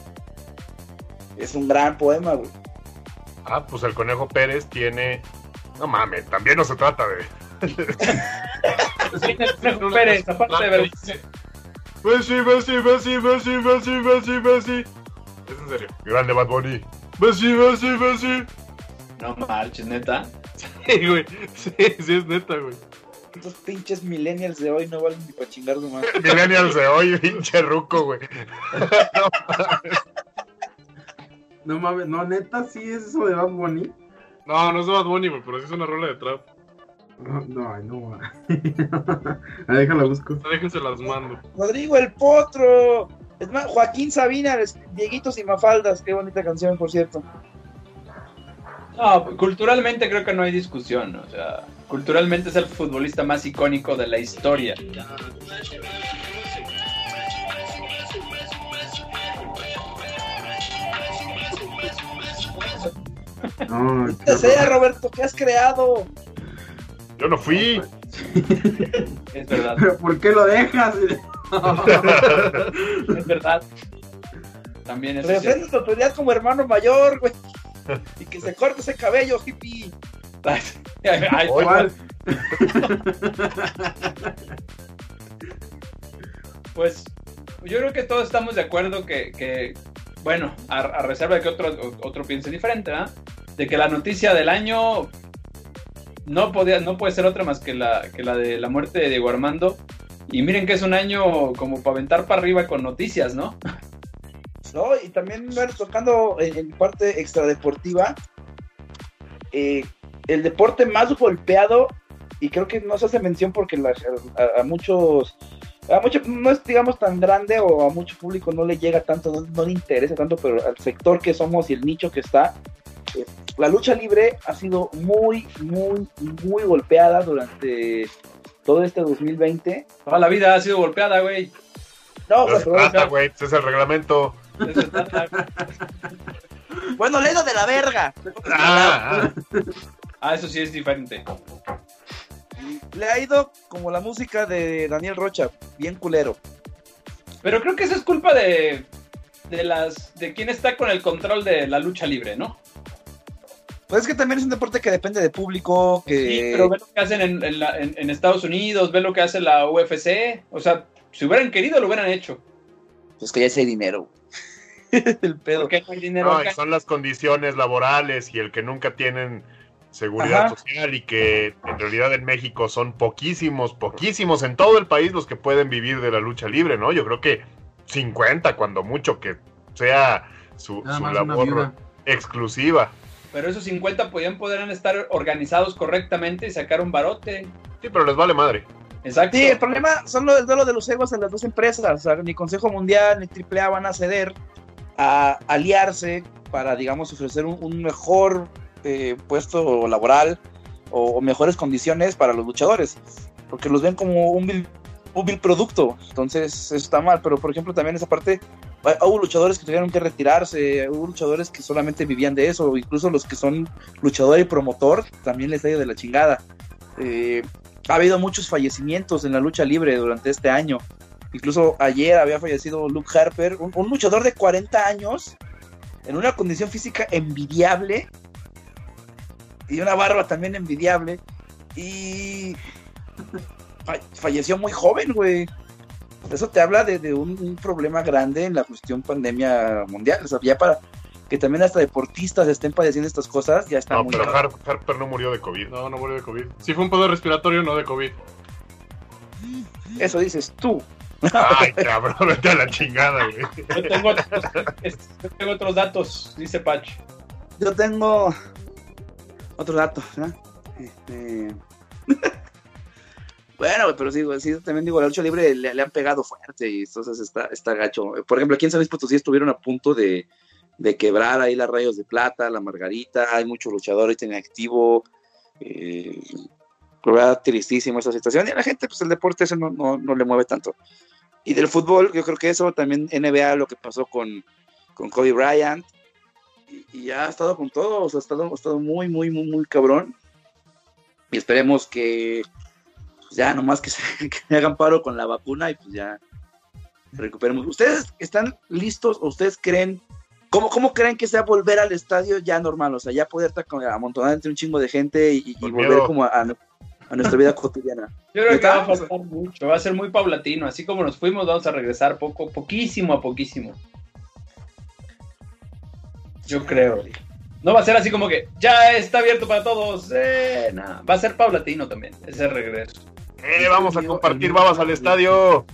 es un gran poema, güey. Ah, pues el Conejo Pérez tiene... No mames, también no se trata de... Sí, el Conejo Pérez, aparte de ver... Messi, Messi, Messi, Messi, Messi, Messi, Messi. Es en serio. Grande Bad Bunny. Messi, Messi, Messi. No marches, ¿neta? Sí, güey. Sí, sí es neta, güey. Estos pinches millennials de hoy no valen ni para chingar su madre. Millennials de hoy, pinche ruco, güey. No mames. No mames, no, neta, sí es eso de Bad Bunny. No, no es de Bad Bunny, güey, pero sí es una rola de trap. No, no, ay, no. Ah, déjala busco. Déjense las mando. Rodrigo el Potro. Es más, Joaquín Sabina, Dieguitos y Mafaldas. Qué bonita canción, por cierto. No, culturalmente creo que no hay discusión. O sea, culturalmente es el futbolista más icónico de la historia. No, ¿Qué sea, Roberto? ¿Qué has creado? Yo no fui. Es verdad. ¿Pero por qué lo dejas? Es verdad. También es Refrenda tu autoridad como hermano mayor, güey. Y que se corte ese cabello, hippie. Ay, ¿Cuál? pues yo creo que todos estamos de acuerdo que, que bueno, a, a reserva de que otro, otro piense diferente, ¿verdad? De que la noticia del año no podía, no puede ser otra más que la, que la de la muerte de Diego Armando. Y miren que es un año como para aventar para arriba con noticias, ¿no? No, y también bueno, tocando en, en parte extradeportiva, eh, el deporte más golpeado, y creo que no se hace mención porque la, a, a muchos, a muchos, no es digamos tan grande o a mucho público no le llega tanto, no, no le interesa tanto, pero al sector que somos y el nicho que está, eh, la lucha libre ha sido muy, muy, muy golpeada durante todo este dos mil veinte. Toda la vida ha sido golpeada, güey. No, Pero pues, se trata, güey, ese es el reglamento. bueno, leído de la verga. Ah, ah. Ah, eso sí es diferente. Le ha ido como la música de Daniel Rocha, bien culero. Pero creo que eso es culpa de, de las de quién está con el control de la lucha libre, ¿no? Pues es que también es un deporte que depende de público, que... Sí, pero ve lo que hacen en, en, la, en, en Estados Unidos, ve lo que hace la U F C. O sea, si hubieran querido, lo hubieran hecho. Pues que ya hay dinero. El pedo. ¿Por qué no hay dinero No, acá? y son las condiciones laborales y el que nunca tienen seguridad Ajá. social y que en realidad en México son poquísimos, poquísimos en todo el país los que pueden vivir de la lucha libre, ¿no? Yo creo que cincuenta cuando mucho que sea su, Nada su más una labor viuda. exclusiva. Pero esos cincuenta podían poder estar organizados correctamente y sacar un barote. Sí, pero les vale madre. Exacto. Sí, el problema son los, el duelo de los egos en las dos empresas. O sea, ni Consejo Mundial ni triple A van a ceder a aliarse para, digamos, ofrecer un, un mejor eh, puesto laboral o, o mejores condiciones para los luchadores, porque los ven como un vil, un vil producto. Entonces, eso está mal. Pero, por ejemplo, también esa parte, hubo luchadores que tuvieron que retirarse, hubo luchadores que solamente vivían de eso, incluso los que son luchador y promotor, también les ha ido de la chingada. Eh, ha habido muchos fallecimientos en la lucha libre durante este año. Incluso ayer había fallecido Luke Harper, un, un luchador de cuarenta años, en una condición física envidiable, y una barba también envidiable, y fa- falleció muy joven, güey. Eso te habla de, de un, un problema grande en la cuestión pandemia mundial. O sea, ya para que también hasta deportistas estén padeciendo estas cosas, ya está No, muy pero grave. Har- Harper no murió de COVID. No, no murió de COVID. Sí fue un pedo respiratorio, no de COVID. Eso dices tú. Ay, cabrón, vete a la chingada, güey. Yo tengo, otros, yo tengo otros datos, dice Patch. Yo tengo otro dato, ¿no? Este... bueno, güey, pero sí, güey, sí, también digo, la lucha libre le, le han pegado fuerte y entonces está, está gacho. Por ejemplo, aquí en San Luis Potosí estuvieron a punto de, de quebrar ahí las Rayos de Plata, la Margarita, hay muchos luchadores en activo. Eh, la verdad, tristísimo esa situación. Y a la gente, pues el deporte ese no, no, no le mueve tanto. Y del fútbol, yo creo que eso también, N B A, lo que pasó con, con Kobe Bryant, y, y ya ha estado con todo, o sea, ha estado, ha estado muy, muy, muy, muy cabrón. Y esperemos que pues ya nomás que se que hagan paro con la vacuna y pues ya recuperemos. ¿Ustedes están listos o ustedes creen, cómo, cómo creen que sea volver al estadio ya normal? O sea, ya poder estar amontonado entre un chingo de gente y, y volver miedo. como a, a nuestra vida cotidiana. Yo creo que va a ¿Neta? faltar mucho, va a ser muy paulatino. Así como nos fuimos, vamos a regresar poco, poquísimo a poquísimo. Yo creo. No va a ser así como que ya está abierto para todos. Eh, nah, va a ser paulatino también, ese regreso. Eh, vamos a compartir babas al estadio.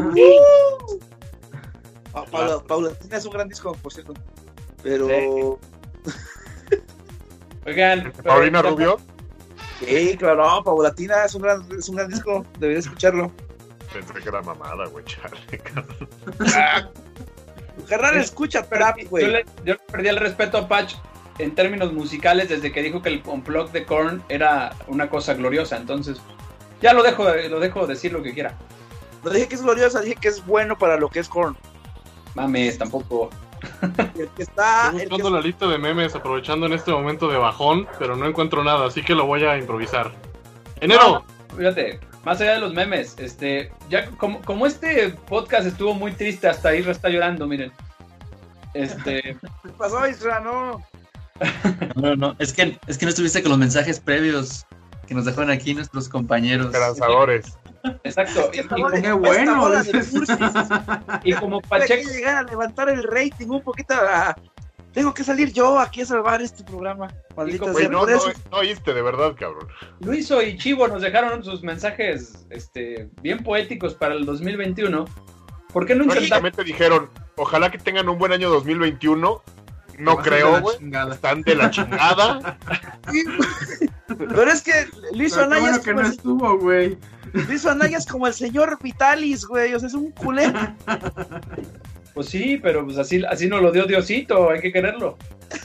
Ah, Paula, Paula, tienes un gran disco, por cierto. Pero Oigan, pero- Paulina Rubio. Sí, claro, no, Paulatina es un gran, es un gran disco, deberías escucharlo. Pensé que era mamada, güey, chale, cabrón. Carnal, escucha trap, Yo, güey. le, yo le perdí el respeto a Patch en términos musicales desde que dijo que el Unplugged de Korn era una cosa gloriosa, entonces ya lo dejo, lo dejo decir lo que quiera. No dije que es gloriosa, dije que es bueno para lo que es Korn. Mames, tampoco. El que está... Estoy el buscando que... la lista de memes aprovechando en este momento de bajón, pero no encuentro nada, así que lo voy a improvisar. ¡Enero! No, fíjate, más allá de los memes, este, ya como, como este podcast estuvo muy triste, hasta Isra está llorando, miren. Este, ¿Qué pasó, Isra? No. No, no, es que, es que no estuviste con los mensajes previos que nos dejaron aquí nuestros compañeros. Esperanzadores. exacto. Y, y como, Qué bueno. bola de cursis. y como Hay Pacheco, que llegar a levantar el rating un poquito. A... Tengo que salir yo aquí a salvar este programa. Maldita como- Güey, sea, no, por no, eso. no oíste, de verdad, cabrón. Luiso y Chivo nos dejaron sus mensajes, este, bien poéticos para el dos mil veintiuno. ¿Por qué no intentamos? Prácticamente dijeron, ojalá que tengan un buen año dos mil veintiuno. No Te vas a creo, la güey. chingada. Están de la chingada. Sí, pero es que Luis Pero qué Anaya bueno es que como no el... estuvo, güey. Luis Anaya es como el señor Vitalis, güey. O sea, es un culero. Pues sí, pero pues así, así nos lo dio Diosito, hay que quererlo.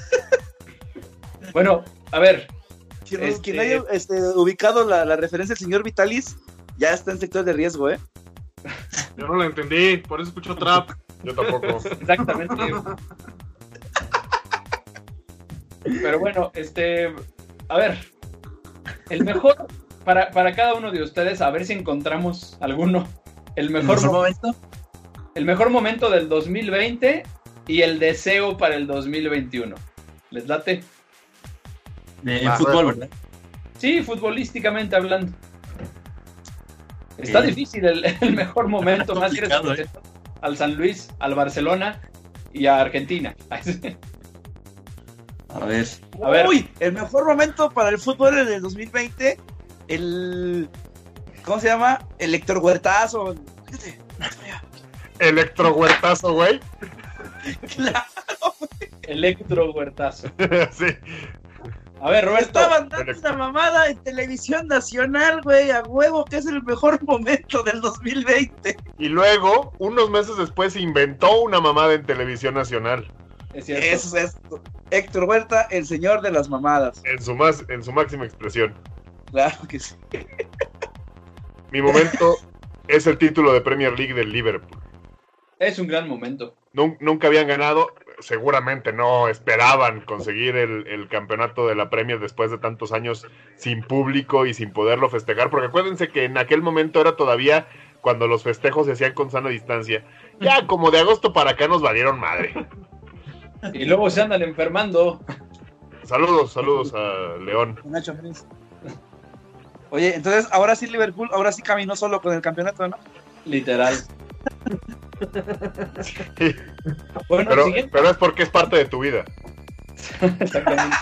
Bueno, a ver, Quien, Este- quien haya este, ubicado la, la referencia del señor Vitalis ya está en sector de riesgo, ¿eh? Yo no lo entendí, por eso escucho trap. Yo tampoco. exactamente. Pero bueno, este, a ver, el mejor, para, para cada uno de ustedes, a ver si encontramos alguno, el ¿El mejor, mejor mo- momento? el mejor momento del dos mil veinte y el deseo para el dos mil veintiuno. ¿Les late? De, en Va, fútbol, bueno. ¿verdad? Sí, futbolísticamente hablando. Está Ok. difícil el, el mejor momento, Está más que complicado, ¿eh? al San Luis, al Barcelona y a Argentina. A ver. A ver. Uy, el mejor momento para el fútbol en el dos mil veinte, el... ¿Cómo se llama? Electrohuertazo. Fíjate. Electrohuertazo, güey. Claro, Electro Huertazo. Sí. A ver, Roberto. estaban dando una mamada en televisión nacional, güey, a huevo, que es el mejor momento del dos mil veinte. Y luego, unos meses después, se inventó una mamada en televisión nacional. Es cierto. Eso es Héctor Huerta, el señor de las mamadas. En su, más, en su máxima expresión. Claro que sí. Mi momento es el título de Premier League del Liverpool. Es un gran momento. Nun- Nunca habían ganado, seguramente no esperaban conseguir el, el campeonato de la Premier después de tantos años sin público y sin poderlo festejar, porque acuérdense que en aquel momento era todavía cuando los festejos se hacían con sana distancia. Ya como de agosto para acá nos valieron madre. Y luego se andan enfermando. Saludos, saludos a León. Nacho Feliz. Oye, entonces ahora sí Liverpool, ahora sí caminó solo con el campeonato, ¿no? Literal. Bueno, Pero, siguiente. pero es porque es parte de tu vida. Exactamente.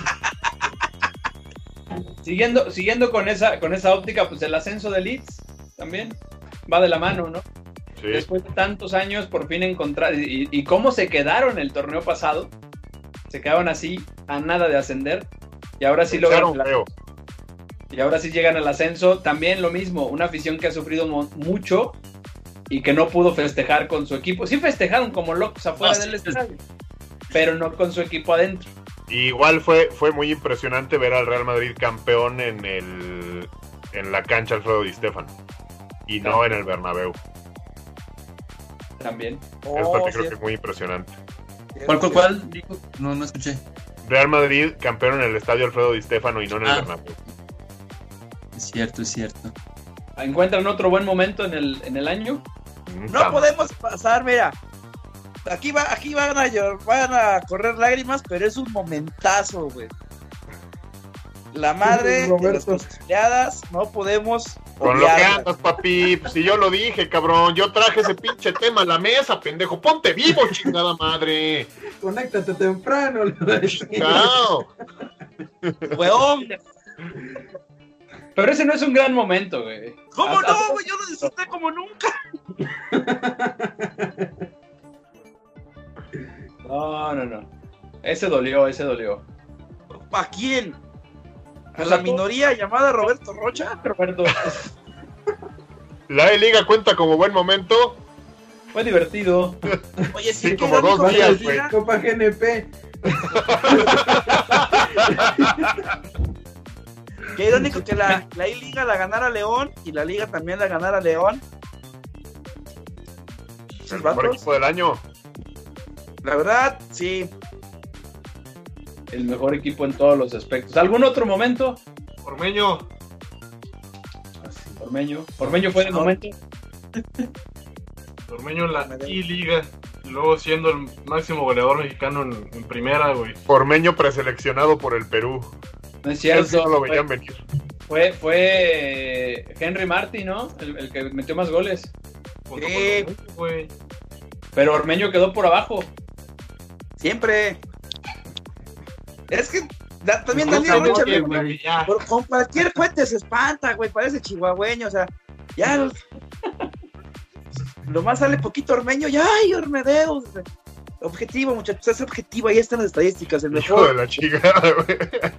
Siguiendo, siguiendo con esa, con esa óptica, pues el ascenso de Leeds también va de la mano, ¿no? Sí. Después de tantos años, por fin encontrar. Y, y cómo se quedaron el torneo pasado. Se quedaron así a nada de ascender. Y ahora sí Echaron logran. feo. Y ahora sí llegan al ascenso. También lo mismo, una afición que ha sufrido mo- mucho y que no pudo festejar con su equipo. Sí festejaron como locos afuera Ah, del sí. estadio, pero no con su equipo adentro. Y igual fue, fue muy impresionante ver al Real Madrid campeón en el en la cancha Alfredo Di Stéfano y no en el Bernabéu. También. Eso Oh, también creo cierto, que es muy impresionante. cierto, ¿Cuál, cuál, cierto. cuál? Dijo? No, no escuché. Real Madrid campeón en el estadio Alfredo Di Stéfano y no en el Ah. Bernabéu. Es cierto, es cierto. ¿Encuentran otro buen momento en el, en el año? Mm, No tam- podemos pasar, mira. Aquí va, aquí van a llor- van a correr lágrimas, pero es un momentazo, güey. La madre de las Roberto. conciliadas, no podemos Con lo que obviarla. andas, papi. Pues si yo lo dije, cabrón. Yo traje ese pinche tema a la mesa, pendejo. Ponte vivo, chingada madre. Conéctate temprano. Chao. Weón, Pero ese no es un gran momento, güey. ¿cómo Hasta- no, güey? Yo lo disfruté como nunca. No, no, no. Ese dolió, ese dolió. ¿A quién? A la minoría llamada Roberto Rocha. Roberto. La E-Liga cuenta como buen momento. Fue divertido. Oye, sí, Sí, como dos días, güey. Copa G N P. Qué irónico que la, la I-Liga la ganara León y la Liga también la ganara León. El mejor equipo del año. La verdad, sí. El mejor equipo en todos los aspectos. ¿Algún otro momento? Ormeño. Ormeño. Ormeño fue de momento. Ormeño en la I-Liga. Y luego siendo el máximo goleador mexicano en, en primera, güey. Ormeño preseleccionado por el Perú. No es Eso cierto. no lo veían venir. Fue, fue Henry Martin, ¿no? El, el que metió más goles. Junto Sí. con Ormeño, güey. Pero Ormeño quedó por abajo. Siempre. Es que da- también No, Daniel no, Rocha, no, güey, güey. Ya. por- con cualquier fuente se espanta, güey, parece chihuahueño, o sea, ya los- lo más sale poquito Ormeño, ya, ay, Ormedeos. Objetivo, muchachos, es objetivo, ahí están las estadísticas, el Hijo de mejor. la chingada, güey.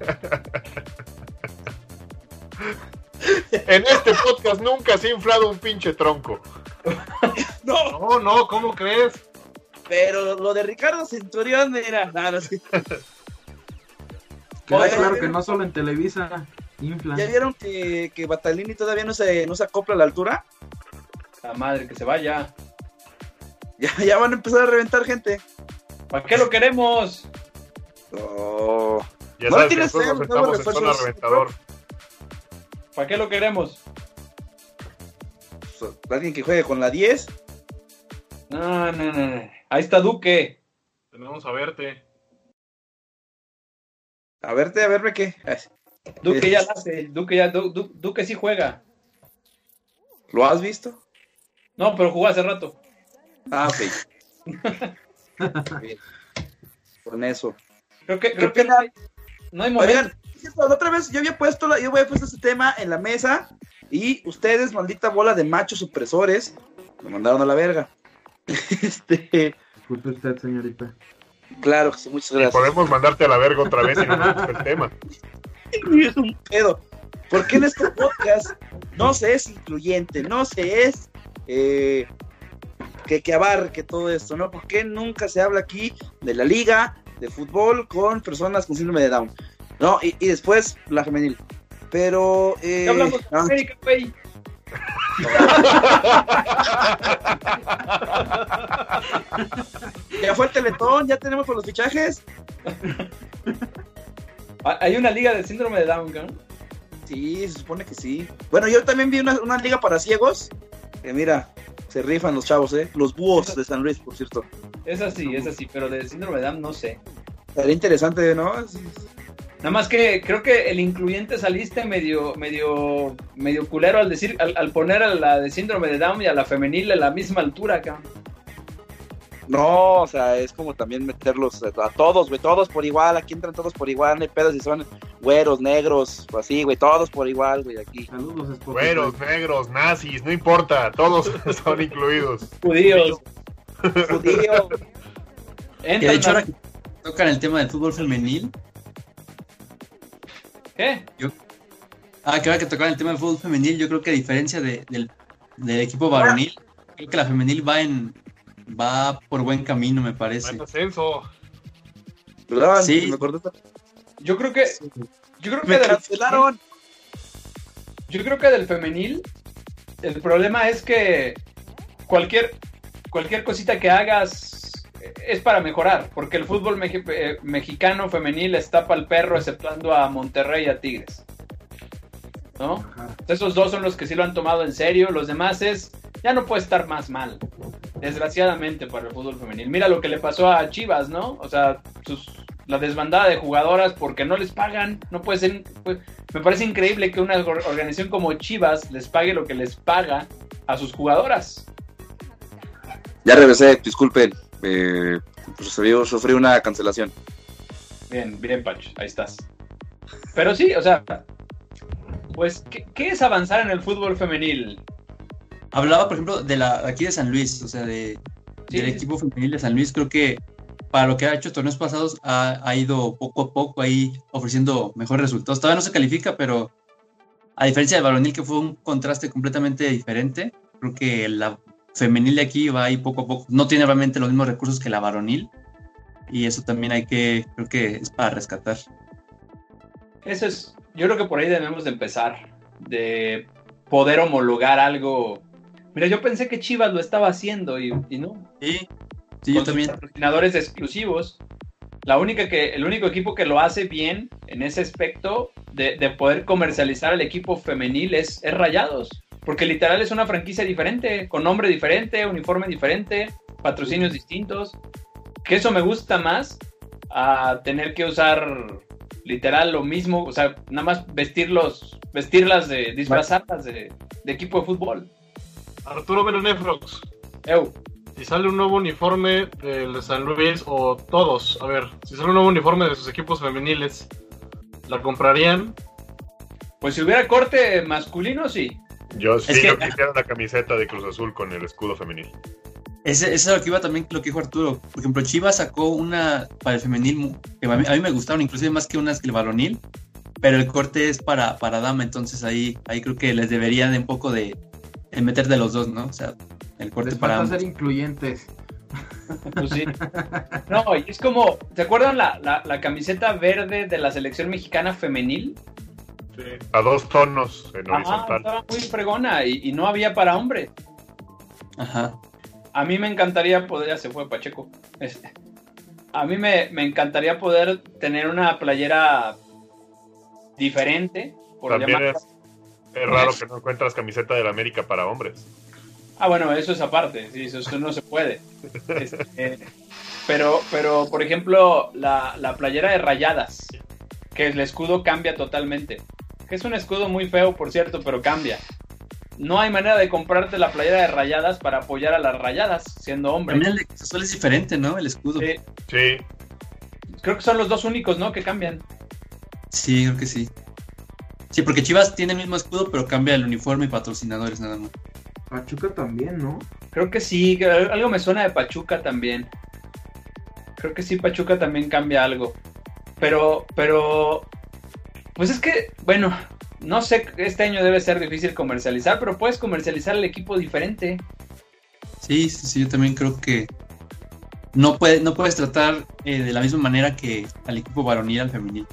En este podcast nunca se ha inflado un pinche tronco. No, No, no, ¿cómo crees? pero lo de Ricardo Centurión, mira, nada, no, sí. Queda Oye, claro que no solo en Televisa inflan. ¿Ya vieron que, que Batalini todavía no se, no se acopla a la altura? La madre, que se vaya. Ya, ya van a empezar a reventar gente. ¿Para qué lo queremos? Oh. Ya No sabes que tienes nosotros fe, nos nuevos estamos en zona refuerzos. reventador. ¿Para qué lo queremos? Pues, alguien que juegue con la diez. No, no, no, no. Ahí está Duque. Tenemos a verte. A verte, a verme qué. Ay, Duque ya la hace. Duque ya, Du- Du- Duque sí juega. ¿lo has visto? No, pero jugó hace rato. Ah, ok. Bien. Con eso. Creo que, ¿Qué creo que no hay, no hay momento. Oigan, la otra vez yo había puesto la, yo había puesto este tema en la mesa y ustedes, maldita bola de machos opresores, me mandaron a la verga. Este, Disculpe usted, señorita. claro, sí, muchas Y gracias. podemos mandarte a la verga otra vez y no nos gusta el tema. Es un pedo. ¿Por qué en este podcast no se es incluyente, no se es eh, que, que abarque todo esto, ¿no? ¿Por qué nunca se habla aquí de la liga de fútbol con personas con síndrome de Down? No, y, y después la femenil. Pero, eh, ¿Qué hablamos de ah, América, güey? ya fue el Teletón, ya tenemos por los fichajes. Ah, Hay una liga de síndrome de Down, ¿no? Sí, se supone que sí. Bueno, yo también vi una, una liga para ciegos. Que mira, se rifan los chavos, ¿eh? Los búhos de San Luis, por cierto. Es así, es así, pero de síndrome de Down no sé. Sería interesante, ¿no? Nada más que creo que el incluyente saliste medio, medio, medio culero al decir, al, al poner a la de síndrome de Down y a la femenil a la misma altura, acá. No, o sea, es como también meterlos a, a todos, güey, todos por igual, aquí entran todos por igual, no hay pedos si son güeros, negros, o así, güey, todos por igual, güey, aquí. Saludos, Spotify. Güeros, negros, nazis, no importa, todos son incluidos. Judíos. Judío. Que de Entran hecho, a- ahora que tocan el tema del fútbol femenil, ¿Qué? ah, que ahora que tocan el tema del fútbol femenil, yo creo que a diferencia de- del, del equipo varonil, creo que la femenil va en va por buen camino, me Va parece. en ascenso. ¿Verdad? Sí. Me acordé. Yo creo que, yo creo que Me del, cancelaron. yo creo que del femenil, el problema es que cualquier, cualquier cosita que hagas es para mejorar, porque el fútbol meji- eh, mexicano femenil está para el perro, exceptuando a Monterrey y a Tigres, ¿no? Ajá. Esos dos son los que sí lo han tomado en serio, los demás es, ya no puede estar más mal, desgraciadamente para el fútbol femenil. Mira lo que le pasó a Chivas, ¿no? O sea, sus, la desbandada de jugadoras porque no les pagan, no puede ser, pues, me parece increíble que una or- organización como Chivas les pague lo que les paga a sus jugadoras. Ya regresé, disculpen. Eh, sufrí, sufrí una cancelación. Bien, bien, Pacho, ahí estás. Pero sí, o sea, pues, ¿qué, qué es avanzar en el fútbol femenil? Hablaba, por ejemplo, de la aquí de San Luis, o sea, de, Sí, del sí. equipo femenil de San Luis, creo que para lo que ha hecho torneos pasados, ha, ha ido poco a poco ahí ofreciendo mejores resultados. Todavía no se califica, pero a diferencia del varonil, que fue un contraste completamente diferente, creo que la femenil de aquí va ahí poco a poco. No tiene realmente los mismos recursos que la varonil, y eso también hay que, creo que es para rescatar. Eso es, yo creo que por ahí debemos de empezar, de poder homologar algo. Mira, yo pensé que Chivas lo estaba haciendo y, y no. Sí, sí, yo también. Patrocinadores exclusivos. La única que, el único equipo que lo hace bien en ese aspecto de, de poder comercializar al equipo femenil es, es Rayados. Porque literal es una franquicia diferente, con nombre diferente, uniforme diferente, patrocinios distintos. Que eso me gusta más a tener que usar literal lo mismo, o sea, nada más vestirlos, vestirlas de, disfrazarlas de, de equipo de fútbol. Arturo Berenefrox. Eu. Si sale un nuevo uniforme del San Luis, o todos, a ver, si sale un nuevo uniforme de sus equipos femeniles, ¿la comprarían? Pues si hubiera corte masculino, sí. Yo sí, Es que- yo quisiera la camiseta de Cruz Azul con el escudo femenil. Ese, ese es lo que iba también, lo que dijo Arturo. Por ejemplo, Chivas sacó una para el femenil, mu- que a mí, a mí me gustaron, inclusive más que unas que el varonil, pero el corte es para, para dama, entonces ahí, ahí creo que les deberían de un poco de, de meter de los dos, ¿no? O sea, el corte Les para falta ambos. ser incluyentes. Pues sí. No, y es como, ¿se acuerdan la, la, la camiseta verde de la selección mexicana femenil? Sí. A dos tonos en Ajá, horizontal. estaba muy fregona y, y no había para hombre. Ajá. A mí me encantaría poder, ya se fue Pacheco. Este, a mí me, me encantaría poder tener una playera diferente. Por También llamarla. es, es raro que no encuentras camiseta del América para hombres. Ah, bueno, eso es aparte, sí, eso, eso no se puede. Este, pero, pero, por ejemplo, la, la playera de Rayadas, que el escudo cambia totalmente. Que es un escudo muy feo, por cierto, pero cambia. No hay manera de comprarte la playera de Rayadas para apoyar a las Rayadas, siendo hombre. También el de Cruz Azul es diferente, ¿no? El escudo. Sí, Sí, creo que son los dos únicos, ¿no? Que cambian. Sí, creo que sí. Sí, porque Chivas tiene el mismo escudo, pero cambia el uniforme y patrocinadores nada más. Pachuca también, ¿no? Creo que sí, que algo me suena de Pachuca también. Creo que sí, Pachuca también cambia algo. Pero, pero, pues es que, bueno, no sé, este año debe ser difícil comercializar, pero puedes comercializar el equipo diferente. Sí, sí, sí, yo también creo que no, puede, no puedes tratar eh, de la misma manera que al equipo varonil al femenil.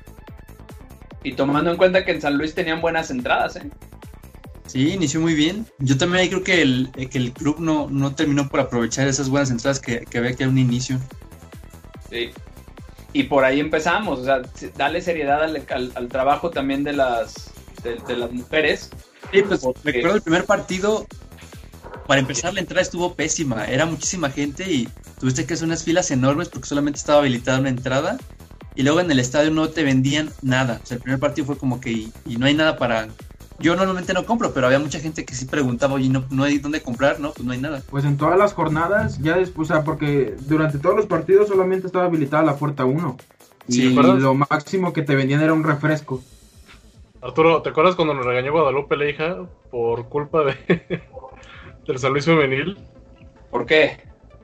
Y tomando en cuenta que en San Luis tenían buenas entradas, ¿eh? Sí, inició muy bien. Yo también ahí creo que el, eh, que el club no, no terminó por aprovechar esas buenas entradas que, que había que a un inicio. Sí. Y por ahí empezamos, o sea, darle seriedad al, al, al trabajo también de las, de, de las mujeres. Sí, pues Porque- recuerdo el primer partido, para empezar la entrada estuvo pésima, era muchísima gente y tuviste que hacer unas filas enormes porque solamente estaba habilitada una entrada y luego en el estadio no te vendían nada. O sea, el primer partido fue como que y, y no hay nada para... Yo normalmente no compro, pero había mucha gente que sí preguntaba, oye, no, no hay dónde comprar, no, pues no hay nada. Pues en todas las jornadas, ya después, o sea, porque durante todos los partidos solamente estaba habilitada la puerta uno. Sí, y ¿verdad? lo máximo que te vendían era un refresco. Arturo, ¿te acuerdas cuando nos regañó Guadalupe la hija por culpa de del San Luis femenil? ¿Por qué?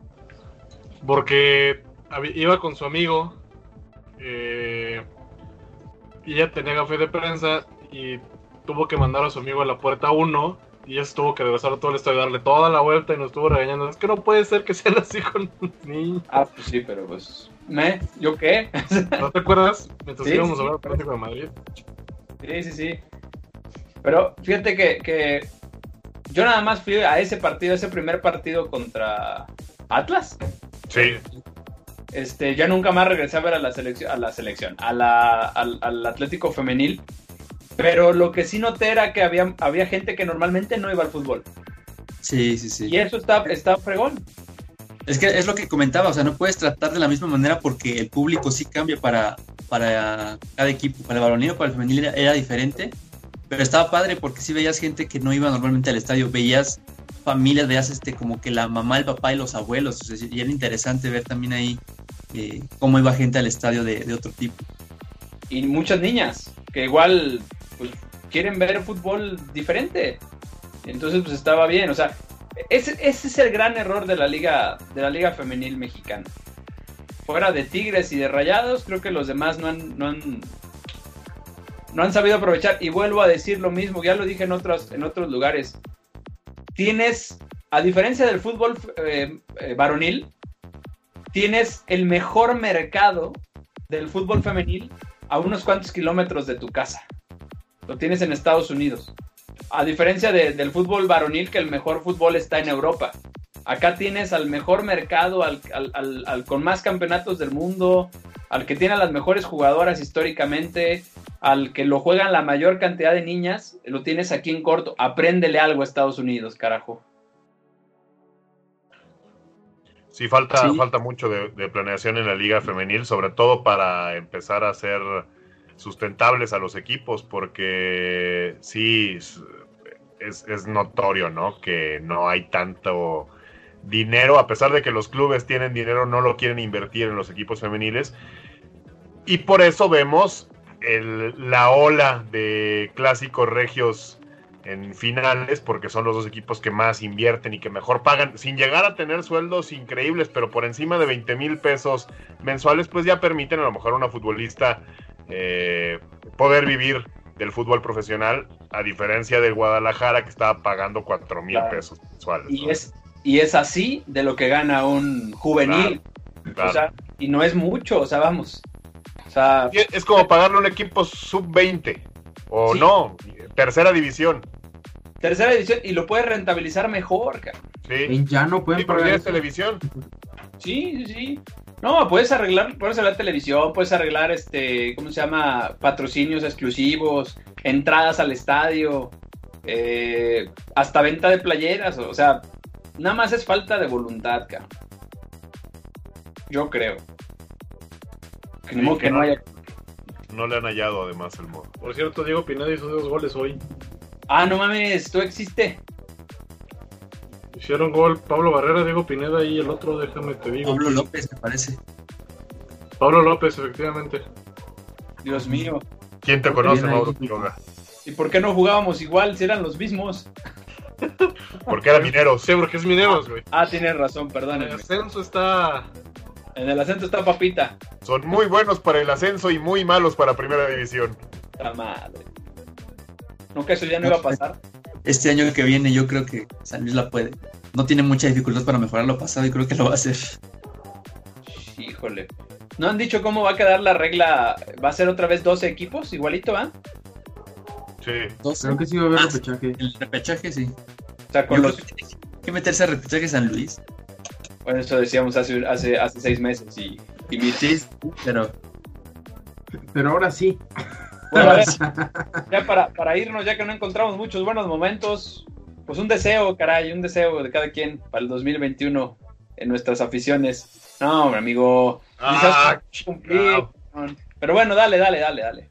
Porque hab- iba con su amigo eh, y ella tenía café de prensa y tuvo que mandar a su amigo a la puerta uno y ella se tuvo que regresar a todo el estadio y darle toda la vuelta y nos estuvo regañando. Es que no puede ser que sean así con los niños. Ah, pues sí, pero pues, ¿me? ¿Yo qué? ¿No te acuerdas? Mientras Sí, íbamos sí, a ver el sí. Atlético de Madrid. Sí, sí, sí. Pero fíjate que, que yo nada más fui a ese partido, ese primer partido contra Atlas. sí. Este, ya nunca más regresé a ver a la selección, a la selección, a la, al, al Atlético femenil. Pero lo que sí noté era que había, había gente que normalmente no iba al fútbol. Sí, sí, sí. Y eso está, está fregón. Es que es lo que comentaba, o sea, no puedes tratar de la misma manera porque el público sí cambia para, para cada equipo, para el varonil o para el femenil era, era diferente, pero estaba padre porque sí veías gente que no iba normalmente al estadio, veías familias, veías este como que la mamá, el papá y los abuelos, o sea, y era interesante ver también ahí eh, cómo iba gente al estadio de, de otro tipo. Y muchas niñas que igual pues, quieren ver fútbol diferente. Entonces pues estaba bien, o sea, ese, ese es el gran error de la liga, de la liga femenil mexicana. fuera de Tigres y de Rayados, creo que los demás no han, no han, no han sabido aprovechar. Y vuelvo a decir lo mismo, ya lo dije en otros, en otros lugares. Tienes, a diferencia del fútbol eh, eh, varonil, tienes el mejor mercado del fútbol femenil a unos cuantos kilómetros de tu casa. Lo tienes en Estados Unidos. A diferencia de, del fútbol varonil, que el mejor fútbol está en Europa. Acá tienes al mejor mercado, al, al, al, al con más campeonatos del mundo, al que tiene a las mejores jugadoras históricamente, al que lo juegan la mayor cantidad de niñas, lo tienes aquí en corto. Apréndele algo a Estados Unidos, carajo. Sí, falta, Sí. falta mucho de, de planeación en la liga femenil, sobre todo para empezar a hacer sustentables a los equipos, porque sí, es, es notorio, ¿no? Que no hay tanto dinero, a pesar de que los clubes tienen dinero, no lo quieren invertir en los equipos femeniles, y por eso vemos el, la ola de clásicos regios en finales, porque son los dos equipos que más invierten y que mejor pagan, sin llegar a tener sueldos increíbles, pero por encima de veinte mil pesos mensuales, pues ya permiten a lo mejor a una futbolista eh, poder vivir del fútbol profesional, a diferencia de Guadalajara, que estaba pagando cuatro mil Claro. pesos mensuales. Y ¿no? es, y es así de lo que gana un juvenil. Claro. O sea, y no es mucho, o sea, vamos. O sea, Y es como pagarle a un equipo sub veinte, o Sí. no, tercera división. tercera división y lo puedes rentabilizar mejor, cabrón. Sí, En ya no pueden sí, porque pagar ya es eso. televisión. Sí, sí, sí. No, puedes arreglar, puedes arreglar televisión, puedes arreglar este, ¿cómo se llama? Patrocinios exclusivos, entradas al estadio, eh, hasta venta de playeras, o sea, nada más es falta de voluntad, cabrón. Yo creo. Que, ni Sí, modo que que no no. haya. No le han hallado además el modo. Por cierto, Diego Pineda hizo dos goles hoy. Ah, no mames, tú existe. Hicieron gol Pablo Barrera, Diego Pineda y el otro, déjame te digo. Pablo López, me parece. Pablo López, efectivamente. Dios mío. ¿Quién te conoce, Bien ahí. Mauro Quiroga? ¿Y por qué no jugábamos igual si eran los mismos? Porque era mineros. Sí, porque es Mineros, güey. Ah, tienes razón, El perdónenme. ascenso está... En el acento está papita. Son muy buenos para el ascenso y muy malos para primera división. La madre. ¿No que eso ya no iba a pasar? Este año que viene yo creo que San Luis la puede. No tiene mucha dificultad para mejorar lo pasado y creo que lo va a hacer. Híjole. ¿No han dicho cómo va a quedar la regla? ¿Va a ser otra vez doce equipos? Igualito, ¿va? Sí. doce. Creo que sí va a haber Ah, repechaje. El repechaje, sí. O sea, Yo con creo los... que tiene que meterse a repechaje San Luis. Bueno, eso decíamos hace, hace, hace seis meses y, y mira. Sí, pero Pero ahora sí. Bueno, a ver, ya para, para irnos, ya que no encontramos muchos buenos momentos, pues un deseo, caray, un deseo de cada quien para el dos mil veintiuno en nuestras aficiones. No, hombre, amigo. Ah, Quizás cumplir. Pero bueno, dale, dale, dale, dale.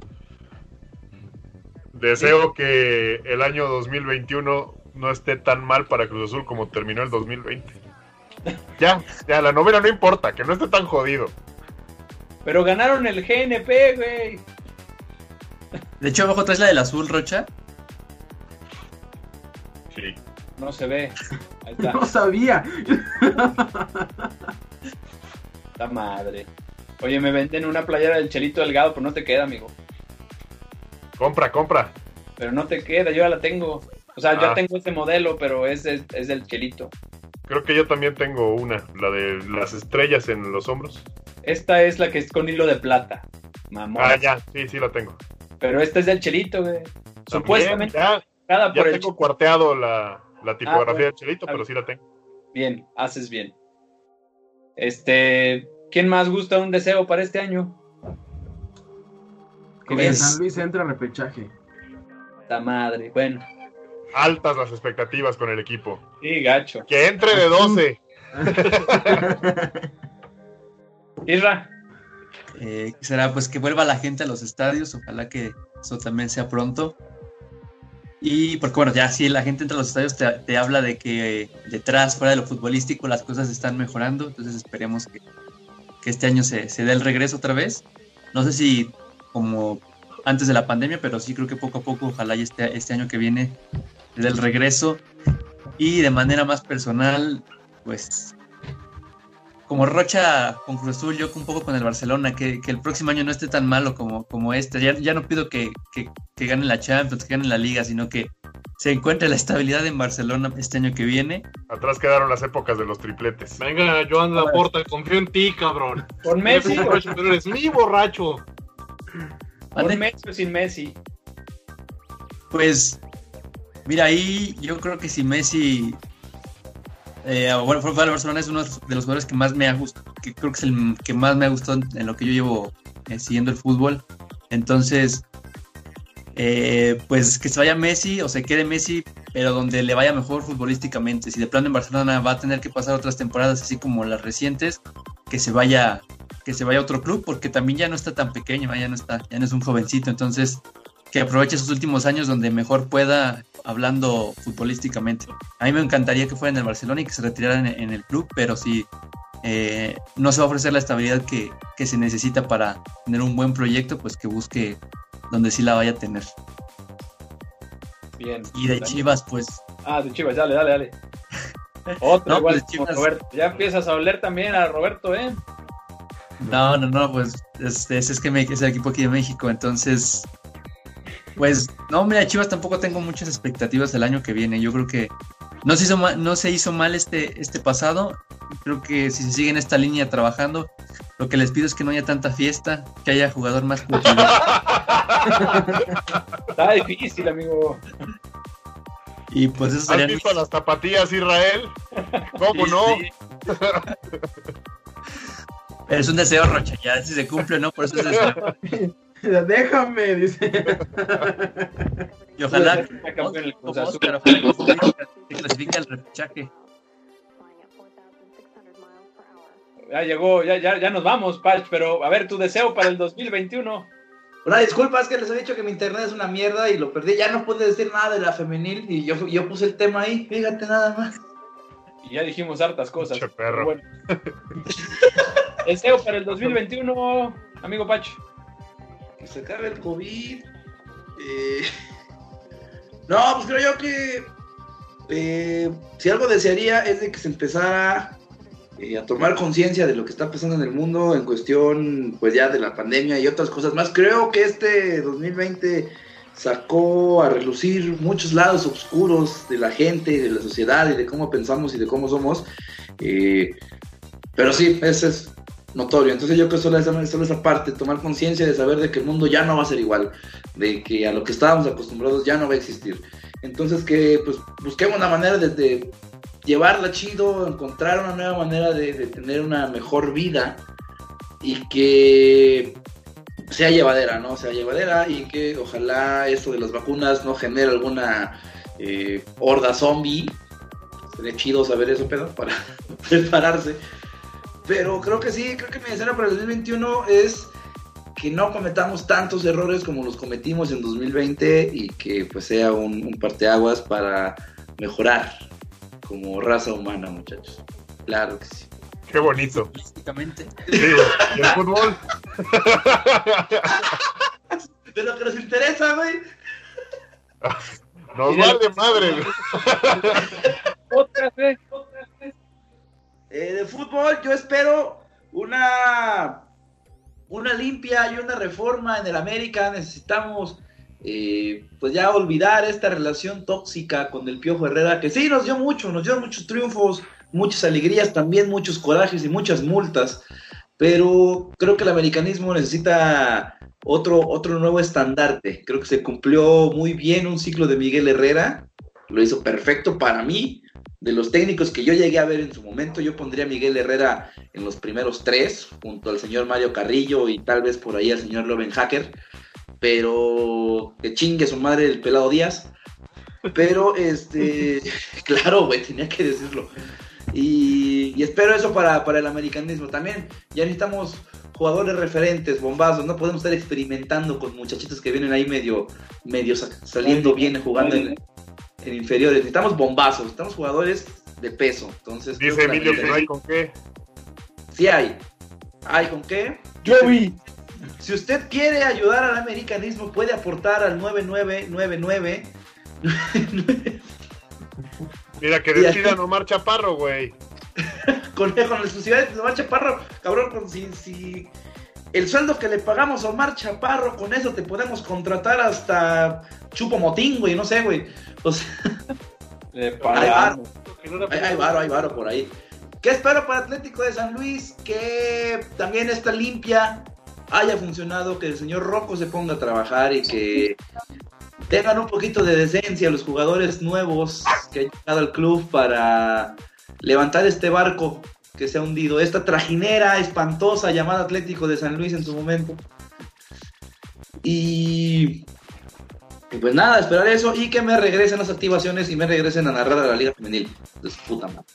Deseo que el año dos mil veintiuno no esté tan mal para Cruz Azul como terminó el dos mil veinte. Ya, ya, la novela no importa, que no esté tan jodido. Pero ganaron el G N P, güey. de hecho abajo traes la del azul, Rocha. Sí. No se ve. Ahí está. No sabía. La madre. Oye, me venden una playera del Chelito Delgado, pero no te queda, amigo. Compra, compra. Pero no te queda, yo ya la tengo. O sea, yo Ah. tengo ese modelo, pero es, de- es del Chelito. Creo que yo también tengo una, la de las estrellas en los hombros. Esta es la que es con hilo de plata. Mamón. Ah, ya, sí, sí la tengo. Pero esta es del Chelito, güey. Supuestamente, También, cada ya, ya por el tengo cuarteado la, la tipografía bueno. del Chelito, Ah, pero sí la tengo. Bien, haces bien. Este, ¿quién más gusta un deseo para este año? Que Pues- San Luis entra a repechaje. La madre, bueno. Altas las expectativas con el equipo. Sí, gacho. Que entre de doce. Isra, Eh, ¿qué será? Pues que vuelva la gente a los estadios. Ojalá que eso también sea pronto. Y porque bueno, ya si la gente entra a los estadios te, te habla de que eh, detrás, fuera de lo futbolístico, las cosas están mejorando. Entonces esperemos que, que este año se, se dé el regreso otra vez. No sé si como antes de la pandemia, pero sí creo que poco a poco, ojalá y este, este año que viene se dé el regreso. Y de manera más personal, pues como Rocha con Cruz Azul, yo un poco con el Barcelona, que, que el próximo año no esté tan malo como, como este. Ya, ya no pido que, que, que ganen la Champions, que ganen la Liga, sino que se encuentre la estabilidad en Barcelona este año que viene. Atrás quedaron las épocas de los tripletes. Venga, Joan Laporta, confío en ti, cabrón. Con Messi. Eres borracho, pero eres mi borracho. Con Messi o sin Messi. Pues, mira, ahí yo creo que si Messi... Eh, bueno, fuera de Barcelona es uno de los jugadores que más me ha gustado, que creo que es el que más me ha gustado en lo que yo llevo eh, siguiendo el fútbol. Entonces, eh, pues que se vaya Messi o se quede Messi, pero donde le vaya mejor futbolísticamente. Si de plano en Barcelona va a tener que pasar otras temporadas así como las recientes, que se vaya, que se vaya a otro club, porque también ya no está tan pequeño, ya no está, ya no es un jovencito. Entonces, que aproveche sus últimos años donde mejor pueda, hablando futbolísticamente. A mí me encantaría que fuera en el Barcelona y que se retirara en, en el club, pero si eh, no se va a ofrecer la estabilidad que, que se necesita para tener un buen proyecto, pues que busque donde sí la vaya a tener. Bien. Y de Chivas, pues... Ah, de Chivas, dale, dale, dale. Otro no, igual pues como Chivas... Roberto. Ya empiezas a oler también a Roberto, ¿eh? No, no, no, pues es, es, es que me, es el equipo aquí de México, entonces... Pues, no, mira, Chivas tampoco tengo muchas expectativas el año que viene. Yo creo que no se hizo mal, no se hizo mal este, este pasado. Creo que si se sigue en esta línea trabajando, lo que les pido es que no haya tanta fiesta, que haya jugador más cultivado. Está difícil, amigo. Y pues eso sería... ¿Has visto las tapatías, Israel? ¿Cómo sí, no? Sí. Pero es un deseo, Rocha, ya si se cumple o no, por eso es deseo. Déjame, dice. Y ojalá Sí, que campeón el Cruz Azul. Oscar, ojalá que se clasifique al repechaje. Ya llegó, ya, ya, ya nos vamos, Pach, pero a ver, tu deseo para el dos mil veintiuno. Una disculpa, es que les he dicho que mi internet es una mierda y lo perdí. Ya no pude decir nada de la femenil y yo, yo puse el tema ahí, fíjate nada más. Y ya dijimos hartas cosas. Che perro. Bueno. Deseo para el dos mil veintiuno, amigo Pach. Que se acabe el COVID. Eh... No, pues creo yo que eh, si algo desearía es de que se empezara eh, a tomar conciencia de lo que está pasando en el mundo en cuestión pues ya de la pandemia y otras cosas más. Creo que este dos mil veinte sacó a relucir muchos lados oscuros de la gente, de la sociedad y de cómo pensamos y de cómo somos. Eh, pero sí, eso es notorio. Entonces yo creo que solo esa, solo esa parte, tomar conciencia de saber de que el mundo ya no va a ser igual, de que a lo que estábamos acostumbrados ya no va a existir. Entonces que pues busquemos una manera de, de llevarla chido, encontrar una nueva manera de, de tener una mejor vida y que sea llevadera, ¿no? Sea llevadera y que ojalá esto de las vacunas no genere alguna eh, horda zombie. Sería chido saber eso, Pedro, para prepararse. Pero creo que sí, creo que mi deseo para el dos mil veintiuno es que no cometamos tantos errores como los cometimos en dos mil veinte y que pues sea un, un parteaguas para mejorar como raza humana, muchachos. Claro que sí. Qué bonito. Futbolísticamente. Sí, ¿y el fútbol? De lo que nos interesa, güey. Nos vale madre, güey. Otra vez. Eh, de fútbol yo espero una una limpia y una reforma en el América. Necesitamos eh, pues ya olvidar esta relación tóxica con el Piojo Herrera, que sí nos dio mucho, nos dio muchos triunfos, muchas alegrías, también muchos corajes y muchas multas, pero creo que el americanismo necesita otro, otro nuevo estandarte. Creo que se cumplió muy bien un ciclo de Miguel Herrera, lo hizo perfecto para mí. De los técnicos que yo llegué a ver en su momento, yo pondría a Miguel Herrera en los primeros tres, junto al señor Mario Carrillo y tal vez por ahí al señor Loven Hacker, pero que chingue su madre el Pelado Díaz. Pero, este, claro, güey, tenía que decirlo. Y, y espero eso para, para el americanismo. También ya necesitamos jugadores referentes, bombazos. No podemos estar experimentando con muchachitos que vienen ahí medio, medio saliendo bien, jugando en, en inferiores. Necesitamos bombazos, necesitamos jugadores de peso. Entonces, dice Emilio que no hay con qué. Sí hay. ¿Hay con qué? Yo vi. Si usted quiere ayudar al americanismo, puede aportar al nueve nueve nueve nueve. Mira, que despidan a Omar Chaparro, güey. con, con la exclusividad de Omar Chaparro, cabrón, con, si, si el sueldo que le pagamos a Omar Chaparro, con eso te podemos contratar hasta Chupo Motín, güey, no sé, güey. O sea, Le hay pagamos. varo, hay, hay varo, hay varo por ahí. ¿Qué espero para Atlético de San Luis? Que también esta limpia haya funcionado, que el señor Rocco se ponga a trabajar y que tengan un poquito de decencia los jugadores nuevos que han llegado al club para levantar este barco que se ha hundido, esta trajinera espantosa llamada Atlético de San Luis en su momento. Y, y pues nada, esperar eso y que me regresen las activaciones y me regresen a narrar a la Liga Femenil. De su puta madre.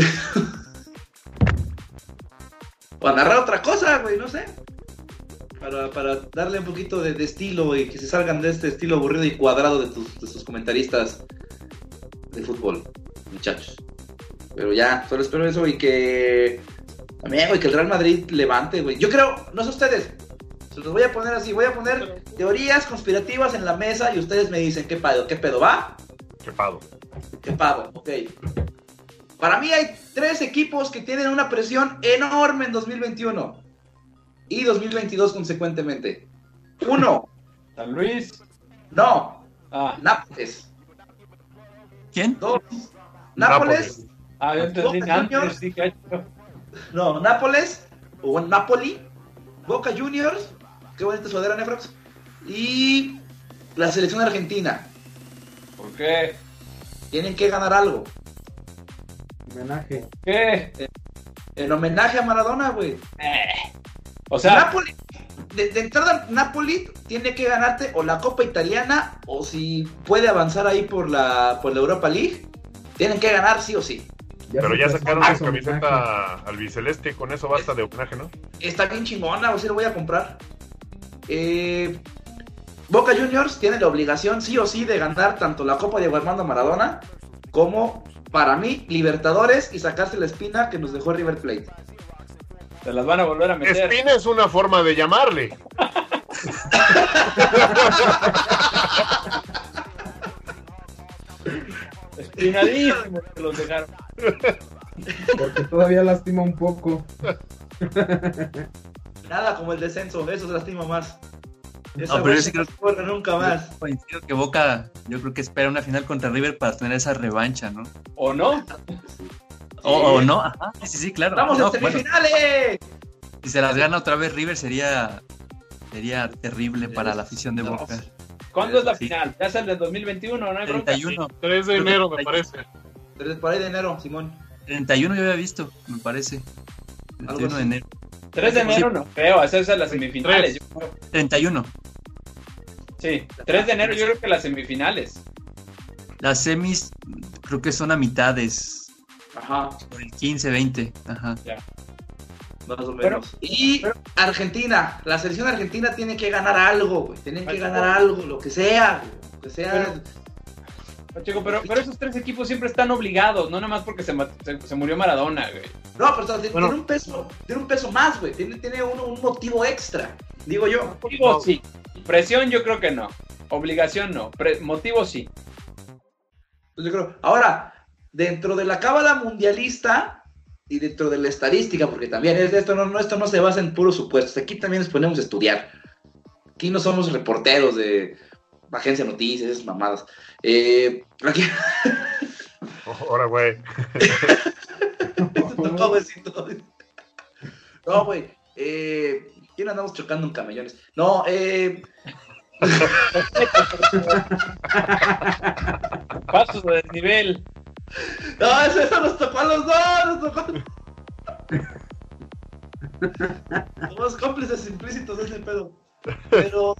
O a narrar otra cosa, güey, no sé. Para, para darle un poquito de, de estilo y que se salgan de este estilo aburrido y cuadrado de tus, de tus comentaristas de fútbol, muchachos. Pero ya, solo espero eso y que también, güey, que el Real Madrid levante, güey. Yo creo, no sé ustedes, se los voy a poner así, voy a poner teorías conspirativas en la mesa y ustedes me dicen qué pedo, qué pedo, ¿va? Qué pado. Qué pavo, ok. Para mí hay tres equipos que tienen una presión enorme en dos mil veintiuno. Y dos mil veintidós consecuentemente. Uno. San Luis. No. Ah, Nápoles. ¿Quién? Dos. Nápoles. ah yo entendí Boca antes, Juniors. sí, cacho. No, Nápoles. O Napoli. Boca Juniors. Qué bonita sudadera, Nefrox. Y la selección argentina. ¿Por qué? Tienen que ganar algo. Homenaje. ¿Qué? En homenaje a Maradona, güey. Eh. O sea, Napoli, de, de entrada, Napoli tiene que ganarte o la Copa Italiana o si puede avanzar ahí por la por la Europa League, tienen que ganar sí o sí. Pero se ya prestó sacaron para la su camiseta albiceleste, con eso basta de homenaje, ¿no? Está bien chingona, o sea, lo voy a comprar. Eh, Boca Juniors tiene la obligación sí o sí de ganar tanto la Copa de Armando Maradona como, para mí, Libertadores y sacarse la espina que nos dejó River Plate. se las van a volver a meter. Espina es una forma de llamarle. Espinadísimo que los dejaron. Porque todavía lastima un poco. Nada como el descenso, eso se lastima más. Esa No, pero yo güey sí se creo- corre nunca más. Coincido que Boca, yo creo que espera una final contra River para tener esa revancha, ¿no? ¿O no? O, o no, ajá, sí, sí, claro. ¡Vamos No, a bueno, semifinales! si se las gana otra vez River sería sería terrible para la afición de No, Boca. ¿Cuándo es la Sí. final? Ya es el del dos mil veintiuno, ¿no hay bronca? treinta y uno, tres de enero, me parece. Desde por ahí de enero, Simón. treinta y uno yo había visto, me parece. treinta y uno de así. enero. tres de enero no creo, esa es las semifinales. Yo creo. treinta y uno. Sí, tres de enero yo creo que las semifinales. Las semis creo que son a mitades, Ajá, por el quince, veinte, ajá. más o Pero- menos. Y pero- Argentina, la selección argentina tiene que ganar algo, güey. Tienen que ganar algo, lo que sea, güey. Lo que sea. Chico, pero, pero esos tres equipos siempre están obligados, no nada más porque se, ma- se, se murió Maradona, güey. No, pero o sea, tiene, Bueno. tiene un peso, tiene un peso más, güey. Tiene, tiene uno, un motivo extra, digo yo. Motivo sí. Presión yo creo que no. Obligación no. Pre- motivo sí. Yo creo. Ahora, dentro de la cábala mundialista y dentro de la estadística, porque también es, esto, no, no, esto no se basa en puros supuestos. Aquí también nos ponemos a estudiar. Aquí no somos reporteros de agencia de noticias, esas mamadas. Eh, aquí Ahora, güey. te tocó besito. No, güey. Eh, ¿quién andamos chocando en camellones? No, eh. Pasos de desnivel. No, eso, eso nos tocó a los dos, nos tocó. Somos cómplices implícitos de ese pedo. Pero.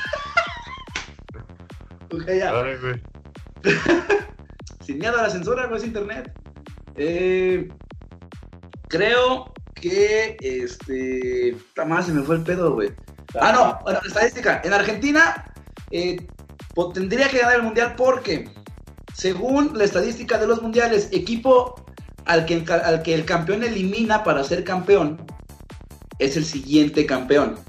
Ok, ya. Ay, güey. Sin miedo a la censura, no es internet. Eh, creo que este. Puta madre, se me fue el pedo, güey. Ah, no, bueno, estadística. En Argentina eh, po- tendría que ganar el mundial porque, según la estadística de los mundiales, equipo al que, al que el campeón elimina para ser campeón es el siguiente campeón.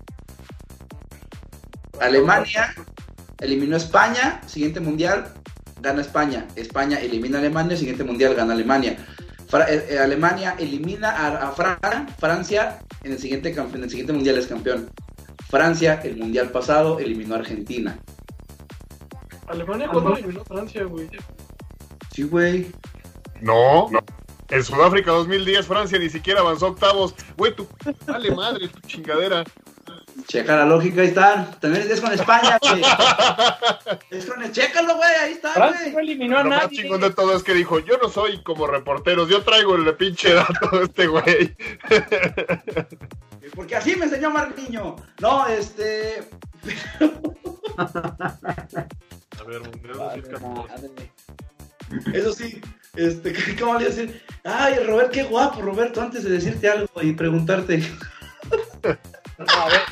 Alemania eliminó a España, siguiente mundial gana España. España elimina a Alemania, siguiente mundial gana Alemania. Fra- eh, eh, Alemania elimina a, a Fran- Francia en el siguiente campe- en el siguiente mundial es campeón. Francia, el mundial pasado, eliminó a Argentina. ¿Alemania cuándo eliminó a Francia, güey? Sí, güey. No, no. En Sudáfrica dos mil diez, Francia ni siquiera avanzó a octavos. Güey, tú, vale madre, tu chingadera. Checa la lógica, ahí están. También es con España, güey. Es con... Chécalo, güey, ahí está, Francia no güey. eliminó a Lo más nadie. chingón de todo es que dijo, yo no soy como reporteros, yo traigo el pinche dato de este güey. Porque así me enseñó Marquiño. No, este... A ver, mundial dos mil catorce. Eso sí, este, ¿cómo le iba a decir? Ay, Robert, qué guapo, Roberto, antes de decirte algo y preguntarte. A ver.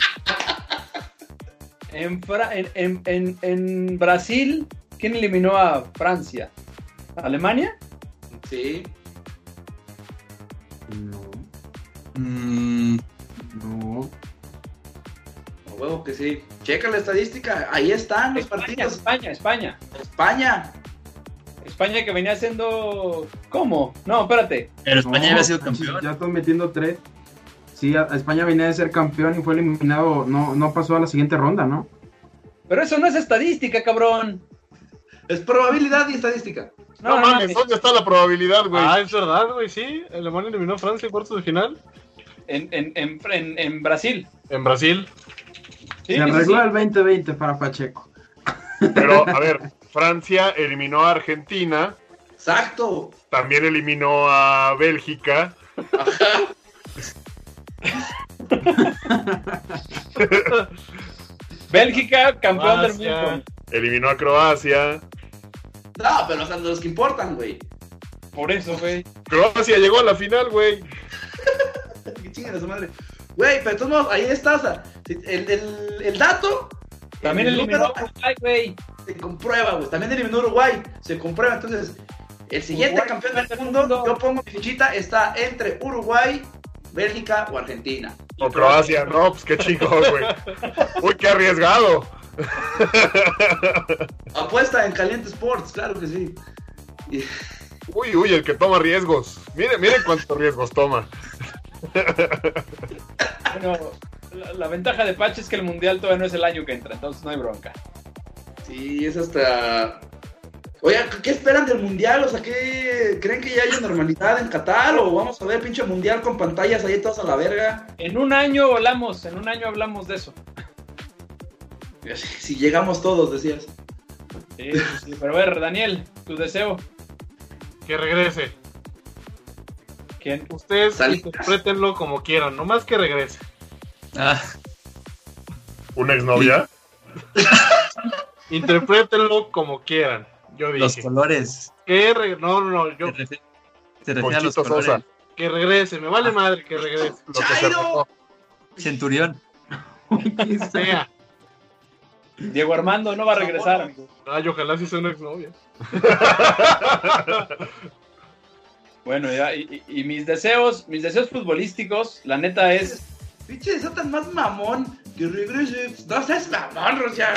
En, Fra- en, en, en, en Brasil, ¿quién eliminó a Francia? ¿Alemania? Sí. No, Mm, no. A huevo que sí. Checa la estadística, ahí están los España, partidos. España, España. España. España que venía siendo... ¿Cómo? No, espérate. pero España No, ya había sido sí, campeón. Ya están metiendo tres. Sí, a- a España venía de ser campeón y fue eliminado, no, no pasó a la siguiente ronda, ¿no? Pero eso no es estadística, cabrón. Es probabilidad y estadística. No, mames, ¿dónde está la probabilidad, güey? Ah, es verdad, güey, sí. Alemania eliminó a Francia en cuartos de final. En, en, en, en, en Brasil. En Brasil. Sí, Se sí, arregló sí. el veinte veinte para Pacheco. Pero, a ver, Francia eliminó a Argentina, Exacto. también eliminó a Bélgica. Bélgica, campeón del Croacia. mundo. Eliminó a Croacia. No, pero o sea, los que importan, güey. Por eso, güey. Croacia llegó a la final, güey. Que chinguen a su madre. Güey, pero de todos modos, ahí está, o sea, si- el, el, el dato. También el eliminó número, a Uruguay, güey. se comprueba, güey. También eliminó Uruguay, se comprueba. Entonces, el siguiente Uruguay, campeón del campeón del mundo, mundo. yo pongo mi fichita, está entre Uruguay, Bélgica o Argentina. O Croacia, no, pues qué chingón, güey. Uy, qué arriesgado. Apuesta en Caliente Sports, claro que sí. Y- Uy, uy, el que toma riesgos. Miren, miren cuántos riesgos toma. Bueno, la, la ventaja de Pache es que el mundial todavía no es el año que entra, entonces no hay bronca. Sí, es hasta... Oye, ¿qué esperan del mundial? O sea, ¿qué creen que ya haya normalidad en Qatar? ¿O vamos a ver pinche mundial con pantallas ahí todas a la verga? En un año hablamos, en un año hablamos de eso. Si llegamos todos, decías. Sí, sí, sí. Pero a ver, Daniel, tu deseo. Que regrese. ¿Quién? Ustedes Salinas. interprétenlo como quieran, nomás que regrese. Ah, ¿Una exnovia? Interprétenlo como quieran. Yo dije. los colores. Que re- No, no, no. Yo... Te refi- te refiere a los Ponchito colores. Sosa. Que regrese. Me vale madre que regrese. Lo que se ¡Chairo! arregló. Centurión. Sea. Diego Armando no va a regresar, amigo. Ay, ojalá sí sea una exnovia. Bueno, ya, y, y- y mis deseos, mis deseos futbolísticos, la neta es... Pinche de tan más mamón. Que regrese. No seas mamón, Rosia.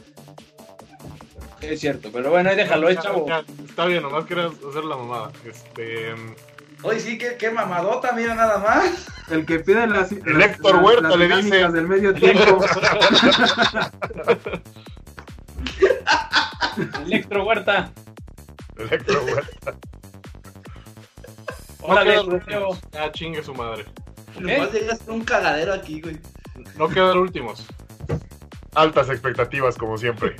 Es cierto, pero bueno, ahí déjalo, eh, Ya, chavo. ya, está bien, nomás quería hacer la mamada. Este. Hoy sí, que qué mamadota, mira nada más. El que pide las, El Héctor Huerta le dice. dinámicas del medio tiempo. Electro Huerta. Electro, güey. Órale, no tu quedar deseo. últimos. Ah, chingue su madre. Nomás llegas a un cagadero aquí, güey. No quedar últimos. Altas expectativas, como siempre.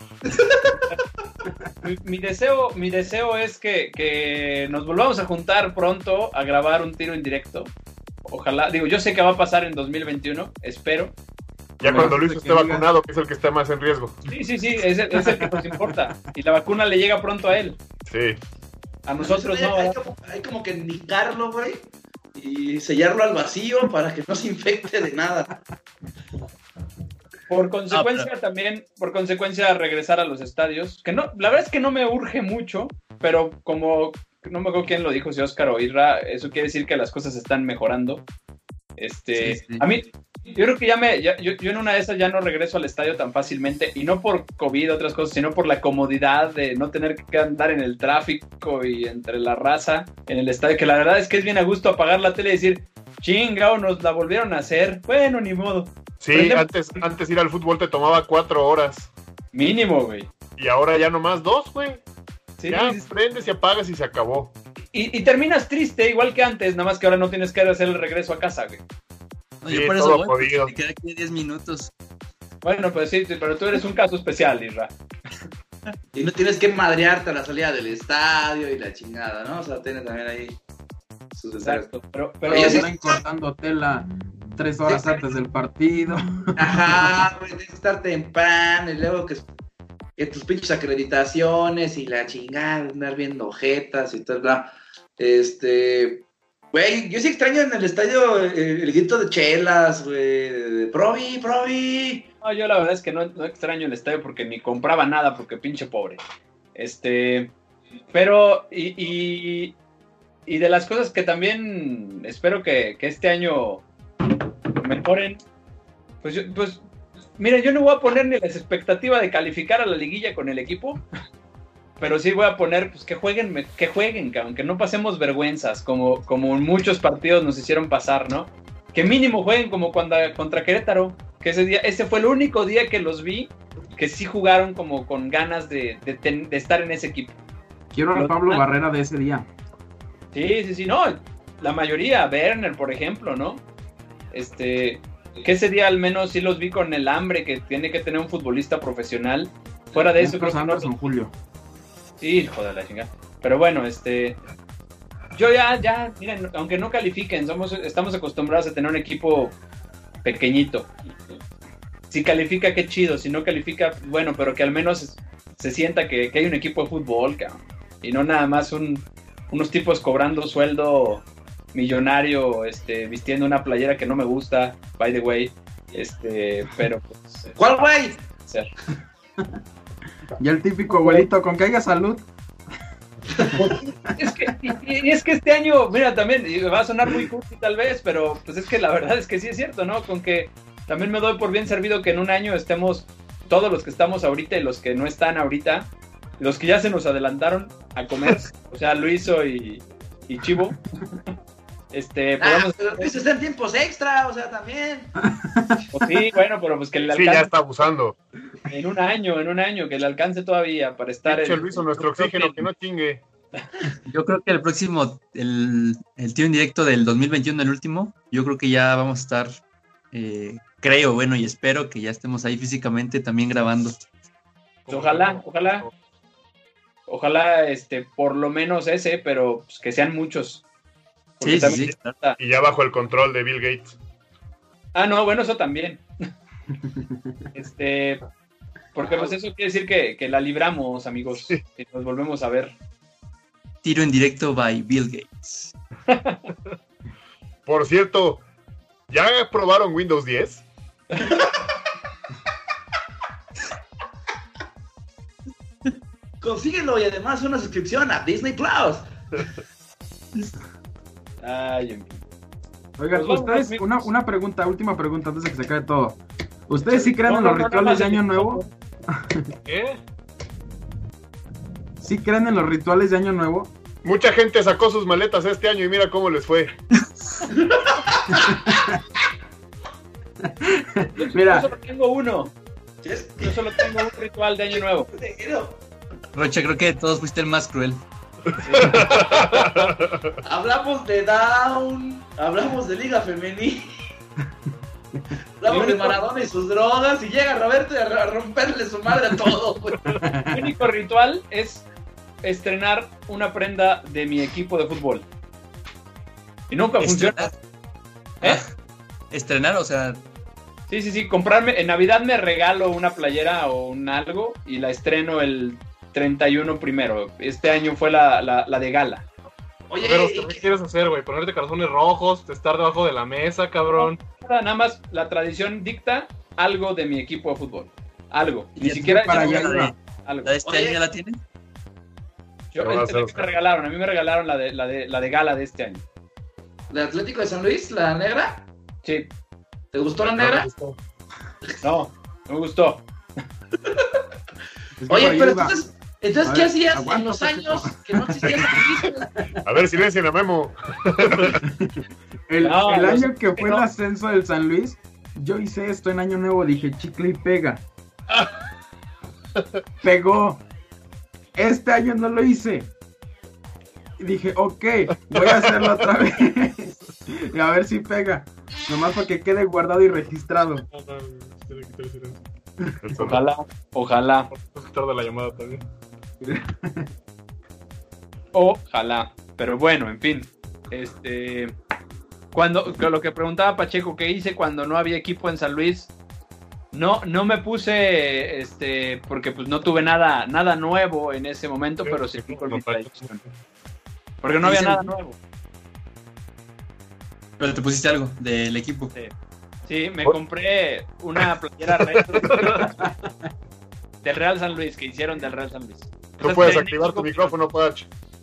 Mi, mi deseo, mi deseo es que, que nos volvamos a juntar pronto a grabar un tiro en directo. Ojalá, digo, yo sé que va a pasar en dos mil veintiuno, espero. Ya cuando Luis Que esté diga. vacunado, que es el que está más en riesgo. Sí, sí, sí, es el, es el que nos importa. Y la vacuna le llega pronto a él. Sí. A nosotros hay, no. hay, ¿verdad? como, hay como que nicarlo, güey. Y sellarlo al vacío para que no se infecte de nada. Por consecuencia también, por consecuencia regresar a los estadios, que no, la verdad es que no me urge mucho, pero como no me acuerdo quién lo dijo, si Oscar o Irra, eso quiere decir que las cosas están mejorando. Este, Sí, sí. a mí, yo creo que ya me, ya- yo, yo en una de esas ya no regreso al estadio tan fácilmente, y no por COVID, otras cosas, sino por la comodidad de no tener que andar en el tráfico y entre la raza en el estadio, que la verdad es que es bien a gusto apagar la tele y decir, chingao, nos la volvieron a hacer, bueno, ni modo. Sí, Prende- antes, antes ir al fútbol te tomaba cuatro horas. Mínimo, güey. Y ahora ya nomás dos, güey. Sí, Ya sí, sí. prendes y apagas y se acabó. Y, y terminas triste, igual que antes, nada más que ahora no tienes que hacer el regreso a casa, güey. No, yo Sí, por eso todo voy, porque jodido. me quedé aquí diez minutos. Bueno, pues sí, sí, pero tú eres un caso especial, Isra. Y no tienes que madrearte a la salida del estadio y la chingada, ¿no? O sea, tienes también ahí sus detalles. Exacto. Pero, pero Oye, sí. Están cortando tela tres horas antes del partido. Ajá, güey, tienes que estar temprano y luego que, que tus pinches acreditaciones y la chingada, andar viendo ojetas y todo, bla. Este, güey, yo sí extraño en el estadio el, el grito de chelas, güey, de Provi, Provi. no, yo la verdad es que no, no extraño el estadio porque ni compraba nada porque pinche pobre. Este, pero, y, y, y de las cosas que también espero que, que este año mejoren, pues, yo, pues, mira, yo no voy a poner ni la expectativa de calificar a la liguilla con el equipo, pero sí voy a poner, pues, que jueguen, que jueguen, cabrón, que no pasemos vergüenzas, como, como en muchos partidos nos hicieron pasar, ¿no? Que mínimo jueguen como cuando, contra Querétaro, que ese día, ese fue el único día que los vi, que sí jugaron como con ganas de, de, ten- de estar en ese equipo. Quiero a Los- Pablo Barrera de ese día. Sí, sí, sí, no, la mayoría, Werner, por ejemplo, ¿no? Este, que ese día al menos sí los vi con el hambre que tiene que tener un futbolista profesional. Fuera de eso, creo Marcos que no- Anderson, Julio. Sí, joder, la chingada. Pero bueno, este. Yo ya, ya, miren, aunque no califiquen, somos, estamos acostumbrados a tener un equipo pequeñito. Si califica, qué chido. Si no califica, bueno, pero que al menos se sienta que, que hay un equipo de fútbol, cabrón. Y no nada más un, unos tipos cobrando sueldo millonario, este, vistiendo una playera que no me gusta, by the way. Este, pero pues. ¿Cuál, güey? Ser. Y el típico abuelito, con que haya salud. Es que, y, y es que este año, mira, también, y va a sonar muy cursi tal vez, pero pues es que la verdad es que sí es cierto, ¿no? Con que también me doy por bien servido que en un año estemos, todos los que estamos ahorita y los que no están ahorita, los que ya se nos adelantaron a comer, o sea, Luiso y, y Chivo, este, Ah, podamos... pero Luis está en tiempos extra, o sea, también. Pues sí, bueno, pero pues que le Sí, ya alcance está abusando. en un año, en un año, que le alcance todavía para estar... Pinche en- Luis, nuestro yo creo oxígeno, que- que no chingue. Yo creo que el próximo, el, el tiro indirecto del dos mil veintiuno, el último, yo creo que ya vamos a estar, eh, creo, bueno, y espero que ya estemos ahí físicamente también grabando. Pues ojalá, ojalá. Ojalá, este, por lo menos ese, pero pues, que sean muchos. Porque Sí, sí, también- sí, claro. Y ya bajo el control de Bill Gates. Ah, no, bueno, eso también. este, porque pues eso quiere decir que, que la libramos, amigos, Sí. y nos volvemos a ver. Tiro en directo by Bill Gates. Por cierto, ¿ya probaron Windows diez? Consíguelo y además una suscripción a Disney Plus. Ay, en fin. Oigan, Pues vamos, ustedes, amigos. una, una pregunta, última pregunta antes de que se acabe todo. ¿Ustedes sí creen No, en no, los no, rituales nada de más Año el- Nuevo? ¿Qué? ¿Sí creen en los rituales de Año Nuevo? Mucha gente sacó sus maletas este año y mira cómo les fue. Mira. Yo solo tengo uno. ¿Sí es? Yo solo tengo un ritual de Año Nuevo. Negro. Rocha, creo que todos fuiste el más cruel. Hablamos de Down, hablamos de Liga Femenil, hablamos de Maradona y sus drogas, y llega Roberto a a romperle su madre a todo, güey. Mi único ritual es estrenar una prenda de mi equipo de fútbol. Y nunca funciona. Estrenar. ¿Eh? Ah, estrenar, o sea, Sí, sí, sí, comprarme, en Navidad me regalo una playera o un algo y la estreno el treinta y uno primero. Este año fue la, la, la de gala. Oye, Pero, ¿y ¿qué qué- quieres hacer, güey? ¿Ponerte calzones rojos? ¿Estar debajo de la mesa, cabrón? Nada, nada más la tradición dicta algo de mi equipo de fútbol. Algo. Ni ya siquiera para ya allá no- iba. algo. ¿la de este Oye. año ya la tienen? Yo, Lo vas a este, me buscar. regalaron, a mí me regalaron la de, la de, la de gala de este año. ¿de Atlético de San Luis, la negra? Sí. ¿Te gustó la negra? No, no me gustó. Oye, pero entonces, entonces ¿qué hacías en los años que no existían? A ver, silencien a Memo. El, No, el no año sé que qué fue no. el ascenso del San Luis, yo hice esto en Año Nuevo, dije chicle y pega. Pegó. Este año no lo hice. Y dije, ok, voy a hacerlo otra vez. Y a ver si pega. Nomás para que quede guardado y registrado. Ojalá, ojalá, de la llamada también. ojalá. Pero bueno, en fin. Este. Cuando lo que preguntaba Pacheco, ¿qué hice cuando no había equipo en San Luis? No, no me puse, este, porque pues no tuve nada, nada nuevo en ese momento, pero sí fui con mi tradición. Porque no había Sí, nada sí. nuevo. Pero te pusiste algo del equipo. Sí, sí, me compré una playera retro del Real San Luis, que hicieron del Real San Luis. Tú Esas puedes que- activar tu micrófono, Pach.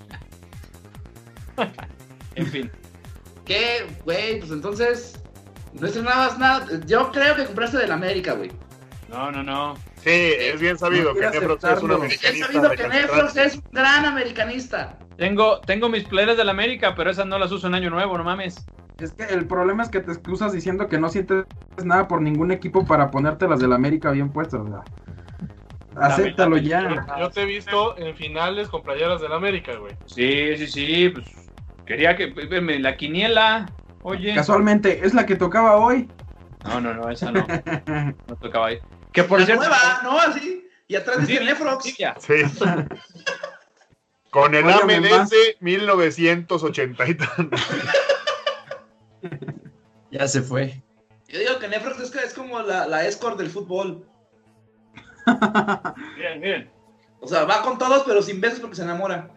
En fin. ¿Qué, güey? Pues entonces, no estrenabas nada. Yo creo que compraste del América, güey. No, no, no. Sí, es bien sabido No que quiero Nefrox es un aceptarlo. He americanista. sabido que recalcitrante. Nefrox es un gran americanista. Tengo, tengo mis playeras del América, pero esas no las uso en Año Nuevo, no mames. Es que el problema es que te excusas diciendo que no sientes nada por ningún equipo para ponerte las del América bien puestas, o sea. Acéptalo ya. Yo te he visto en finales con playeras del América, güey. Sí, sí, sí, pues quería que me la quiniela. Oye. Casualmente, es la que tocaba hoy. No, no, no, esa no. No tocaba ahí. Que por La cierto. nueva, ¿no? Así. Y atrás dice Sí, Nefrox. sí, ya. Sí. Con el Óyame A M más. desde mil novecientos ochenta y tantos. Ya se fue. Yo digo que Nefrox es, es como la, la escort del fútbol. Miren, miren. O sea, va con todos, pero sin besos porque se enamora.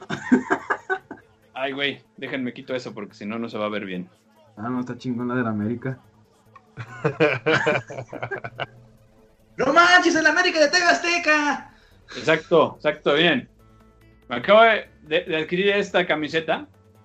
Ay, güey, déjenme quito eso porque si no, no se va a ver bien. Ah, no, está chingón la del América. ¡No manches, el América de T V Azteca! Exacto, exacto, bien. Me acabo de, de- de adquirir esta camiseta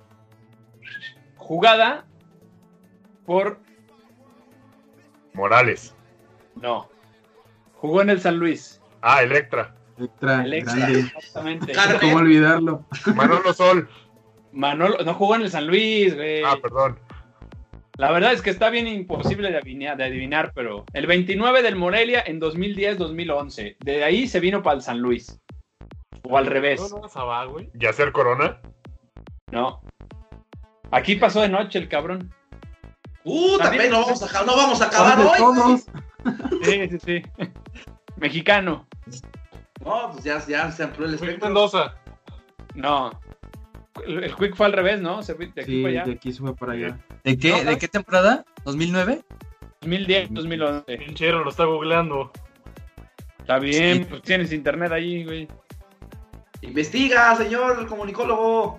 jugada por... Morales. No. Jugó en el San Luis. Ah, Electra. Electra, Alexa, grande. exactamente. Carmen. ¿Cómo olvidarlo? Manolo Sol. Manolo, no jugó en el San Luis, güey. Ah, perdón. La verdad es que está bien imposible de adivinar, de adivinar, pero el veintinueve del Morelia en dos mil diez dos mil once. De ahí se vino para el San Luis. O al revés. No, no, Sabá, güey. Yacer Corona. No. Aquí pasó de noche el cabrón. Uh, también no vamos a, no vamos a acabar ¿Dónde hoy. todos? Sí, sí, sí. Mexicano. No, pues ya, ya se amplió el Quick espectro. Mendoza. No. El, el Quick fue al revés, ¿no? Se fue de aquí Sí, para allá. de aquí se fue para allá. ¿De qué, ¿de qué temporada? ¿dos mil nueve? dos mil diez dos mil once. Pinchero lo está googleando. Está bien, Sí. pues tienes internet ahí, güey. Investiga, señor comunicólogo.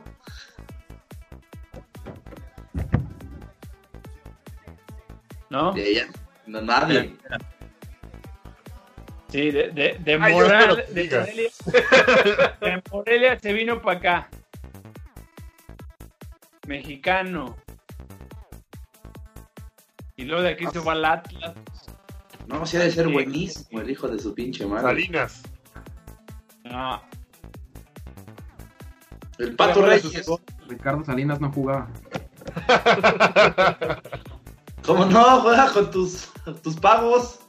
¿No? De ella. No, nadie. Sí, de, de, de, Ay, yo Moral- espero que de, digas. Morelia, de Morelia se vino para acá. Mexicano. Y luego de aquí se fue al Atlas. No, sí ha de ser Sí. buenísimo el hijo de su pinche madre. Salinas. No. El Pato Reyes. Ricardo Salinas no jugaba. ¿Cómo no? Juega con tus, tus pagos.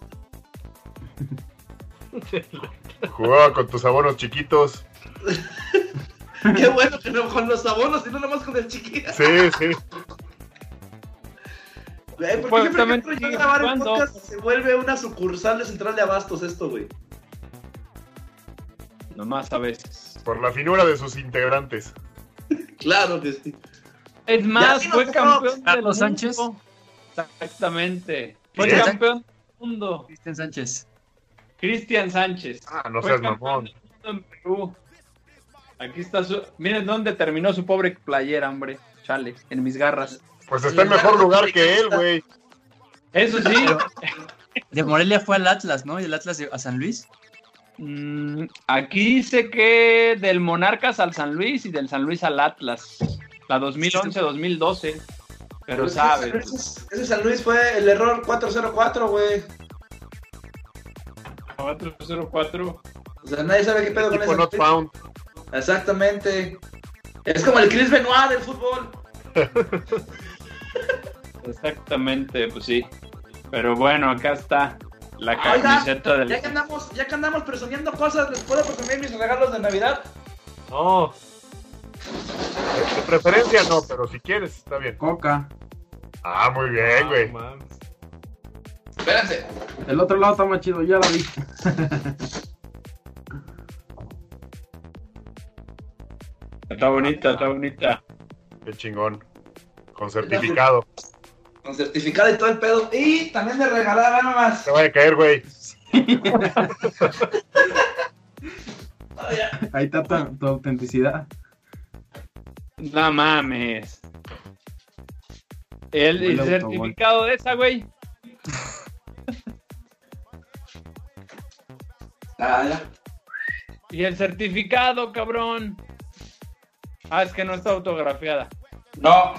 Jugaba con tus abonos chiquitos. Qué bueno que no con los abonos, sino nomás con el chiquito. Sí, sí. Güey, ¿por qué siempre que Supuestamente entro yo a sigue grabar el jugando. podcast se vuelve una sucursal de Central de Abastos esto, güey? Nomás a veces. Por la finura de sus integrantes. Claro que sí. Es más, Ya, fue dinos, campeón del Carlos mundo. Sánchez. Exactamente. Fue ¿Quién? campeón del mundo. Cristian Sánchez. Cristian Sánchez. Ah, no Fue seas campeón mamón. del mundo en Perú. Aquí está su... Miren dónde terminó su pobre playera, hombre. Chale, en mis garras. Pues está en mejor lugar que él, güey. Eso sí. De Morelia fue al Atlas, ¿no? Y el Atlas a San Luis. Mm, aquí dice que del Monarcas al San Luis y del San Luis al Atlas. La dos mil once dos mil doce. Pero Ese- sabes. Ese, ese San Luis fue el error cuatro cero cuatro, güey. cuatro cero cuatro. O sea, nadie sabe qué pedo con Equipo ese. not found. Exactamente. Es como el Chris Benoit del fútbol. Exactamente, pues sí. Pero bueno, acá está la Oiga, camiseta del. ya que andamos, ya que andamos presumiendo cosas, ¿les puedo presumir mis regalos de Navidad? No. De preferencia no, pero si quieres, está bien. Coca. Ah, muy bien, güey. No mames. Espérense. El otro lado está más chido, ya la vi. Está bonita, está bonita. Qué chingón. Con certificado. Con certificado y todo el pedo. Y también me regalaba nomás. Te vaya a caer, güey. Oh, ya. Ahí está tu, tu autenticidad. No mames. El, el Huele autogol. certificado de esa, güey. Ah, ya. Y el certificado, cabrón. Ah, es que no está autografiada. No.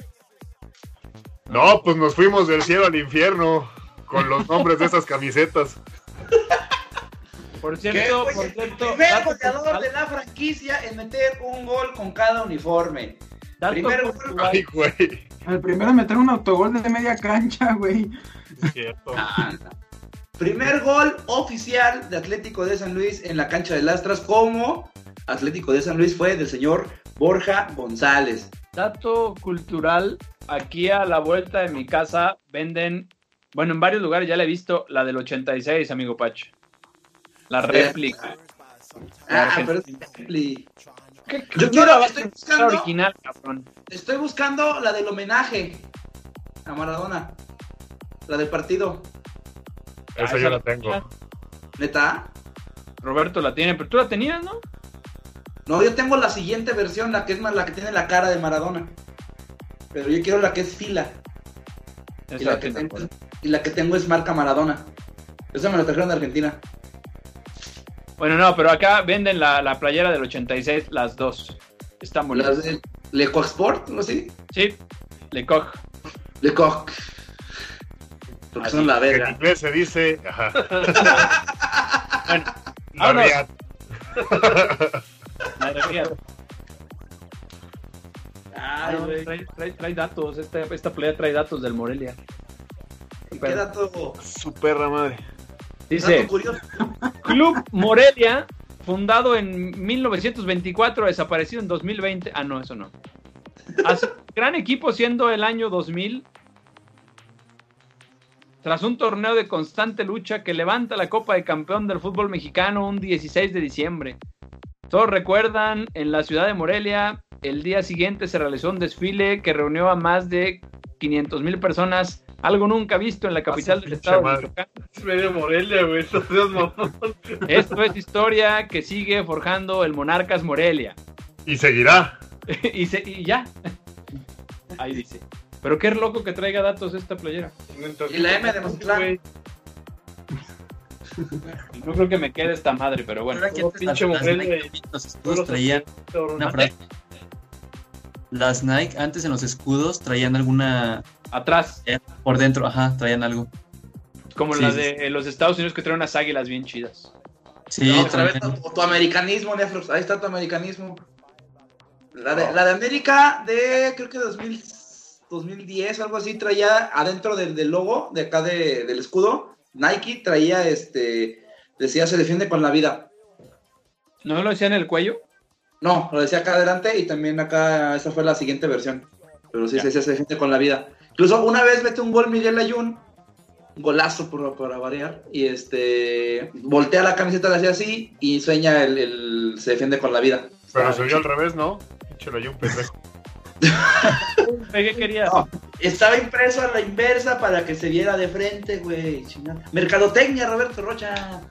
No, pues nos fuimos del cielo al infierno con los nombres de esas camisetas. Por ¿Qué, cierto, güey? por El cierto. primer dato goleador cultural- de la franquicia en meter un gol con cada uniforme. dato primer gol. cultural- Ay, güey. El primero en meter un autogol de media cancha, güey. Es cierto. Ah, no. Primer gol oficial de Atlético de San Luis en la cancha de Lastras como Atlético de San Luis fue del señor Borja González. Dato cultural, aquí a la vuelta de mi casa venden, bueno, en varios lugares ya la he visto, la del ochenta y seis, amigo Pacho. La réplica. La Ah, pero Argentina. es Simpli. ¿Qué- Yo qué- quiero, la estoy buscando, original, cabrón. estoy buscando la del homenaje a Maradona. La del partido. Esa Ah, yo la la tengo. tenía. ¿Neta? Roberto la tiene, pero tú la tenías, ¿no? No, yo tengo la siguiente versión, la que es más la que tiene la cara de Maradona. Pero yo quiero la que es fila. Y Esa la, la que tengo. tengo, y la que tengo es marca Maradona. Esa me la trajeron de Argentina. Bueno, no, pero acá venden la, la playera del ochenta y seis, las dos. Están bonitas. Las de Le Coq Sport, ¿no? Sí. Sí, Le Coq. Le Coq. Porque Así, son la En verga. inglés se dice. Ajá. Bueno, La vámonos. Riad. La realidad. Ay, No, güey. trae, trae- trae datos, esta, esta playa trae datos del Morelia. ¿Qué dato? Su perra madre. Dice, Dato curioso. Club Morelia, fundado en mil novecientos veinticuatro, desaparecido en dos mil veinte. Ah, no, eso no. Hace- gran equipo siendo el año dos mil. Tras un torneo de constante lucha que levanta la Copa de Campeón del fútbol mexicano un dieciséis de diciembre. Todos recuerdan, en la ciudad de Morelia, el día siguiente se realizó un desfile que reunió a más de quinientas mil personas, algo nunca visto en la capital su del pinche estado de madre. Michoacán. Es medio Morelia, güey. No seas mamón. Esto es historia que sigue forjando el Monarcas Morelia. Y seguirá. y, se- y ya. Ahí dice. Pero qué loco que traiga datos esta playera. Y la M de Mazatlán. Güey. No creo que me quede esta madre, pero bueno. ¿Verdad que todo antes pinche las- las Morelia Nike y- en los escudos traían una frase? Las Nike antes en los escudos traían alguna Atrás, eh, por dentro, ajá, traían algo. como Sí, la sí, de los Estados Unidos que traen unas águilas bien chidas. Sí, No, otra vez traían- tu, tu americanismo, Nefrox. Ahí está tu americanismo. La de, la de América de, creo que dos mil, dos mil diez o algo así, traía adentro del, del logo, de acá de- del escudo, Nike traía, este, decía, se defiende con la vida. ¿No lo decía en el cuello? No, lo decía acá adelante y también acá, esa fue la siguiente versión. Pero sí, Ya. se decía, se defiende con la vida. Incluso una vez mete un gol Miguel Ayun, un golazo por, para variar, y este, voltea la camiseta, la hacía así, y sueña el, el se defiende con la vida. Pero Ah, se vio al revés, ¿no? Pinche un pendejo. ¿Qué querías? No, estaba impreso a la inversa para que se viera de frente, güey. chingada. Mercadotecnia, Roberto Rocha.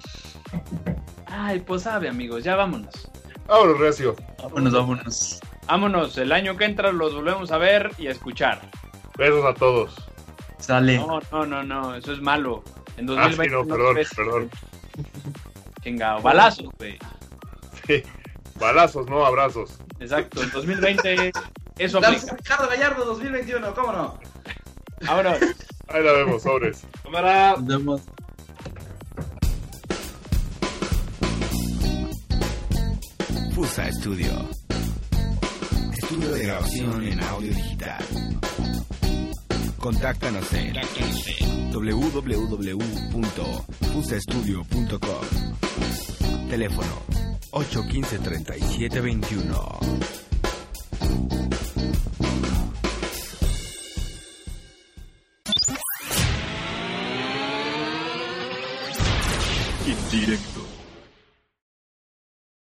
Ay, pues sabe, amigos, ya vámonos. Vámonos, Recio. Vámonos, vámonos. Vámonos, el año que entra los volvemos a ver y a escuchar. Besos a todos. Sale. No, no, no, no, eso es malo. En Ah, sí, dos mil veinte no, no perdón, crees. perdón. Chingado, balazos, güey. Sí. Balazos, no abrazos. Exacto, en dos mil veinte Eso Danza aplica. Ricardo Gallardo dos mil veintiuno, ¿cómo no? Ahora, Ahí la vemos, sobres. Cámara. Nos vemos. Fusa Studio. Estudio de grabación en audio digital. Contáctanos en doble u doble u doble u punto fusa studio punto com. Teléfono ocho uno cinco, treinta y siete veintiuno. Indirecto.